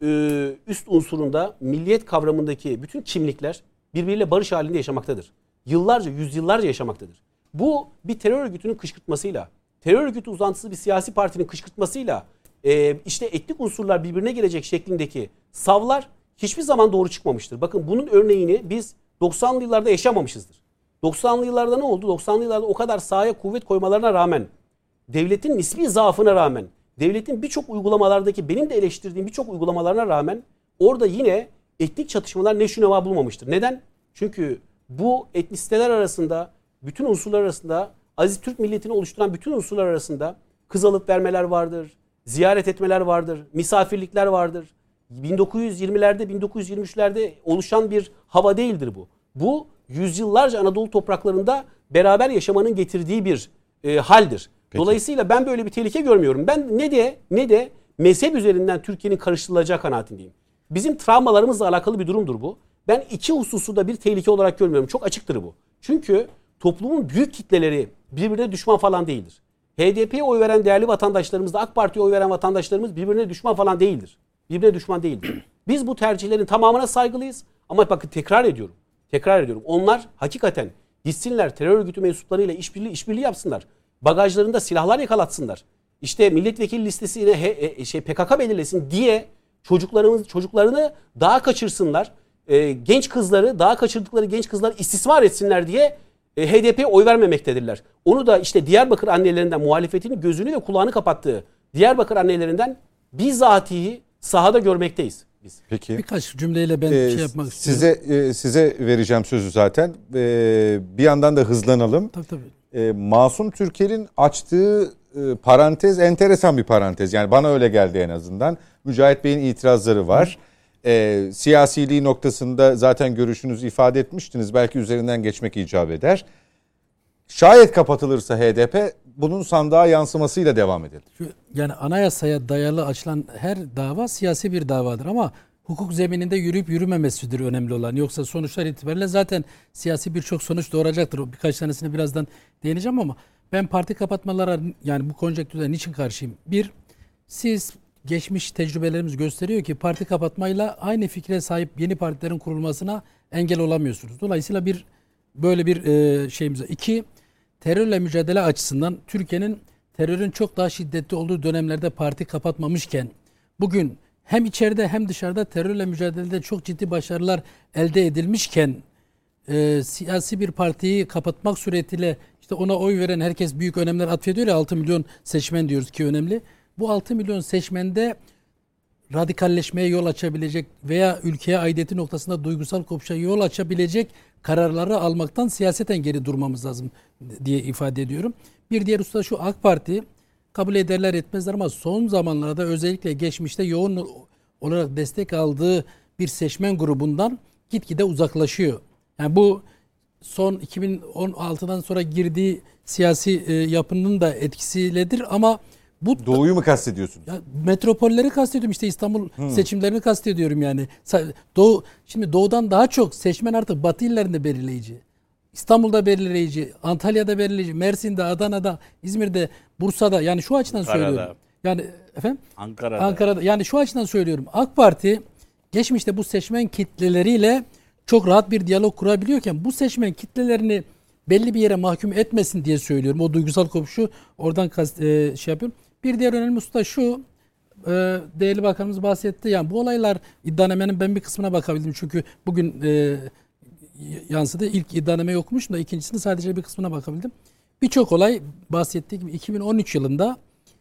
e, üst unsurunda milliyet kavramındaki bütün kimlikler birbiriyle barış halinde yaşamaktadır. Yıllarca, yüzyıllarca yaşamaktadır. Bu bir terör örgütünün kışkırtmasıyla, terör örgütü uzantısı bir siyasi partinin kışkırtmasıyla e, işte etnik unsurlar birbirine gelecek şeklindeki savlar hiçbir zaman doğru çıkmamıştır. Bakın bunun örneğini biz doksanlı yıllarda yaşamamışızdır. doksanlı yıllarda ne oldu? doksanlı yıllarda o kadar sahaya kuvvet koymalarına rağmen, devletin nispi zaafına rağmen, devletin birçok uygulamalardaki benim de eleştirdiğim birçok uygulamalarına rağmen orada yine etnik çatışmalar neşüneva bulmamıştır. Neden? Çünkü bu etnisiteler arasında, bütün unsurlar arasında, aziz Türk milletini oluşturan bütün unsurlar arasında kız alıp vermeler vardır, ziyaret etmeler vardır, misafirlikler vardır. bin dokuz yüz yirmilerde, bin dokuz yüz yirmi üçlerde oluşan bir hava değildir bu. Bu yüzyıllarca Anadolu topraklarında beraber yaşamanın getirdiği bir e, haldir. Peki. Dolayısıyla ben böyle bir tehlike görmüyorum. Ben ne de ne de mezhep üzerinden Türkiye'nin karıştırılacağı kanaatindeyim. Bizim travmalarımızla alakalı bir durumdur bu. Ben iki hususu da bir tehlike olarak görmüyorum. Çok açıktır bu. Çünkü toplumun büyük kitleleri birbirine düşman falan değildir. H D P'ye oy veren değerli vatandaşlarımız da AK Parti'ye oy veren vatandaşlarımız birbirine düşman falan değildir. Birbirine düşman değildir. Biz bu tercihlerin tamamına saygılıyız. Ama bakın tekrar ediyorum. Tekrar ediyorum. Onlar hakikaten gitsinler terör örgütü mensuplarıyla işbirliği işbirliği yapsınlar. Bagajlarında silahlar yakalatsınlar. İşte milletvekili listesine he, şey P K K belirlesin diye çocuklarımız çocuklarını daha kaçırsınlar. E, genç kızları, daha kaçırdıkları genç kızları istismar etsinler diye e, H D P'ye oy vermemektedirler. Onu da işte Diyarbakır annelerinden, muhalefetin gözünü ve kulağını kapattığı Diyarbakır annelerinden bizatihi sahada görmekteyiz biz. Peki. Birkaç cümleyle ben ee, şey yapmak size, istiyorum. e, size vereceğim sözü zaten. Ee, bir yandan da hızlanalım. Tabii tabii. Ee, Masum Türker'in açtığı e, parantez enteresan bir parantez. Yani bana öyle geldi en azından. Mücahit Bey'in itirazları var. E, siyasiliği noktasında zaten görüşünüzü ifade etmiştiniz. Belki üzerinden geçmek icap eder. Şayet kapatılırsa H D P bunun sandığa yansımasıyla devam edilir. Yani anayasaya dayalı açılan her dava siyasi bir davadır ama hukuk zemininde yürüyüp yürümemesidir önemli olan. Yoksa sonuçlar itibariyle zaten siyasi birçok sonuç doğuracaktır. Birkaç tanesini birazdan değineceğim ama ben parti kapatmalara yani bu konjonktürde niçin karşıyım? Bir, siz geçmiş tecrübelerimiz gösteriyor ki parti kapatmayla aynı fikre sahip yeni partilerin kurulmasına engel olamıyorsunuz. Dolayısıyla bir böyle bir e, şeyimiz var. İki, terörle mücadele açısından Türkiye'nin terörün çok daha şiddetli olduğu dönemlerde parti kapatmamışken bugün hem içeride hem dışarıda terörle mücadelede çok ciddi başarılar elde edilmişken e, siyasi bir partiyi kapatmak suretiyle işte ona oy veren herkes büyük önemler atfediyor ya, altı milyon seçmen diyoruz ki önemli. Bu altı milyon seçmende radikalleşmeye yol açabilecek veya ülkeye aidiyeti noktasında duygusal kopuşa yol açabilecek kararları almaktan siyaseten geri durmamız lazım diye ifade ediyorum. Bir diğer husus şu: AK Parti kabul ederler etmezler ama son zamanlarda özellikle geçmişte yoğun olarak destek aldığı bir seçmen grubundan gitgide uzaklaşıyor. Yani bu son iki bin on altıdan sonra girdiği siyasi e, yapının da etkisiyledir ama bu Doğu'yu mu kastediyorsunuz? ya, metropolleri kastediyorum, işte İstanbul hmm. seçimlerini kastediyorum yani. Doğu, şimdi doğudan daha çok seçmen artık batı illerinde belirleyici. İstanbul'da belirleyici, Antalya'da belirleyici, Mersin'de, Adana'da, İzmir'de, Bursa'da, yani şu açıdan Ankara'da. söylüyorum. Yani efendim? Ankara'da. Ankara'da. Yani şu açıdan söylüyorum. AK Parti geçmişte bu seçmen kitleleriyle çok rahat bir diyalog kurabiliyorken bu seçmen kitlelerini belli bir yere mahkum etmesin diye söylüyorum. O duygusal kopuşu oradan kast, e, şey yapıyorum. Bir diğer önemli husus da şu, e, değerli bakanımız bahsetti. Yani bu olaylar, iddianamenin ben bir kısmına bakabildim. Çünkü bugün e, yansıdı. İlk iddianameyi okumuştum da ikincisini sadece bir kısmına bakabildim. Birçok olay bahsettiği gibi iki bin on üç yılında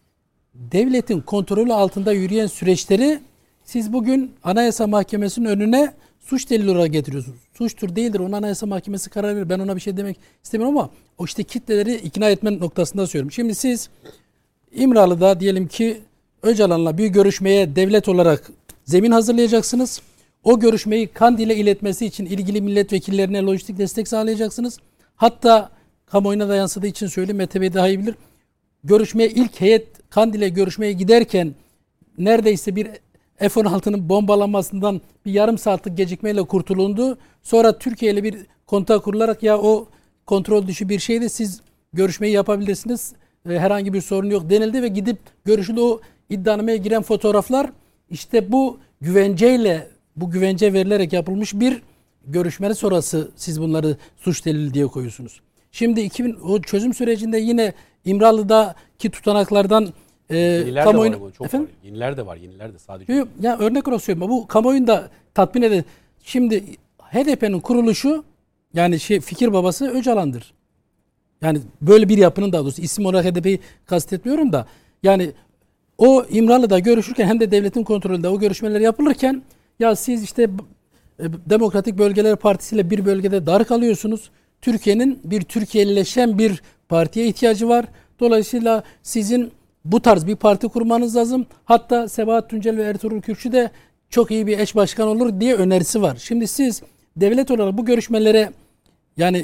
devletin kontrolü altında yürüyen süreçleri siz bugün Anayasa Mahkemesi'nin önüne suç delili olarak getiriyorsunuz. Suçtur değildir, ona Anayasa Mahkemesi karar verir. Ben ona bir şey demek istemiyorum ama o işte kitleleri ikna etme noktasında söylüyorum. Şimdi siz İmralı'da diyelim ki Öcalan'la bir görüşmeye devlet olarak zemin hazırlayacaksınız. O görüşmeyi Kandil'e iletmesi için ilgili milletvekillerine lojistik destek sağlayacaksınız. Hatta kamuoyuna da yansıdığı için söyleyeyim, Mete Bey daha iyi bilir. Görüşmeye ilk heyet Kandil'e görüşmeye giderken neredeyse bir F on altının bombalanmasından bir yarım saatlik gecikmeyle kurtulundu. Sonra Türkiye ile bir kontak kurularak ya o kontrol dışı bir şeydi, siz görüşmeyi yapabilirsiniz, herhangi bir sorun yok denildi ve gidip görüşülü. O iddianameye giren fotoğraflar işte bu güvenceyle, bu güvence verilerek yapılmış bir görüşmenin sonrası siz bunları suç delili diye koyuyorsunuz. Şimdi iki bin o çözüm sürecinde yine İmralı'daki tutanaklardan e, yeniler kamuoyun, de var, çok efendim? var. Yeniler de var, yeniler de sadece. Yok, ya örnek olarak söylüyorum. Bu kamuoyunu da tatmin eder. Şimdi H D P'nin kuruluşu, yani şey, fikir babası Öcalan'dır. Yani böyle bir yapının, daha doğrusu isim olarak H D P'yi kastetmiyorum da, yani o İmralı'da görüşürken hem de devletin kontrolünde o görüşmeler yapılırken ya siz işte Demokratik Bölgeler Partisi ile bir bölgede dar kalıyorsunuz. Türkiye'nin bir Türkiye'lileşen bir partiye ihtiyacı var. Dolayısıyla sizin bu tarz bir parti kurmanız lazım. Hatta Sebahat Tuncel ve Ertuğrul Kürkçü de çok iyi bir eş başkan olur diye önerisi var. Şimdi siz devlet olarak bu görüşmelere yani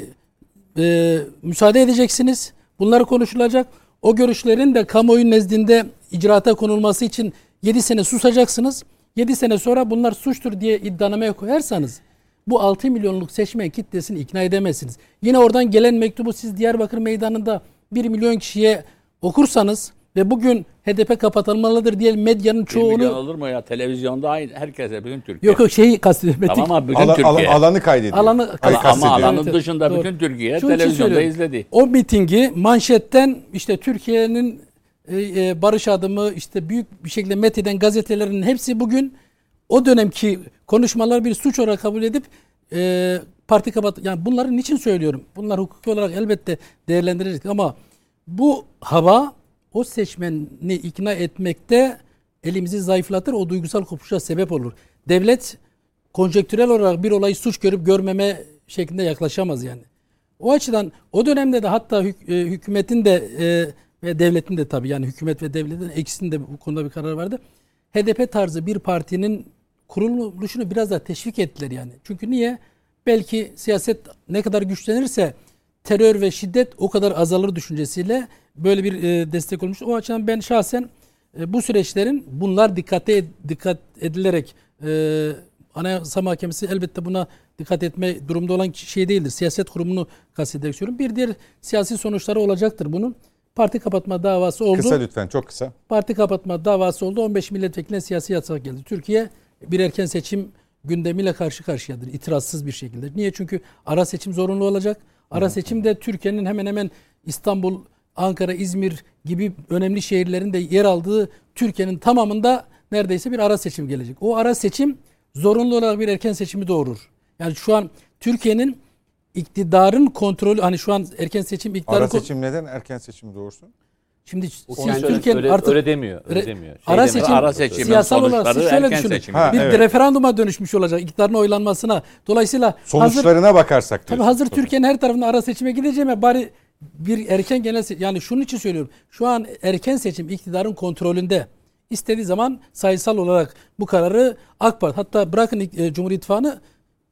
e, müsaade edeceksiniz. Bunlar konuşulacak. O görüşlerin de kamuoyu nezdinde icraata konulması için yedi sene susacaksınız. yedi sene sonra bunlar suçtur diye iddianameye koyarsanız bu altı milyonluk seçmen kitlesini ikna edemezsiniz. Yine oradan gelen mektubu siz Diyarbakır Meydanı'nda bir milyon kişiye okursanız ve bugün H D P kapatılmalıdır diye medyanın çoğunu... bir milyon olur mu ya? Televizyonda aynı herkese, bütün Türkiye. Yok yok şeyi kastediyorum. Tamam ama bütün Ala, Türkiye. ala, alanı kaydediyor. Alanı, Hayır, ama alanın Evet, dışında doğru. bütün Türkiye Şunun için televizyonda söylüyorum. izledi. O mitingi manşetten işte Türkiye'nin e, e, barış adımı işte büyük bir şekilde metheden gazetelerin hepsi bugün o dönemki konuşmalar bir suç olarak kabul edip e, parti kapat. Yani bunları niçin söylüyorum? Bunlar hukuki olarak elbette değerlendirilecek ama bu hava o seçmeni ikna etmekte elimizi zayıflatır, o duygusal kopuşa sebep olur. Devlet konjektürel olarak bir olayı suç görüp görmeme şeklinde yaklaşamaz yani. O açıdan o dönemde de hatta hük- e, hükümetin de e, ve devletin de tabii, yani hükümet ve devletin ikisinin de bu konuda bir karar vardı. H D P tarzı bir partinin kuruluşunu biraz daha teşvik ettiler yani. Çünkü niye? Belki siyaset ne kadar güçlenirse terör ve şiddet o kadar azalır düşüncesiyle böyle bir e, destek olmuş. O açıdan ben şahsen e, bu süreçlerin bunlar dikkate dikkat edilerek e, Anayasa Mahkemesi elbette buna dikkat etme durumda olan şey değildir. Siyaset kurumunu kastederek söylüyorum. Bir diğer siyasi sonuçları olacaktır bunun. Parti kapatma davası oldu. Kısa lütfen, çok kısa. Parti kapatma davası oldu. on beş milletvekiline siyasi yasak geldi. Türkiye bir erken seçim gündemiyle karşı karşıyadır. İtirazsız bir şekilde. Niye? Çünkü ara seçim zorunlu olacak. Ara seçim de Türkiye'nin hemen hemen İstanbul, Ankara, İzmir gibi önemli şehirlerin de yer aldığı Türkiye'nin tamamında neredeyse bir ara seçim gelecek. O ara seçim zorunlu olarak bir erken seçimi doğurur. Yani şu an Türkiye'nin iktidarın kontrolü, hani şu an erken seçim iktidarın... Ara seçim neden erken seçim doğursun? Şimdi Yani Türkiye'nin öyle, artık öyle demiyor. Öyle re, demiyor. Şey ara demiyor. seçim, Ara seçimin siyasal olarak sonuçları siz şöyle erken düşünün. seçim. Ha, bir evet. referanduma dönüşmüş olacak iktidarın oylanmasına. Dolayısıyla Sonuçlarına hazır, bakarsak tabii diyorsun. hazır Türkiye'nin her tarafında ara seçime gideceğime bari bir erken genel seçim, yani şunun için söylüyorum. Şu an erken seçim iktidarın kontrolünde. İstediği zaman sayısal olarak bu kararı AK Parti, hatta bırakın e, Cumhur İttifakı'nı,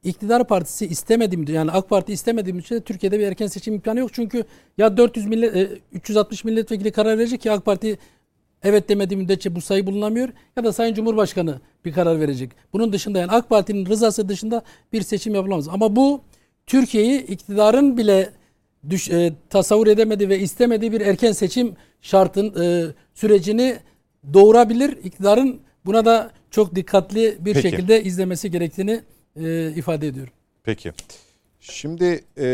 iktidar partisi istemediğim, yani AK Parti istemediğim için Türkiye'de bir erken seçim imkanı yok. Çünkü ya dört yüz millet, üç yüz altmış milletvekili karar verecek ki AK Parti evet demediği müddetçe bu sayı bulunamıyor, ya da Sayın Cumhurbaşkanı bir karar verecek. Bunun dışında, yani AK Parti'nin rızası dışında bir seçim yapılamaz. Ama bu Türkiye'yi iktidarın bile düş, e, tasavvur edemediği ve istemediği bir erken seçim şartın e, sürecini doğurabilir. İktidarın buna da çok dikkatli bir Peki. şekilde izlemesi gerektiğini e, ifade ediyorum. Peki. Şimdi e,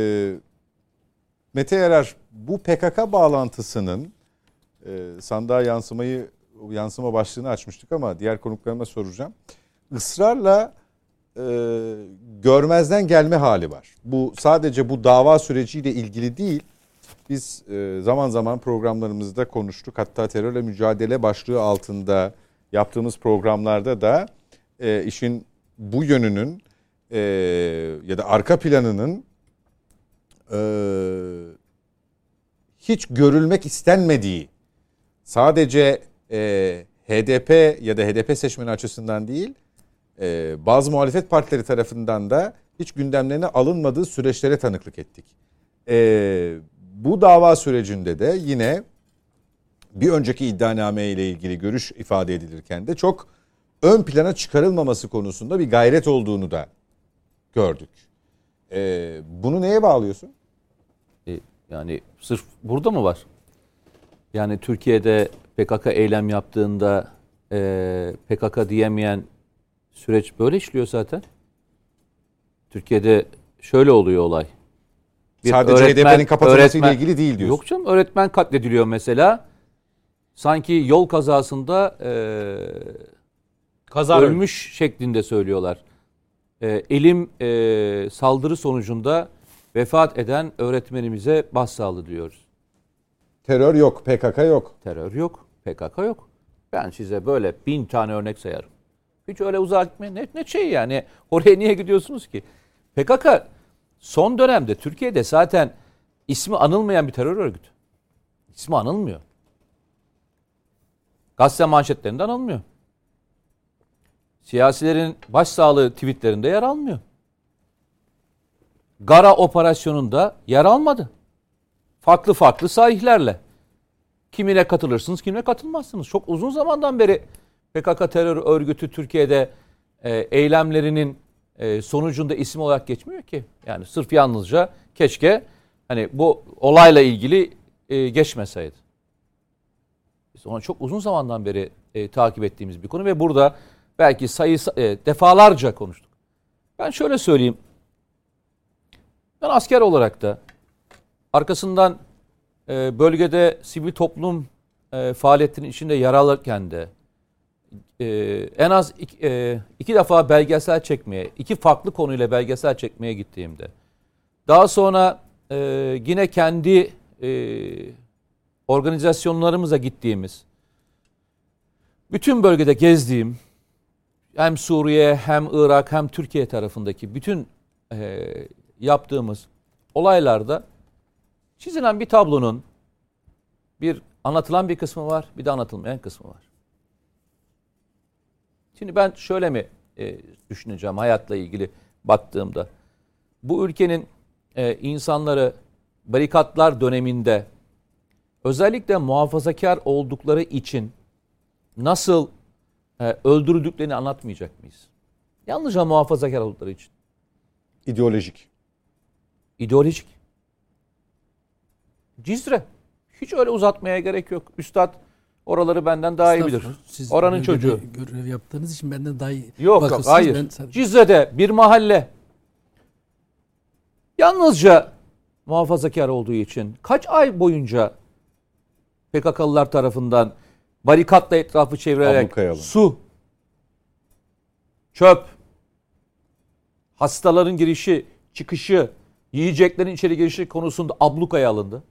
Mete Yarar, bu P K K bağlantısının e, sandığa yansımayı yansıma başlığını açmıştık ama diğer konuklarıma soracağım. Israrla e, görmezden gelme hali var. Bu sadece bu dava süreciyle ilgili değil. Biz e, zaman zaman programlarımızda konuştuk. Hatta terörle mücadele başlığı altında yaptığımız programlarda da e, işin bu yönünün e, ya da arka planının e, hiç görülmek istenmediği, sadece e, H D P ya da H D P seçmeni açısından değil, e, bazı muhalefet partileri tarafından da hiç gündemlerine alınmadığı süreçlere tanıklık ettik. E, bu dava sürecinde de yine bir önceki iddianame ile ilgili görüş ifade edilirken de çok ön plana çıkarılmaması konusunda bir gayret olduğunu da gördük. E, bunu neye bağlıyorsun? E, yani sırf burada mı var? Yani Türkiye'de P K K eylem yaptığında e, P K K diyemeyen süreç böyle işliyor zaten. Türkiye'de şöyle oluyor olay. Bir Sadece H D P'nin kapatılmasıyla ilgili değil diyorsun. Yok canım, öğretmen katlediliyor mesela. Sanki yol kazasında e, Kaza ölmüş ölmüş şeklinde söylüyorlar. E, elim e, saldırı sonucunda vefat eden öğretmenimize başsağlığı diyoruz. Terör yok, P K K yok. Terör yok, P K K yok. Ben size böyle bin tane örnek sayarım. Hiç öyle uzağa gitmeyin. Ne, ne şey yani, oraya niye gidiyorsunuz ki? P K K son dönemde Türkiye'de zaten ismi anılmayan bir terör örgütü. İsmi anılmıyor. Gazete manşetlerinde anılmıyor. Siyasilerin başsağlığı tweetlerinde yer almıyor. Gara operasyonunda yer almadı. Farklı farklı sahihlerle. Kimine katılırsınız, kimine katılmazsınız. Çok uzun zamandan beri P K K terör örgütü Türkiye'de e, eylemlerinin e, sonucunda isim olarak geçmiyor ki. Yani sırf yalnızca keşke hani bu olayla ilgili e, geçmeseydi. Biz onu çok uzun zamandan beri e, takip ettiğimiz bir konu ve burada belki sayısı e, defalarca konuştuk. Ben şöyle söyleyeyim. Ben asker olarak da arkasından e, bölgede sivil toplum e, faaliyetinin içinde yer alırken de e, en az iki, e, iki defa belgesel çekmeye, iki farklı konuyla belgesel çekmeye gittiğimde, daha sonra e, yine kendi e, organizasyonlarımıza gittiğimiz, bütün bölgede gezdiğim, hem Suriye hem Irak hem Türkiye tarafındaki bütün e, yaptığımız olaylarda çizilen bir tablonun bir anlatılan bir kısmı var, bir de anlatılmayan kısmı var. Şimdi ben şöyle mi e, düşüneceğim hayatla ilgili baktığımda, bu ülkenin e, insanları barikatlar döneminde özellikle muhafazakar oldukları için nasıl e, öldürüldüklerini anlatmayacak mıyız? Yalnızca muhafazakar oldukları için. İdeolojik. İdeolojik. Cizre. Hiç öyle uzatmaya gerek yok. Üstad oraları benden daha iyi bilir. Siz Oranın görev, çocuğu. Görev yaptığınız için benden daha iyi. Yok vakıfsınız. yok hayır. Ben... Cizre'de bir mahalle yalnızca muhafazakar olduğu için kaç ay boyunca P K K'lılar tarafından barikatla etrafı çevirerek su, çöp, hastaların girişi, çıkışı, yiyeceklerin içeri girişi konusunda ablukaya alındı.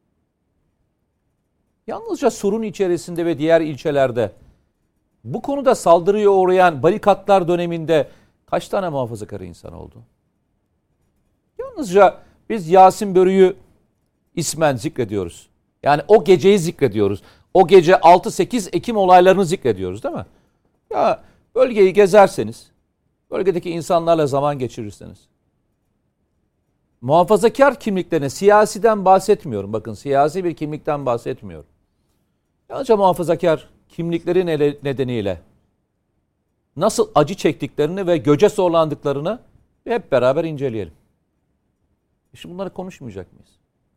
Yalnızca Sur'un içerisinde ve diğer ilçelerde bu konuda saldırıya uğrayan barikatlar döneminde kaç tane muhafazakar insan oldu? Yalnızca biz Yasin Börü'yü ismen zikrediyoruz. Yani o geceyi zikrediyoruz. O gece altı sekiz Ekim olaylarını zikrediyoruz değil mi? Ya bölgeyi gezerseniz, bölgedeki insanlarla zaman geçirirseniz, muhafazakar kimliklerine, siyasiden bahsetmiyorum. Bakın, siyasi bir kimlikten bahsetmiyorum. Yalnızca muhafazakar kimlikleri nedeniyle nasıl acı çektiklerini ve göce zorlandıklarını hep beraber inceleyelim. Şimdi bunları konuşmayacak mıyız?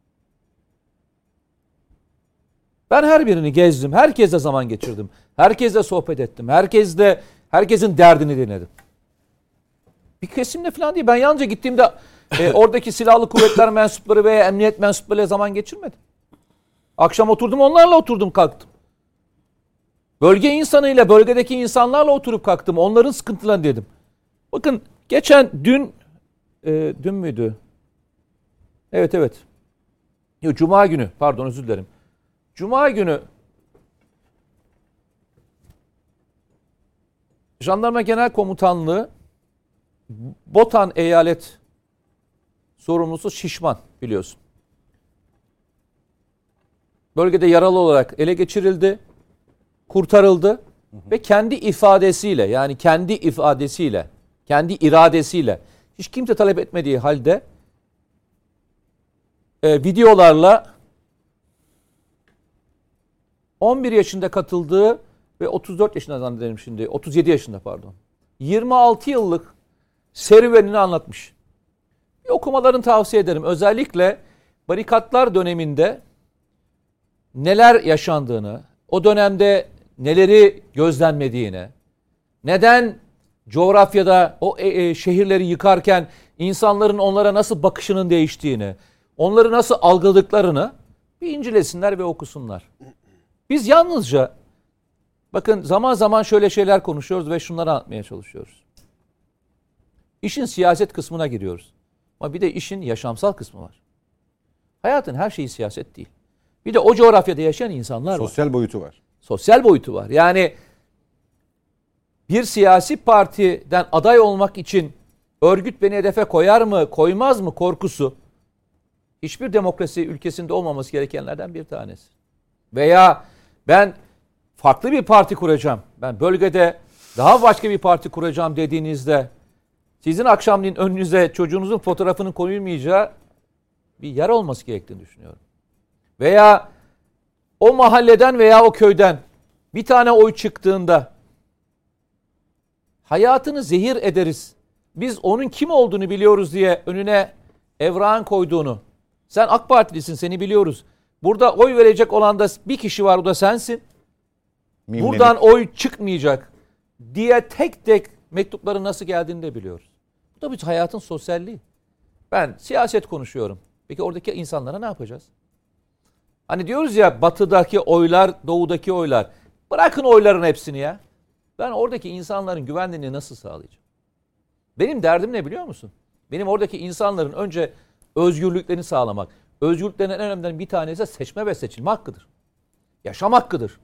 Ben her birini gezdim. Herkesle zaman geçirdim. Herkesle sohbet ettim. Herkesle, herkesin derdini dinledim. Bir kesimle falan değil. Ben yalnızca gittiğimde e, oradaki silahlı kuvvetler mensupları veya emniyet mensuplarıyla zaman geçirmedim. Akşam oturdum, onlarla oturdum kalktım. Bölge insanıyla, bölgedeki insanlarla oturup kalktım. Onların sıkıntılarını dedim. Bakın geçen dün, e, dün müydü? Evet evet. Yok, Cuma günü, pardon özür dilerim. Cuma günü Jandarma Genel Komutanlığı Botan Eyalet sorumlusu Şişman, biliyorsun. Bölgede yaralı olarak ele geçirildi, kurtarıldı, hı hı. ve kendi ifadesiyle, yani kendi ifadesiyle, kendi iradesiyle, hiç kimse talep etmediği halde e, videolarla on bir yaşında katıldığı ve otuz dört yaşında zannederim şimdi, otuz yedi yaşında pardon, yirmi altı yıllık serüvenini anlatmış. Bir okumalarını tavsiye ederim. Özellikle barikatlar döneminde neler yaşandığını, o dönemde neleri gözlenmediğini, neden coğrafyada o e, e, şehirleri yıkarken insanların onlara nasıl bakışının değiştiğini, onları nasıl algıladıklarını bir incelesinler ve okusunlar. Biz yalnızca, bakın zaman zaman şöyle şeyler konuşuyoruz ve şunları anlatmaya çalışıyoruz. İşin siyaset kısmına giriyoruz. Ama bir de işin yaşamsal kısmı var. Hayatın her şeyi siyaset değil. Bir de o coğrafyada yaşayan insanlar var. Sosyal boyutu var. Sosyal boyutu var. Yani bir siyasi partiden aday olmak için örgüt beni hedefe koyar mı, koymaz mı korkusu hiçbir demokrasi ülkesinde olmaması gerekenlerden bir tanesi. Veya ben farklı bir parti kuracağım, ben bölgede daha başka bir parti kuracağım dediğinizde sizin akşamleyin önünüze çocuğunuzun fotoğrafının koyulmayacağı bir yer olması gerektiğini düşünüyorum. Veya o mahalleden veya o köyden bir tane oy çıktığında hayatını zehir ederiz, biz onun kim olduğunu biliyoruz diye önüne evrağın koyduğunu, sen AK Partilisin, seni biliyoruz, burada oy verecek olan da bir kişi var, o da sensin, Mimlenik. Buradan oy çıkmayacak diye tek tek mektupların nasıl geldiğini de biliyoruz. Bu da bir hayatın sosyalliği. Ben siyaset konuşuyorum. Peki oradaki insanlara ne yapacağız? Hani diyoruz ya, batıdaki oylar, doğudaki oylar. Bırakın oyların hepsini ya. Ben oradaki insanların güvenliğini nasıl sağlayacağım? Benim derdim ne biliyor musun? Benim oradaki insanların önce özgürlüklerini sağlamak. Özgürlüklerin en önemlilerinden bir tanesi seçme ve seçilme hakkıdır. Yaşam hakkıdır.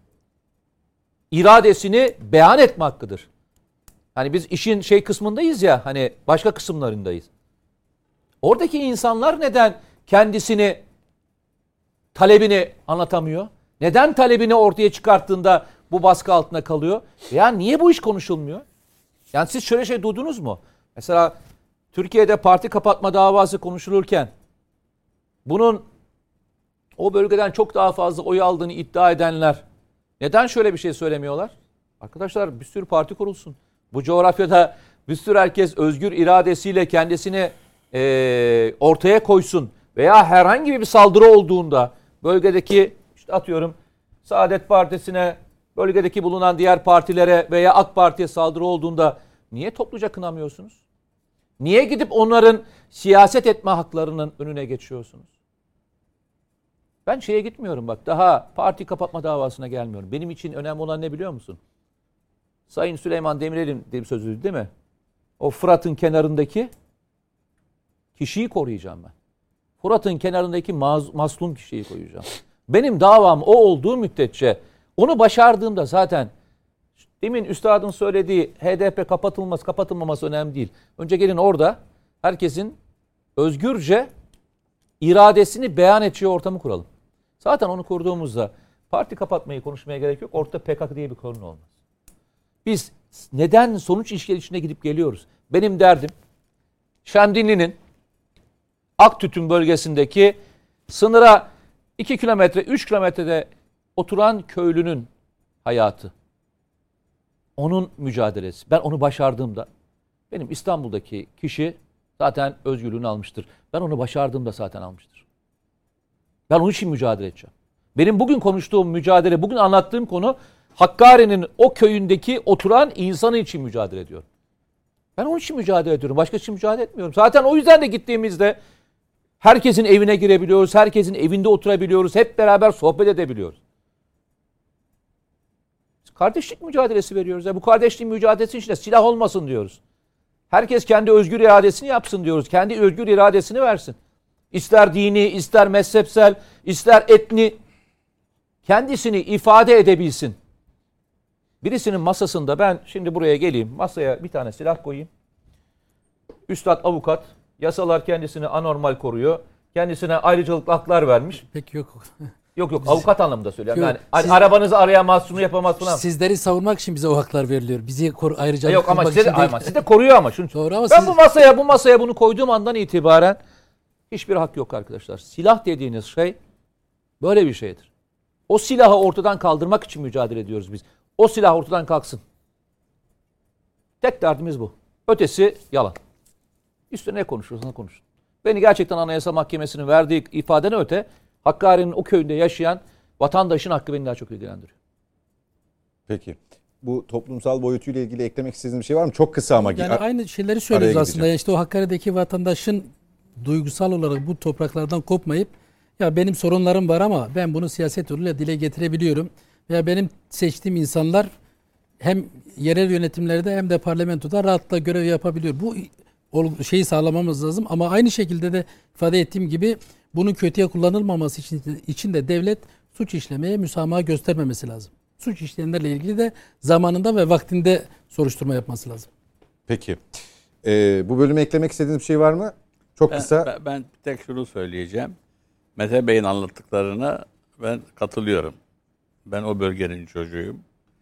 İradesini beyan etme hakkıdır. Hani biz işin şey kısmındayız ya, hani başka kısımlarındayız. Oradaki insanlar neden kendisini, talebini anlatamıyor? Neden talebini ortaya çıkarttığında bu baskı altında kalıyor? Ya niye bu iş konuşulmuyor? Yani siz şöyle şey duydunuz mu? Mesela Türkiye'de parti kapatma davası konuşulurken bunun o bölgeden çok daha fazla oy aldığını iddia edenler neden şöyle bir şey söylemiyorlar? Arkadaşlar, bir sürü parti kurulsun. Bu coğrafyada bir sürü herkes özgür iradesiyle kendisini e, ortaya koysun. Veya herhangi bir saldırı olduğunda bölgedeki, işte atıyorum Saadet Partisi'ne, bölgedeki bulunan diğer partilere veya AK Parti'ye saldırı olduğunda niye topluca kınamıyorsunuz? Niye gidip onların siyaset etme haklarının önüne geçiyorsunuz? Ben şeye gitmiyorum bak, daha parti kapatma davasına gelmiyorum. Benim için önemli olan ne biliyor musun? Sayın Süleyman Demirel'in de bir sözü değil mi? O Fırat'ın kenarındaki kişiyi koruyacağım ben. Fırat'ın kenarındaki maz, mazlum kişiyi koyacağım. Benim davam o olduğu müddetçe, onu başardığımda zaten demin üstadın söylediği H D P kapatılması kapatılmaması önemli değil. Önce gelin orada herkesin özgürce iradesini beyan edeceği ortamı kuralım. Zaten onu kurduğumuzda parti kapatmayı konuşmaya gerek yok. Ortada P K K diye bir konu olmaz. Biz neden sonuç ilişkileri içinde gidip geliyoruz? Benim derdim Şemdinli'nin Aktütün bölgesindeki sınıra iki kilometre, üç kilometrede oturan köylünün hayatı. Onun mücadelesi. Ben onu başardığımda, benim İstanbul'daki kişi zaten özgürlüğünü almıştır. Ben onu başardığımda zaten almıştır. Ben onun için mücadele edeceğim. Benim bugün konuştuğum mücadele, bugün anlattığım konu Hakkari'nin o köyündeki oturan insanı için mücadele ediyorum. Ben onun için mücadele ediyorum. Başka için mücadele etmiyorum. Zaten o yüzden de gittiğimizde herkesin evine girebiliyoruz. Herkesin evinde oturabiliyoruz. Hep beraber sohbet edebiliyoruz. Biz kardeşlik mücadelesi veriyoruz. Ya bu kardeşlik mücadelesi içinde silah olmasın diyoruz. Herkes kendi özgür iradesini yapsın diyoruz. Kendi özgür iradesini versin. İster dini, ister mezhepsel, ister etni kendisini ifade edebilsin. Birisinin masasında ben şimdi buraya geleyim, masaya bir tane silah koyayım. Üstad avukat, yasalar kendisini anormal koruyor. Kendisine ayrıcalıklı haklar vermiş. Pek yok. Yok yok avukat anlamında söylüyorum. Yok, Yani siz, arabanızı arayamaz, şunu yapamaz falan. Sizleri savunmak için bize o haklar veriliyor. Bizi kor, ayrıca Yok ama size, ama size de koruyor ama. Şunu, Doğru ama ben siz... bu masaya bu masaya bunu koyduğum andan itibaren hiçbir hak yok arkadaşlar. Silah dediğiniz şey böyle bir şeydir. O silahı ortadan kaldırmak için mücadele ediyoruz biz. O silah ortadan kalksın. Tek derdimiz bu. Ötesi yalan. Üstüne ne konuşursan konuşun. Beni gerçekten Anayasa Mahkemesi'nin verdiği ifadene öte Hakkari'nin o köyünde yaşayan vatandaşın hakkı beni daha çok ilgilendiriyor. Peki. Bu toplumsal boyutuyla ilgili eklemek istediğiniz bir şey var mı? Çok kısa ama. Yani aynı şeyleri söylüyoruz aslında. Yani işte o Hakkari'deki vatandaşın duygusal olarak bu topraklardan kopmayıp ya benim sorunlarım var ama ben bunu siyaset yoluyla dile getirebiliyorum. Veya benim seçtiğim insanlar hem yerel yönetimlerde hem de parlamentoda rahatla görev yapabiliyor. Bu şeyi sağlamamız lazım ama aynı şekilde de ifade ettiğim gibi bunun kötüye kullanılmaması için, için de devlet suç işlemeye müsamaha göstermemesi lazım. Suç işleyenlerle ilgili de zamanında ve vaktinde soruşturma yapması lazım. Peki. Ee, bu bölüme eklemek istediğiniz bir şey var mı? Çok ben, kısa. Ben, ben tek şunu söyleyeceğim. Mete Bey'in anlattıklarına ben katılıyorum. Ben o bölgenin çocuğuyum.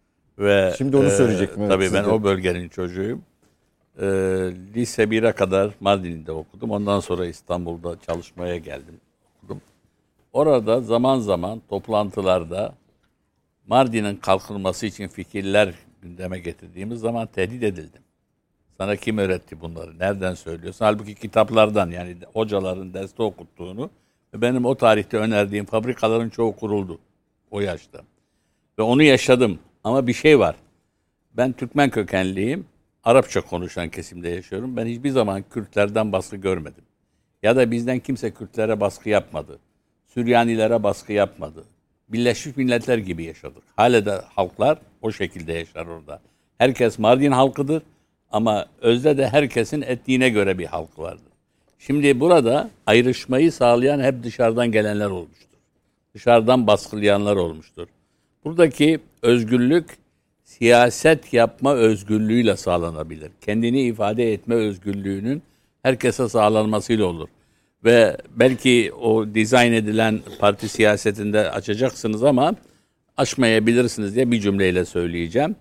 Ve Şimdi onu söyleyecektim. E, Evet, tabii ben de. o bölgenin çocuğuyum. E, lise bire kadar Mardin'de okudum. Ondan sonra İstanbul'da çalışmaya geldim. Okudum. Orada zaman zaman toplantılarda Mardin'in kalkınması için fikirler gündeme getirdiğimiz zaman tehdit edildim. Sana kim öğretti bunları? Nereden söylüyorsun? Halbuki kitaplardan, yani hocaların derste okuttuğunu ve benim o tarihte önerdiğim fabrikaların çoğu kuruldu o yaşta. Ve onu yaşadım. Ama bir şey var. Ben Türkmen kökenliyim. Arapça konuşan kesimde yaşıyorum. Ben hiçbir zaman Kürtlerden baskı görmedim. Ya da bizden kimse Kürtlere baskı yapmadı. Süryanilere baskı yapmadı. Birleşmiş Milletler gibi yaşadık. Hala da halklar o şekilde yaşar orada. Herkes Mardin halkıdır ama özde de herkesin etniğine göre bir halk vardır. Şimdi burada ayrışmayı sağlayan hep dışarıdan gelenler olmuştur. Dışarıdan baskılayanlar olmuştur. Buradaki özgürlük siyaset yapma özgürlüğüyle sağlanabilir. Kendini ifade etme özgürlüğünün herkese sağlanmasıyla olur. Ve belki o dizayn edilen parti siyasetinde açacaksınız ama açmayabilirsiniz diye bir cümleyle söyleyeceğim.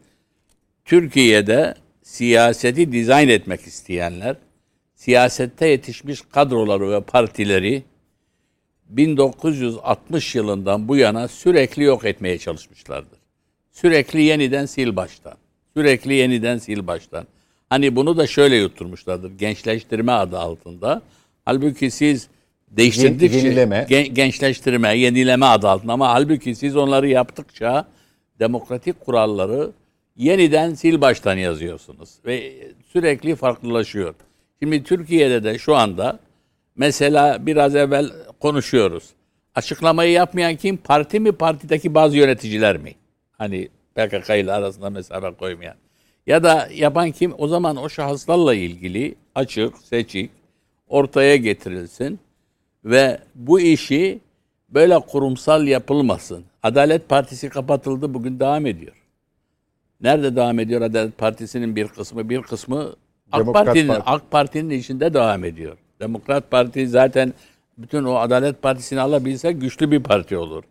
Türkiye'de siyaseti dizayn etmek isteyenler, siyasette yetişmiş kadroları ve partileri bin dokuz yüz altmış yılından bu yana sürekli yok etmeye çalışmışlardır. Sürekli yeniden sil baştan. Sürekli yeniden sil baştan. Hani bunu da şöyle yutturmuşlardır. Gençleştirme adı altında. Halbuki siz değiştirdikçe yenileme. Gen, gençleştirme, yenileme adı altında ama halbuki siz onları yaptıkça demokratik kuralları yeniden sil baştan yazıyorsunuz ve sürekli farklılaşıyor. Şimdi Türkiye'de de şu anda mesela biraz evvel konuşuyoruz. Açıklamayı yapmayan kim? Parti mi, partideki bazı yöneticiler mi? Hani P K K ile arasında mesafe koymayan. Ya da yapan kim? O zaman o şahıslarla ilgili açık, seçik, ortaya getirilsin ve bu işi böyle kurumsal yapılmasın. Adalet Partisi kapatıldı, bugün devam ediyor. Nerede devam ediyor Adalet Partisi'nin bir kısmı? Bir kısmı AK Parti'nin Parti. AK Parti'nin içinde devam ediyor. Demokrat Parti zaten bütün o Adalet Partisi'ni alabilse güçlü bir parti olur.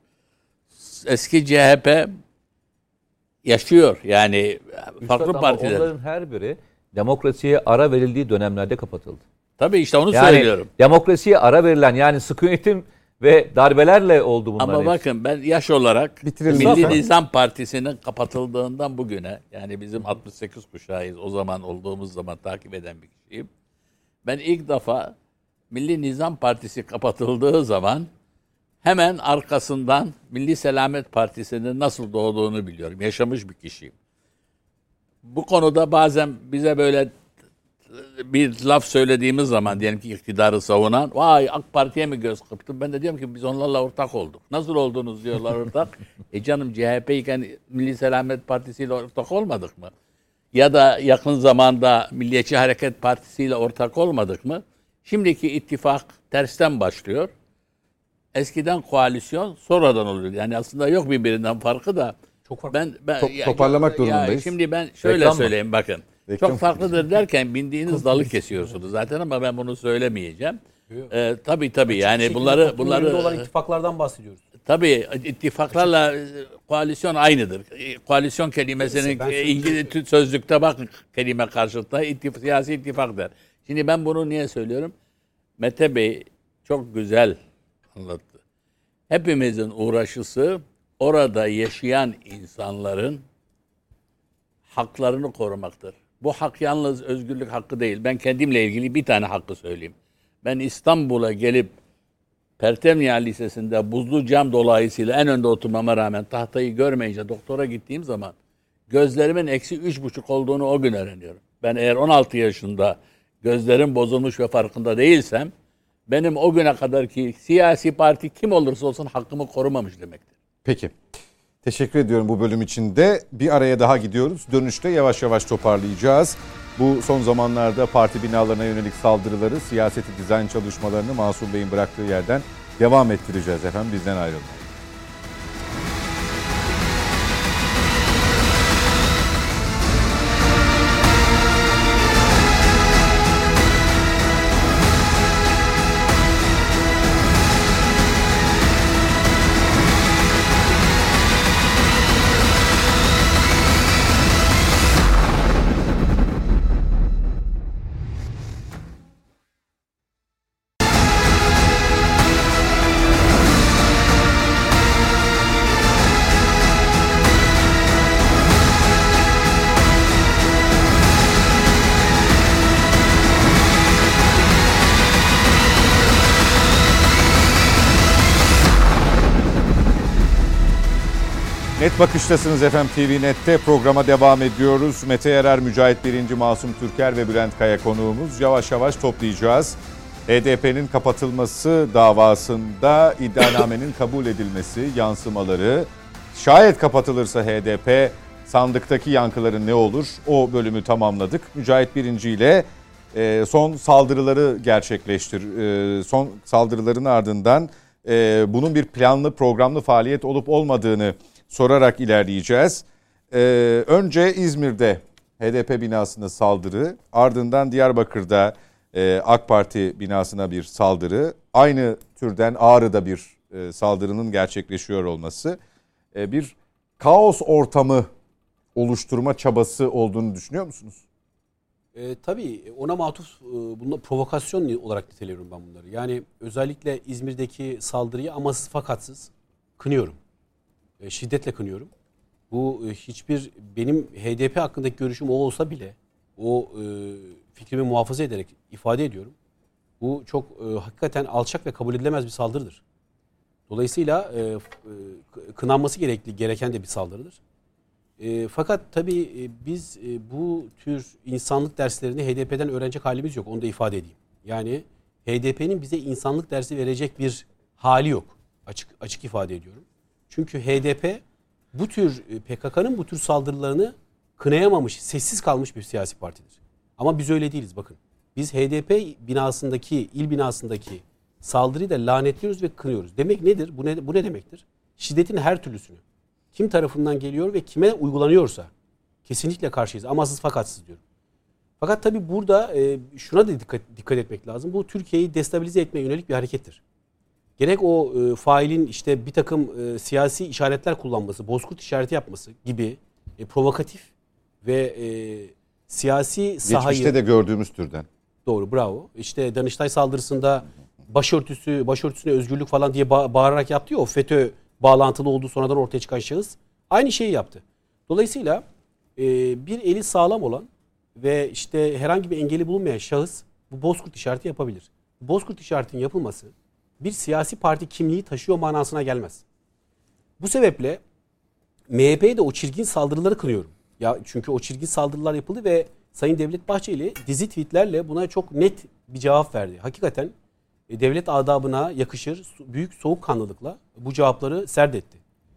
Eski C H P yaşıyor. Yani farklı Üstad, partiler. onların her biri demokrasiye ara verildiği dönemlerde kapatıldı. Tabii işte onu Yani söylüyorum. demokrasiye ara verilen yani sıkı yönetim ve darbelerle oldu bunlar. Ama hepsi. bakın ben yaş olarak Bitirelim Milli zaten. Nizam Partisi'nin kapatıldığından bugüne, yani bizim altmış sekiz kuşağıyız, o zaman olduğumuz zaman takip eden bir kişiyim. Ben ilk defa Milli Nizam Partisi kapatıldığı zaman hemen arkasından Milli Selamet Partisi'nin nasıl doğduğunu biliyorum. Yaşamış bir kişiyim. Bu konuda bazen bize böyle bir laf söylediğimiz zaman, diyelim ki iktidarı savunan, vay AK Parti'ye mi göz kırptın? Ben de diyorum ki biz onlarla ortak olduk. Nasıl oldunuz diyorlar ortak. E canım C H P iken Milli Selamet Partisi ile ortak olmadık mı? Ya da yakın zamanda Milliyetçi Hareket Partisi ile ortak olmadık mı? Şimdiki ittifak tersten başlıyor. Eskiden koalisyon sonradan oluyor. Yani aslında yok birbirinden farkı da. Çok farklı. Ben, ben Top- toparlamak ya, durumundayız. Şimdi ben şöyle Reklam mı? söyleyeyim bakın. Reklam. Çok farklıdır derken bindiğiniz dalı kesiyorsunuz zaten, ama ben bunu söylemeyeceğim. Ee, tabii tabii yani Şekilde bunları toplumun önünde olan bunları ittifaklardan bahsediyoruz. tabii ittifaklarla e, koalisyon aynıdır. E, Koalisyon kelimesinin Ben e, İngiliz sözlükte bakın kelime karşılıkta ittif siyasi ittifak der. Şimdi ben bunu niye söylüyorum? Mete Bey çok güzel anlattı. Hepimizin uğraşısı orada yaşayan insanların haklarını korumaktır. Bu hak yalnız özgürlük hakkı değil. Ben kendimle ilgili bir tane hakkı söyleyeyim. Ben İstanbul'a gelip Pertemniye Lisesi'nde buzlu cam dolayısıyla en önde oturmama rağmen tahtayı görmeyince doktora gittiğim zaman gözlerimin eksi üç buçuk olduğunu o gün öğreniyorum. Ben eğer on altı yaşında gözlerim bozulmuş ve farkında değilsem, benim o güne kadarki siyasi parti kim olursa olsun hakkımı korumamış demektir. Peki. Teşekkür ediyorum bu bölüm için de. Bir araya daha gidiyoruz. Dönüşte yavaş yavaş toparlayacağız. Bu son zamanlarda parti binalarına yönelik saldırıları, siyaseti dizayn çalışmalarını Mansur Bey'in bıraktığı yerden devam ettireceğiz efendim. Bizden ayrılmayın. Net Bakış'tasınız efendim, T V Net'te programa devam ediyoruz. Mete Yarar, Mücahit Birinci, Masum Türker ve Bülent Kaya konuğumuz. Yavaş yavaş toplayacağız. H D P'nin kapatılması davasında iddianamenin kabul edilmesi, yansımaları, şayet kapatılırsa H D P sandıktaki yankıları ne olur? O bölümü tamamladık. Mücahit Birinci ile son saldırıları gerçekleştir. Son saldırıların ardından bunun bir planlı, programlı faaliyet olup olmadığını sorarak ilerleyeceğiz. Ee, önce İzmir'de H D P binasına saldırı, ardından Diyarbakır'da e, AK Parti binasına bir saldırı, aynı türden Ağrı'da bir e, saldırının gerçekleşiyor olması, e, bir kaos ortamı oluşturma çabası olduğunu düşünüyor musunuz? E, tabii ona matuf, e, bununla provokasyon olarak niteliyorum ben bunları. Yani özellikle İzmir'deki saldırıyı amasız fakatsız kınıyorum. E, şiddetle kınıyorum. Bu e, hiçbir benim H D P hakkındaki görüşüm o olsa bile o e, fikrimi muhafaza ederek ifade ediyorum. Bu çok e, hakikaten alçak ve kabul edilemez bir saldırıdır. Dolayısıyla e, e, kınanması gerekli gereken de bir saldırıdır. E, fakat tabii e, biz e, bu tür insanlık derslerini H D P'den öğrenecek halimiz yok. Onu da ifade edeyim. Yani H D P'nin bize insanlık dersi verecek bir hali yok. Açık açık ifade ediyorum. Çünkü H D P bu tür P K K'nın bu tür saldırılarını kınayamamış, sessiz kalmış bir siyasi partidir. Ama biz öyle değiliz bakın. Biz H D P binasındaki, il binasındaki saldırıyı da lanetliyoruz ve kınıyoruz. Demek nedir? Bu ne, bu ne demektir? Şiddetin her türlüsünü, kim tarafından geliyor ve kime uygulanıyorsa kesinlikle karşıyız. Amasız fakatsız diyorum. Fakat tabii burada e, şuna da dikkat, dikkat etmek lazım. Bu Türkiye'yi destabilize etmeye yönelik bir harekettir. Gerek o e, failin işte bir takım e, siyasi işaretler kullanması, bozkurt işareti yapması gibi e, provokatif ve e, siyasi sahayı... Geçmişte de gördüğümüz türden. Doğru, bravo. İşte Danıştay saldırısında başörtüsü, başörtüsüne özgürlük falan diye ba- bağırarak yaptı ya, o FETÖ bağlantılı olduğu sonradan ortaya çıkan şahıs aynı şeyi yaptı. Dolayısıyla e, bir eli sağlam olan ve işte herhangi bir engeli bulunmayan şahıs bu bozkurt işareti yapabilir. Bu bozkurt işaretinin yapılması bir siyasi parti kimliği taşıyor manasına gelmez. Bu sebeple M H P'ye de o çirkin saldırıları kınıyorum. Ya çünkü o çirkin saldırılar yapıldı ve Sayın Devlet Bahçeli dizi tweetlerle buna çok net bir cevap verdi. Hakikaten e, devlet adabına yakışır büyük soğukkanlılıkla bu cevapları serdetti.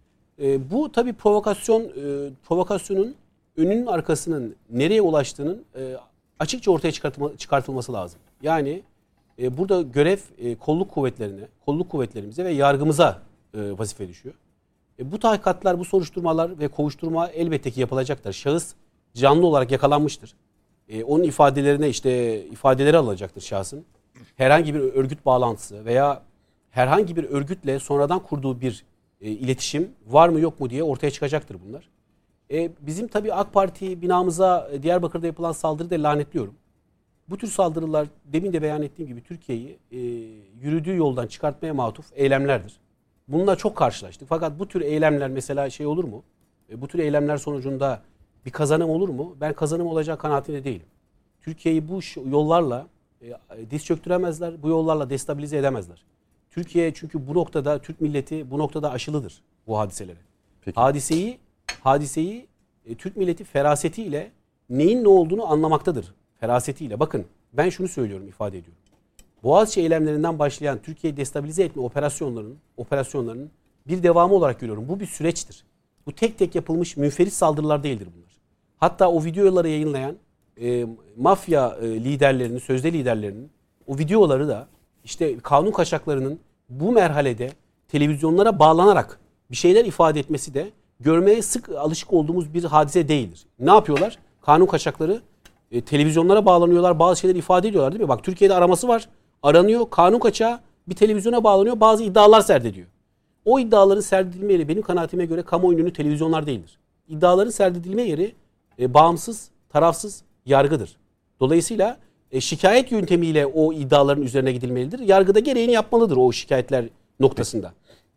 E, bu tabii provokasyon, e, provokasyonun önünün arkasının nereye ulaştığının e, açıkça ortaya çıkartma, çıkartılması lazım. Yani e, burada görev e, kolluk kuvvetlerine, kolluk kuvvetlerimize ve yargımıza e, vazife düşüyor. E, bu tahkikatlar, bu soruşturmalar ve kovuşturma elbette ki yapılacaktır. Şahıs canlı olarak yakalanmıştır. E, onun ifadelerine işte ifadeleri alınacaktır şahsın. Herhangi bir örgüt bağlantısı veya herhangi bir örgütle sonradan kurduğu bir e, iletişim var mı yok mu diye ortaya çıkacaktır bunlar. E, bizim tabii AK Parti binamıza Diyarbakır'da yapılan saldırıyı da lanetliyorum. Bu tür saldırılar demin de beyan ettiğim gibi Türkiye'yi e, yürüdüğü yoldan çıkartmaya matuf eylemlerdir. Bununla çok karşılaştık. Fakat bu tür eylemler mesela şey olur mu? E, bu tür eylemler sonucunda bir kazanım olur mu? Ben kazanım olacak kanaatinde değilim. Türkiye'yi bu yollarla e, diz çöktüremezler. Bu yollarla destabilize edemezler. Türkiye çünkü bu noktada, Türk milleti bu noktada aşılıdır bu hadiselere. Peki. Hadiseyi, hadiseyi e, Türk milleti ferasetiyle neyin ne olduğunu anlamaktadır. Ferasetiyle. Bakın ben şunu söylüyorum, ifade ediyorum. Boğaziçi eylemlerinden başlayan Türkiye'yi destabilize etme operasyonlarının, operasyonlarının bir devamı olarak görüyorum. Bu bir süreçtir. Bu tek tek yapılmış münferit saldırılar değildir bunlar. Hatta o videoları yayınlayan e, mafya e, liderlerinin, sözde liderlerinin o videoları da işte kanun kaçaklarının bu merhalede televizyonlara bağlanarak bir şeyler ifade etmesi de görmeye sık alışık olduğumuz bir hadise değildir. Ne yapıyorlar? Kanun kaçakları e, televizyonlara bağlanıyorlar, bazı şeyler ifade ediyorlar değil mi? Bak Türkiye'de araması var, aranıyor, kanun kaçağı bir televizyona bağlanıyor, bazı iddialar serdediyor. O iddiaların serdedilme yeri benim kanaatime göre kamuoyu önü televizyonlar değildir. İddiaların serdedilme yeri e, bağımsız, tarafsız yargıdır. Dolayısıyla e, şikayet yöntemiyle o iddiaların üzerine gidilmelidir. Yargıda gereğini yapmalıdır o şikayetler noktasında.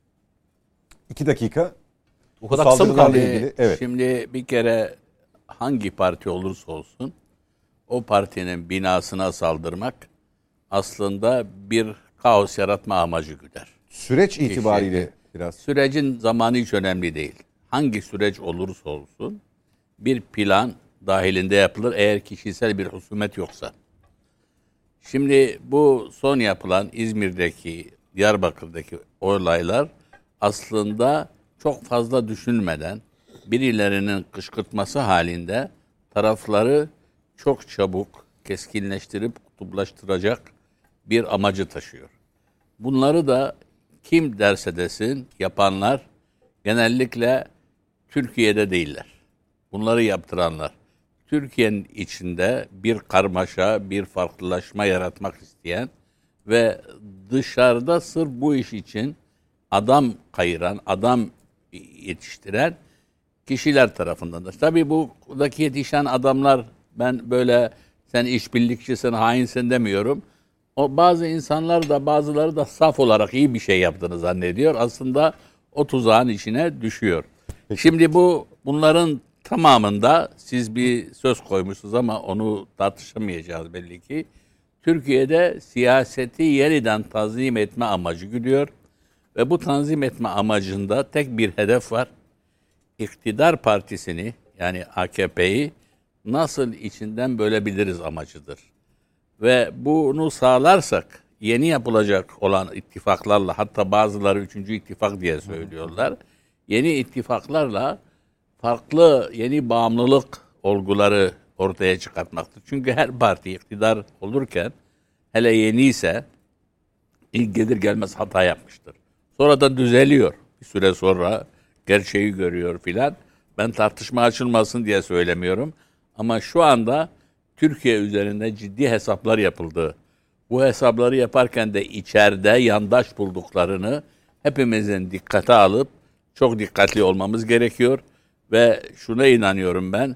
İki dakika. O kadar kısa mı kaldı? Ilgili, evet. Şimdi bir kere hangi parti olursa olsun o partinin binasına saldırmak aslında bir kaos yaratma amacı güder. Süreç itibariyle Kişi, biraz. Sürecin zamanı hiç önemli değil. Hangi süreç olursa olsun bir plan dahilinde yapılır eğer kişisel bir husumet yoksa. Şimdi bu son yapılan İzmir'deki, Diyarbakır'daki olaylar aslında çok fazla düşünmeden birilerinin kışkırtması halinde tarafları çok çabuk keskinleştirip kutuplaştıracak bir amacı taşıyor. Bunları da kim derse desin yapanlar genellikle Türkiye'de değiller. Bunları yaptıranlar Türkiye'nin içinde bir karmaşa, bir farklılaşma yaratmak isteyen ve dışarıda sırf bu iş için adam kayıran, adam yetiştiren kişiler tarafındandır. Tabii buradaki yetişen adamlar, ben böyle sen işbirlikçisin, hainsin demiyorum. O bazı insanlar da bazıları da saf olarak iyi bir şey yaptığını zannediyor. Aslında o tuzağın içine düşüyor. Peki. Şimdi bu bunların tamamında siz bir söz koymuşsunuz ama onu tartışamayacağız belli ki. Türkiye'de siyaseti yeniden tanzim etme amacı güdüyor. Ve bu tanzim etme amacında tek bir hedef var. İktidar partisini yani A K P'yi nasıl içinden bölebiliriz amacıdır. Ve bunu sağlarsak yeni yapılacak olan ittifaklarla, hatta bazıları üçüncü ittifak diye söylüyorlar. Yeni ittifaklarla farklı yeni bağımlılık olguları ortaya çıkartmaktır. Çünkü her parti iktidar olurken hele yeni ise ilk gelir gelmez hata yapmıştır. Sonra da düzeliyor. Bir süre sonra gerçeği görüyor filan. Ben tartışma açılmasın diye söylemiyorum. Ama şu anda Türkiye üzerinde ciddi hesaplar yapıldı. Bu hesapları yaparken de içeride yandaş bulduklarını hepimizin dikkate alıp çok dikkatli olmamız gerekiyor. Ve şuna inanıyorum ben,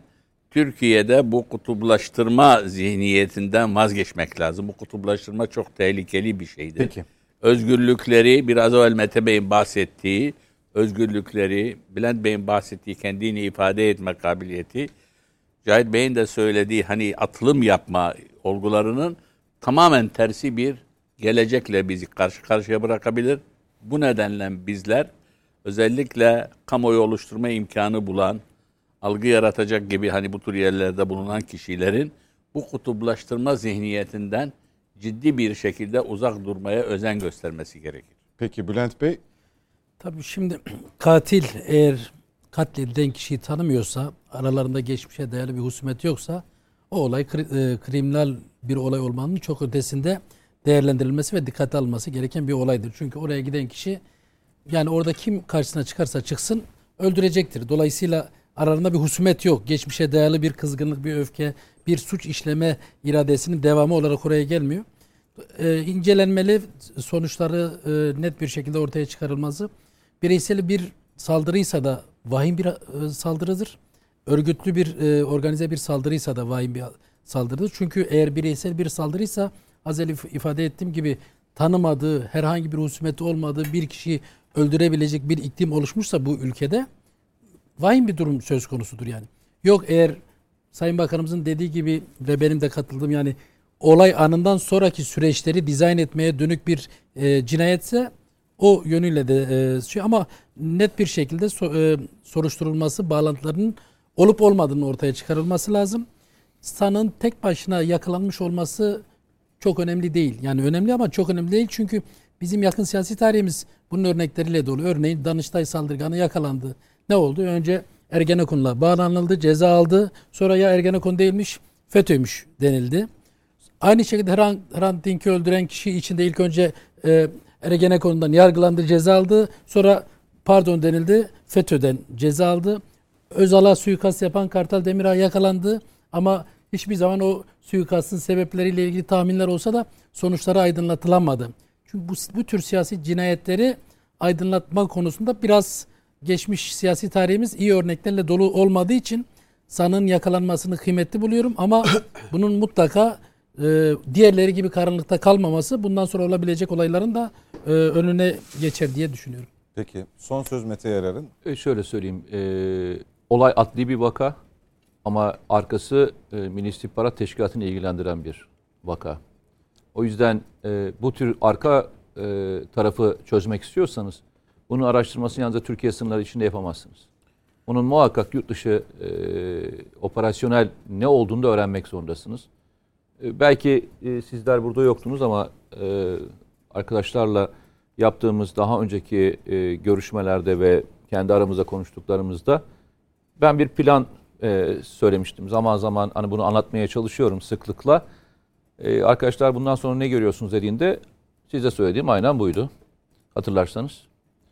Türkiye'de bu kutuplaştırma zihniyetinden vazgeçmek lazım. Bu kutuplaştırma çok tehlikeli bir şeydir. Peki. Özgürlükleri, biraz evvel Mete Bey'in bahsettiği özgürlükleri, Bülent Bey'in bahsettiği kendini ifade etme kabiliyeti, Cahit Bey'in de söylediği hani atılım yapma olgularının tamamen tersi bir gelecekle bizi karşı karşıya bırakabilir. Bu nedenle bizler özellikle kamuoyu oluşturma imkanı bulan, algı yaratacak gibi hani bu tür yerlerde bulunan kişilerin bu kutuplaştırma zihniyetinden ciddi bir şekilde uzak durmaya özen göstermesi gerekir. Peki Bülent Bey? Tabii şimdi katil eğer katledilen kişiyi tanımıyorsa, aralarında geçmişe dayalı bir husumet yoksa o olay kri, e, kriminal bir olay olmanın çok ötesinde değerlendirilmesi ve dikkate alınması gereken bir olaydır. Çünkü oraya giden kişi yani orada kim karşısına çıkarsa çıksın öldürecektir. Dolayısıyla aralarında bir husumet yok. Geçmişe dayalı bir kızgınlık, bir öfke, bir suç işleme iradesinin devamı olarak oraya gelmiyor. Ee, incelenmeli, sonuçları e, net bir şekilde ortaya çıkarılması. Bireysel bir saldırıysa da vahim bir e, saldırıdır. Örgütlü bir, e, organize bir saldırıysa da vahim bir saldırıdır. Çünkü eğer bireysel bir saldırıysa az önce ifade ettiğim gibi tanımadığı, herhangi bir husumeti olmadığı bir kişiyi öldürebilecek bir iklim oluşmuşsa bu ülkede vahim bir durum söz konusudur yani. Yok eğer Sayın Bakanımızın dediği gibi ve benim de katıldığım yani olay anından sonraki süreçleri dizayn etmeye dönük bir e, cinayetse o yönüyle de e, şey ama net bir şekilde so, e, soruşturulması, bağlantılarının olup olmadığının ortaya çıkarılması lazım. Sanığın tek başına yakalanmış olması çok önemli değil. Yani önemli ama çok önemli değil çünkü bizim yakın siyasi tarihimiz bunun örnekleriyle dolu. Örneğin Danıştay saldırganı yakalandı. Ne oldu? Önce Ergenekon'la bağlanıldı, ceza aldı. Sonra ya Ergenekon değilmiş, FETÖ'ymüş denildi. Aynı şekilde Hrant, Hrant Dink'i öldüren kişi içinde ilk önce e, Ergenekon'dan yargılandı, ceza aldı. Sonra pardon denildi, FETÖ'den ceza aldı. Özal'a suikast yapan Kartal Demirağ yakalandı. Ama hiçbir zaman o suikastın sebepleriyle ilgili tahminler olsa da sonuçları aydınlatılamadı. Çünkü bu, bu tür siyasi cinayetleri aydınlatma konusunda biraz geçmiş siyasi tarihimiz iyi örneklerle dolu olmadığı için sanığın yakalanmasını kıymetli buluyorum. Ama bunun mutlaka e, diğerleri gibi karanlıkta kalmaması bundan sonra olabilecek olayların da e, önüne geçer diye düşünüyorum. Peki son söz Mete Yarar'ın. E şöyle söyleyeyim. E, olay adli bir vaka ama arkası e, Milli İstihbarat Teşkilatı'nı ilgilendiren bir vaka. O yüzden e, bu tür arka e, tarafı çözmek istiyorsanız bunun araştırmasını yalnızca Türkiye sınırları içinde yapamazsınız. Bunun muhakkak yurt dışı e, operasyonel ne olduğunu da öğrenmek zorundasınız. E, belki e, sizler burada yoktunuz ama e, arkadaşlarla yaptığımız daha önceki e, görüşmelerde ve kendi aramızda konuştuklarımızda ben bir plan e, söylemiştim. Zaman zaman hani bunu anlatmaya çalışıyorum sıklıkla. E, arkadaşlar bundan sonra ne görüyorsunuz dediğinde size söylediğim aynen buydu. Hatırlarsanız.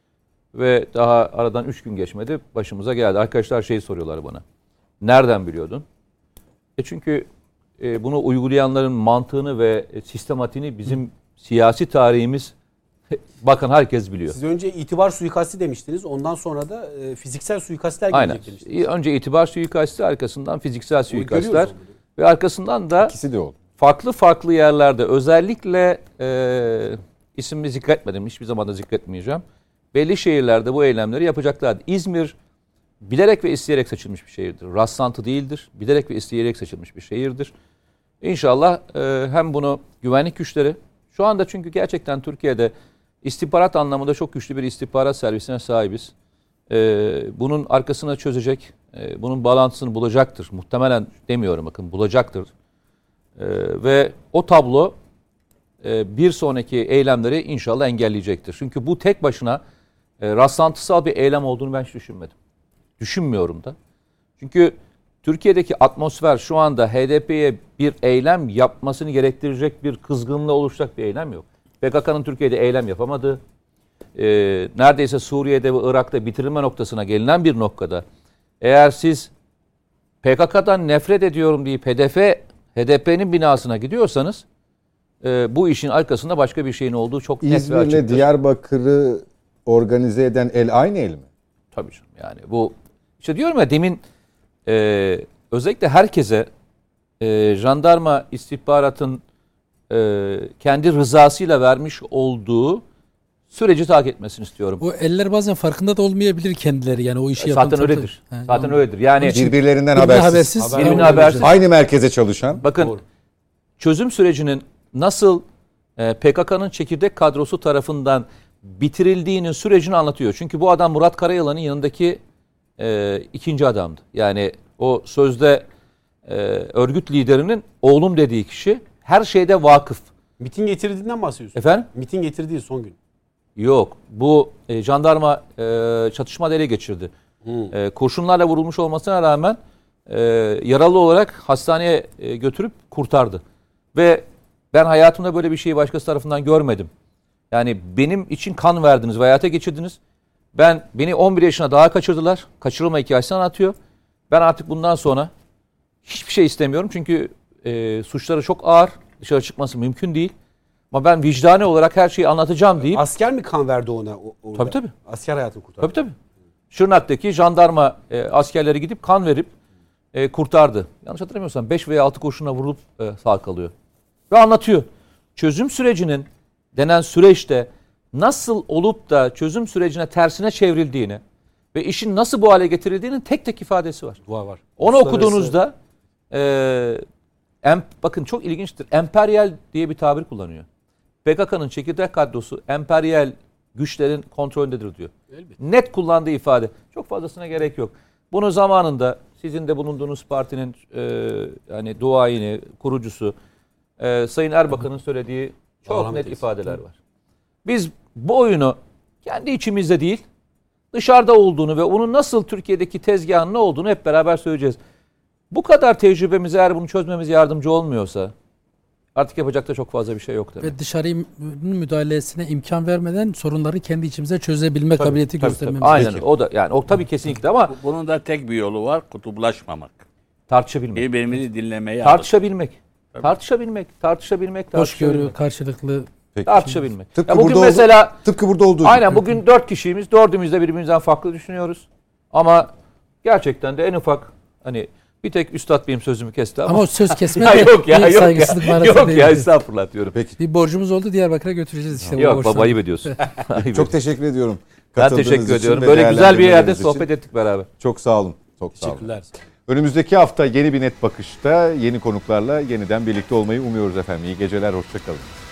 Ve daha aradan üç gün geçmedi başımıza geldi. Arkadaşlar şeyi soruyorlar bana. Nereden biliyordun? E çünkü e, bunu uygulayanların mantığını ve sistematiğini bizim siyasi tarihimiz bakın herkes biliyor. Siz önce itibar suikasti demiştiniz. Ondan sonra da e, fiziksel suikastler aynen. gelecek demiştiniz. Önce itibar suikasti, arkasından fiziksel suikastler ve arkasından da İkisi de oldu. Farklı farklı yerlerde özellikle e, ismini zikretmedim. Hiçbir zaman da zikretmeyeceğim. Belli şehirlerde bu eylemleri yapacaklardı. İzmir bilerek ve isteyerek seçilmiş bir şehirdir. Rastlantı değildir. Bilerek ve isteyerek seçilmiş bir şehirdir. İnşallah e, hem bunu güvenlik güçleri, şu anda çünkü gerçekten Türkiye'de istihbarat anlamında çok güçlü bir istihbarat servisine sahibiz. E, bunun arkasına çözecek, e, bunun bağlantısını bulacaktır. Muhtemelen demiyorum bakın bulacaktır. E, ve o tablo e, bir sonraki eylemleri inşallah engelleyecektir. Çünkü bu tek başına e, rastlantısal bir eylem olduğunu ben hiç düşünmedim. Düşünmüyorum da. Çünkü Türkiye'deki atmosfer şu anda H D P'ye bir eylem yapmasını gerektirecek bir kızgınlığı oluşacak bir eylem yok. P K K'nın Türkiye'de eylem yapamadığı, e, neredeyse Suriye'de ve Irak'ta bitirilme noktasına gelinen bir noktada eğer siz P K K'dan nefret ediyorum deyip H D P, H D P'nin binasına gidiyorsanız e, bu işin arkasında başka bir şeyin olduğu çok net ve açıktır. İzmir'le Diyarbakır'ı organize eden el aynı el mi? Tabii canım yani bu işte diyorum ya demin e, özellikle herkese e, jandarma istihbaratın e, kendi rızasıyla vermiş olduğu süreci takip etmesini istiyorum. O eller bazen farkında da olmayabilir kendileri, yani o işi yapan. Zaten tabii- öyledir. Ha, Zaten yani- öyledir. Yani için Birbirlerinden birbirine habersiz. habersiz. Birbirine Tamam, habersiz. Aynı merkeze çalışan. bakın Doğru. çözüm sürecinin nasıl e, P K K'nın çekirdek kadrosu tarafından bitirildiğinin sürecini anlatıyor. Çünkü bu adam Murat Karayılan'ın yanındaki e, ikinci adamdı. Yani o sözde e, örgüt liderinin oğlum dediği kişi her şeyde vakıf. Miting getirdiğinden bahsediyorsun. Efendim? Miting getirdiği son gün. Yok. Bu e, jandarma e, çatışma ele geçirdi. Hmm. E, kurşunlarla vurulmuş olmasına rağmen e, yaralı olarak hastaneye e, götürüp kurtardı. Ve ben hayatımda böyle bir şeyi başkası tarafından görmedim. Yani benim için kan verdiniz ve hayata geçirdiniz. Ben beni on bir yaşına daha kaçırdılar. Kaçırılma hikayesini anlatıyor. Ben artık bundan sonra hiçbir şey istemiyorum. Çünkü e, suçları çok ağır. Dışarı çıkması mümkün değil. Ama ben vicdani olarak her şeyi anlatacağım deyip. Asker mi kan verdi ona? o- orada? Tabii, tabii. Asker hayatını kurtardı. Tabii tabii. Şırnak'taki jandarma e, askerleri gidip kan verip e, kurtardı. Yanlış hatırlamıyorsam beş veya altı kurşuna vurulup e, sağ kalıyor. Ve anlatıyor. Çözüm sürecinin denen süreçte nasıl olup da çözüm sürecine tersine çevrildiğini ve işin nasıl bu hale getirildiğinin tek tek ifadesi var. Var var. Onu Uluslararası- okuduğunuzda e, em, bakın çok ilginçtir. Emperyal diye bir tabir kullanıyor. P K K'nın çekirdek kadrosu emperyal güçlerin kontrolündedir diyor. Elbette. Net kullandığı ifade. Çok fazlasına gerek yok. Bunu zamanında sizin de bulunduğunuz partinin e, yani duayeni, kurucusu e, Sayın Erbakan'ın söylediği çok Allah rahmet net eylesin. ifadeler var. Biz bu oyunu kendi içimizde değil, dışarıda olduğunu ve onun nasıl Türkiye'deki tezgahın ne olduğunu hep beraber söyleyeceğiz. Bu kadar tecrübemiz eğer bunu çözmemize yardımcı olmuyorsa artık yapacak da çok fazla bir şey yok demek. Ve dışarı müdahalesine imkan vermeden sorunları kendi içimize çözebilme Tabii, kabiliyeti tabii, göstermemiz tabii. Aynen gerekiyor. o da yani o tabii kesinlikle ama Bu- Bunun da tek bir yolu var. Kutuplaşmamak. tartışabilmek. Birbirimizi dinlemeye alışmak. Tartışabilmek. Tartışabilmek, tartışabilmek, Hoşgörü, tartışabilmek. karşılıklı Peki. Tartışabilmek. Tıpkı Ya bugün burada mesela oldu, tıpkı burada olduğu gibi. aynen bugün dört kişiyimiz, dördümüz de birbirimizden farklı düşünüyoruz. Ama gerçekten de en ufak hani bir tek üstad benim sözümü kesti ama. ama o söz kesme ya de yok ya bir yok saygısızlık ya. manası Yok değil. ya estağfurullah diyorum. Peki. Bir borcumuz oldu, Diyarbakır'a götüreceğiz işte. bu Yok borçları. baba ayıp ediyorsun. Ayıp Çok ediyorsun. teşekkür ediyorum. Ben katıldığınız teşekkür için ediyorum. ve Böyle güzel bir yerde değerlendirmeleriniz için. sohbet ettik beraber. Çok sağ olun. Çok sağ olun. Teşekkürler. Önümüzdeki hafta yeni bir Net Bakış'ta yeni konuklarla yeniden birlikte olmayı umuyoruz efendim. İyi geceler, hoşça kalın.